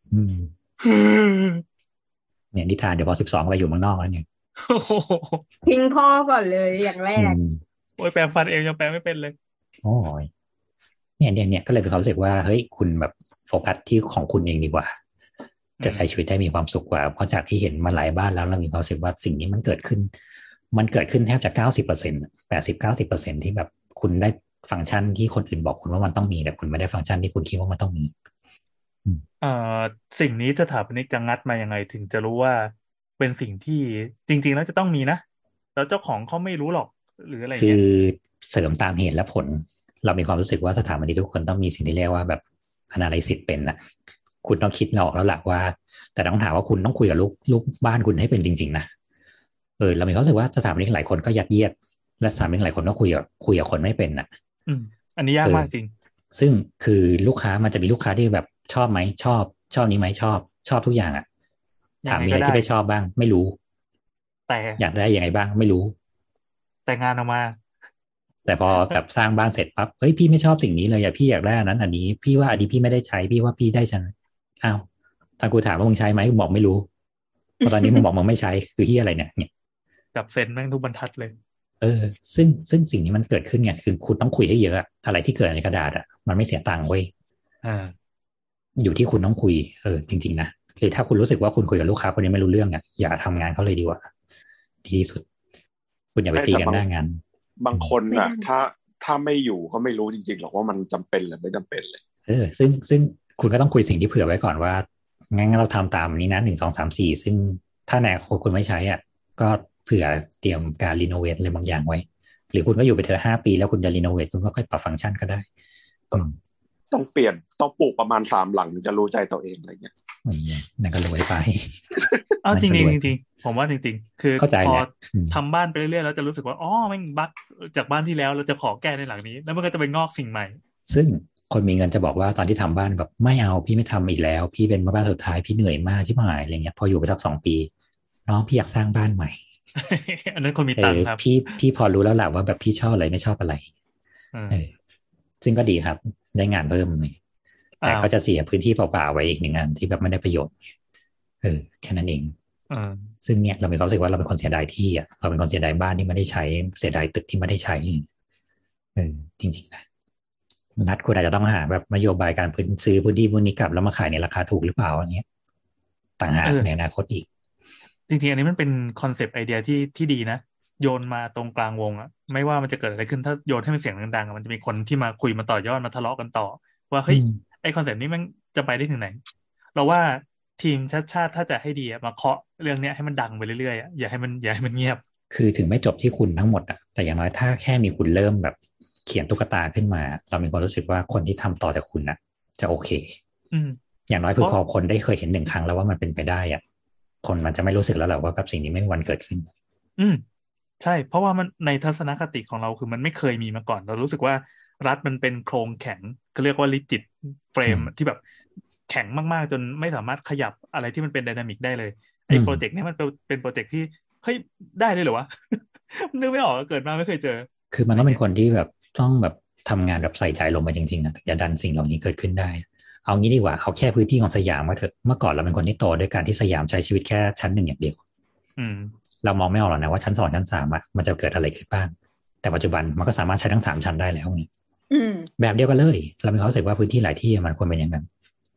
เนี่ยนิทานเดี๋ยวพอ12ไปอยู่เมืองนอกแล้วเนี่ย
ทิ้งพ่อก่อนเลยอย่างแรก
โอ้ยแปลงฟันเองยังแปลงไม่เป็นเลย
โอ้ยเนี่ยก็เลยเป็นความรู้สึกว่าเฮ้ยคุณแบบโฟกัสที่ของคุณเองดีกว่าจะใช้ชีวิตได้มีความสุขกว่าเพราะจากที่เห็นมาหลายบ้านแล้วเรามีความรู้สึกว่าสิ่งนี้มันเกิดขึ้นแทบจะ90% 80-90%ที่แบบคุณได้ฟังก์ชันที่คนอื่นบอกคุณว่ามันต้องมีแต่คุณไม่ได้ฟังก์ชันที่คุณคิดว่ามันต้องมี
สิ่งนี้สถาปนิกจะงัดมายังไงถึงจะรู้ว่าเป็นสิ่งที่จริงๆแล้วจะต้องมีนะแล้วเจ้าของเขาไม่รู้หรอกหรืออะไรเงี้ย
คือเสริมตามเหตุและผลเรามีความรู้สึกว่าสถาปนิกทุกคนต้องมีสิ่งที่เรียกว่าแบบ analysis เป็นคุณต้องคิดออกแล้วแหละว่าแต่ต้องถามว่าคุณต้องคุยกับลูกบ้านคุณให้เป็นจริงๆนะเรามีความรู้สึกว่าสถาปนิกหลายคนก็ยัดเยียดและสถาปนิกหลายคนก็คุยกับคนไม่เป็น
อันนี้ยากมากจริง
ซึ่งคือลูกค้ามันจะมีลูกค้าที่แบบชอบไหมชอบนี้ไหมชอบทุกอย่าง
ยั
ถาม
งไง
มี
ก็
อะไร
ได้
ที่ไม่ชอบบ้างไม่รู้
แต่
อยากได้ยังไงบ้างไม่รู้
แต่งานออกมา
แต่พอแบบสร้างบ้านเสร็จปั๊บเฮ้ยพี่ไม่ชอบสิ่งนี้เลยพี่อยากได้อันนั้นอันนี้พี่ว่าอันนี้พี่ไม่ได้ใช้พี่ว่าพี่ได้ฉันอ้าวถ้ากูถามว่ามึงใช้ไหมกูบอกไม่รู้เพราะตอนนี้มึงบอกมึงไม่ใช้คือที่อะไรเนี่ย
กับเซ็นแม่งทุกบรรทัดเลย
ซึ่งสิ่งนี้มันเกิดขึ้นไงคือคุณต้องคุยให้เยอะอะไรที่เกิดในกระดาษมันไม่เสียตังค์เว้ยอยู่ที่คุณต้องคุยจริงๆนะหรือถ้าคุณรู้สึกว่าคุณคุยกับลูกค้าคนนี้ไม่รู้เรื่องอย่าทำงานเขาเลยดีกว่าดีที่สุดคุณอย่าไปตีกันหน้างาน
บางคนถ้าไม่อยู่ก็ไม่รู้จริงๆหรอกว่ามันจำเป็นหรือไม่จำเป็นเลย
ซึ่งคุณก็ต้องคุยสิ่งที่เผื่อไว้ก่อนว่างั้นเราทำตามนี้นะ1 2 3 4ซึ่งถ้าแนวคุณไม่ใช้ก็เผื่อเตรียมการรีโนเวทอะไรบางอย่างไว้หรือคุณก็อยู่ไปเถอะ5 ปีแล้วคุณจะรีโนเวทคุณก็ค่อยปรับฟังก์ชันก็ได้
ต้องเปลี่ยนต้องปลูกประมาณ3 หลังถึงจะรู้ใจตัวเองอะไรเงี้ย
นั่นก็รวยไป
จริงจริงผมว่าจริงๆคือพอทำบ้านไปเรื่อยๆแล้วจะรู้สึกว่าแม่งบั๊กจากบ้านที่แล้วเราจะขอแก้ในหลังนี้แล้วมันก็จะไปงอกสิ่งใหม่
ซึ่งคนมีเงินจะบอกว่าตอนที่ทำบ้านแบบไม่เอาพี่ไม่ทำอีกแล้วพี่เป็นบ้านสุดท้ายพี่เหนื่อยมากชิบหายอะไรเงี้ยพออยู่ไปสัก2 ปีน้องพี่อยากสร้างบ้านใหม่
อันนั้นคนมีตังค์ครับ
พี่พอรู้แล้วแหละว่าแบบพี่ชอบอะไรไม่ชอบอะไรซึ่งก็ดีครับได้งานเพิ่มเลยแต่ก็จะเสียพื้นที่เปล่าๆไว้อีก1 งานที่แบบไม่ได้ประโยชน์แค่นั้นเองซึ่งเนี่ยเรามีความรู้สึกว่าเราเป็นคนเสียดายที่เราเป็นคนเสียดายบ้านที่ไม่ได้ใช้เสียดายตึกที่ไม่ได้ใช้จริงๆนะนัดคุณอาจจะต้องหาแบบนโยบายการซื้อพื้นที่พวกนี้กลับแล้วมาขายในราคาถูกหรือเปล่าอันนี้ต่างหากในอนาคตอีก
จริงๆอันนี้มันเป็นคอนเซปต์ไอเดียที่ดีนะโยนมาตรงกลางวงไม่ว่ามันจะเกิดอะไรขึ้นถ้าโยนให้มันเสียงดังๆมันจะมีคนที่มาคุยมาต่อยอดมาทะเลาะกันต่อว่าเฮ้ยไอคอนเซปต์นี้มันจะไปได้ถึงไหนเราว่าทีมชาติถ้าจะให้ดีมาเคาะเรื่องนี้ให้มันดังไปเรื่อยๆอย่าให้มันเงียบ
คือถึงไม่จบที่คุณทั้งหมดแต่อย่างน้อยถ้าแค่มีคุณเริ่มแบบเขียนตุ๊กตาขึ้นมาเรามีความรู้สึกว่าคนที่ทำต่อจากคุณจะโอเคอย่างน้อยคือพอคนได้เคยเห็น1 ครั้งแล้วว่ามันเป็นไปได้คนมันจะไม่รู้สึกแล้วแหละว่าแบบสิ่งนี้ไม่มีวันเกิดขึ้น
ใช่เพราะว่ามันในทัศนคติของเราคือมันไม่เคยมีมาก่อนเรารู้สึกว่ารัฐมันเป็นโครงแข็งก็เรียกว่า rigid frame ที่แบบแข็งมากๆจนไม่สามารถขยับอะไรที่มันเป็นไดนามิกได้เลยไอ้โปรเจกต์นี้มันเป็นโปรเจกต์ที่เฮ้ยได้เลยเหรอวะ นึกไม่ออกเกิดมาไม่เคยเจอ
คือมันต้องเป็นคนที่แบบต้องแบบทำงานแบบใส่ใจลงไปจริงๆอย่าดันสิ่งเหล่านี้เกิดขึ้นได้เอางี้ดีกว่าเอาแค่พื้นที่ของสยามมาเถอะเมื่อก่อนเราเป็นคนที่โตด้วยการที่สยามใช้ชีวิตแค่ชั้น 1อย่างเดียวเรามองไม่ออกหรอกนะว่าชั้น 2ชั้น 3มันจะเกิดอะไรขึ้นบ้างแต่ปัจจุบันมันก็สามารถใช้ทั้ง3 ชั้นได้แล้วไงแบบเดียวกันเลยเรามีความรู้สึกว่าพื้นที่หลายที่มันควรเป็นอย่างนั้น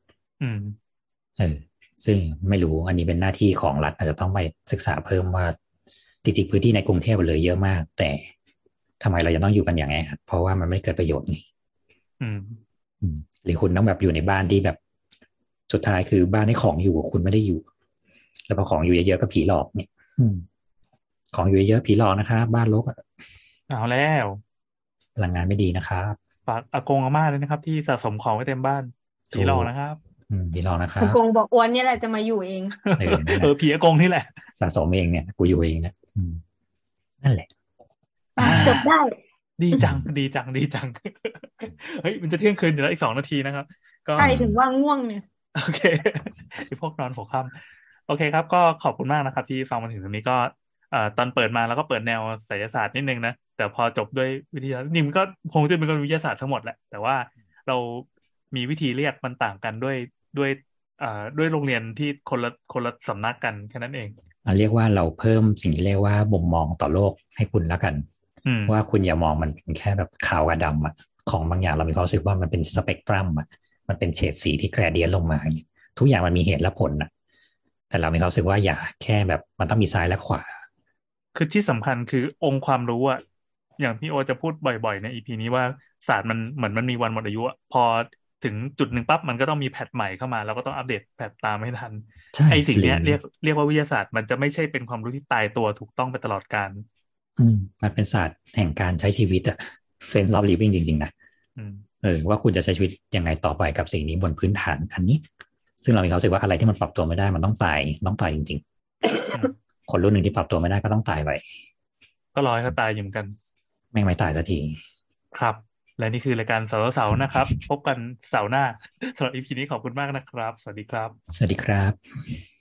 ซึ่งไม่รู้อันนี้เป็นหน้าที่ของรัฐอาจจะต้องไปศึกษาเพิ่มว่าจริงๆพื้นที่ในกรุงเทพเลยเยอะมากแต่ทำไมเราจะต้องอยู่กันอย่างไงเพราะว่ามันไม่เกิดประโยชน์ไงหรือคุณต้องแบบอยู่ในบ้านที่แบบสุดท้ายคือบ้านให้ของอยู่คุณไม่ได้อยู่แล้วพอของอยู่เยอะๆก็ผีหลอกเนี่ยของอยู่เยอะผีหลอกนะครับบ้านรก
เอาแล้ว
พลังงานไม่ดีนะครับ
ฝากอากงอาม่าเลยนะครับที่สะสมของไว้เต็มบ้านผีหลอกนะครับ
ผีหลอกนะครับ
อากงบอกอ้วนนี่แหละจะมาอยู่เอง
ผีอากงนี่แหละ
สะสมเองเนี่ยกูอยู่เองนะนั่นแหละ
จบได้
ดีจังเฮ้ยมันจะเที่ยงคืนอยู่แล้วอีก2 นาทีนะครับ
ก็ใช่ถึงว่าง่วงเนี่ย
โอเคไอพวกนอนหัวค่ำโอเคครับก็ขอบคุณมากนะครับที่ฟังมาถึงตรงนี้ก็ตอนเปิดมาแล้วก็เปิดแนวไสยศาสตร์นิดนึงนะแต่พอจบด้วยวิทยาศาสตร์นี่มันก็คงจะเป็นวิทยาศาสตร์ทั้งหมดแหละแต่ว่าเรามีวิธีเรียกมันต่างกันด้วยโรงเรียนที่คนละสำนักกันแค่นั้นเอง
เรียกว่าเราเพิ่มสิ่งที่เรียกว่ามุมมองต่อโลกให้คุณแล้วกันว่าคุณอย่ามองมันเป็นแค่แบบขาวกับดำของบางอย่างเรามีความรู้สึกว่ามันเป็นสเปกตรัมมันเป็นเฉดสีที่แกรเดียนลงมาทุกอย่างมันมีเหตุและผลแต่เรามีความรู้สึกว่าอย่าแค่แบบมันต้องมีซ้ายและขวา
คือที่สำคัญคือองค์ความรู้อย่างพี่โอจะพูดบ่อยๆใน EP นี้ว่าศาสตร์มันเหมือนมันมีวันหมดอายุพอถึงจุดหนึ่งปั๊บมันก็ต้องมีแพทใหม่เข้ามาเราก็ต้องอัปเดตแพทตามให้ทันไอ้สิ่งนี้เรียกว่าวิทยาศาสตร์มันจะไม่ใช่เป็นความรู้ที่ตายตัวถูกต้องไปตลอดกาล
มันเป็นศาสตร์แห่งการใช้ชีวิตเซนส์ออฟลิฟวิ่งจริงๆนะว่าคุณจะใช้ชีวิตยังไงต่อไปกับสิ่งนี้บนพื้นฐานอันนี้ซึ่งเรามีความรู้สึกว่าอะไรที่มันปรับตัวไม่ได้มันต้องตายจริงๆคนรุ่นหนึ่งที่ปรับตัวไม่ได้ก็ต้องตายไป
ก็รอให้เขาตายอยู่เหมือนกัน
ไม่ตายสักที
ครับและนี่คือรายการเสาร์นะครับพบกันเสาร์หน้าสำหรับ EP นี้ขอบคุณมากนะครับสวัสดีครับ
สวัสดีครับ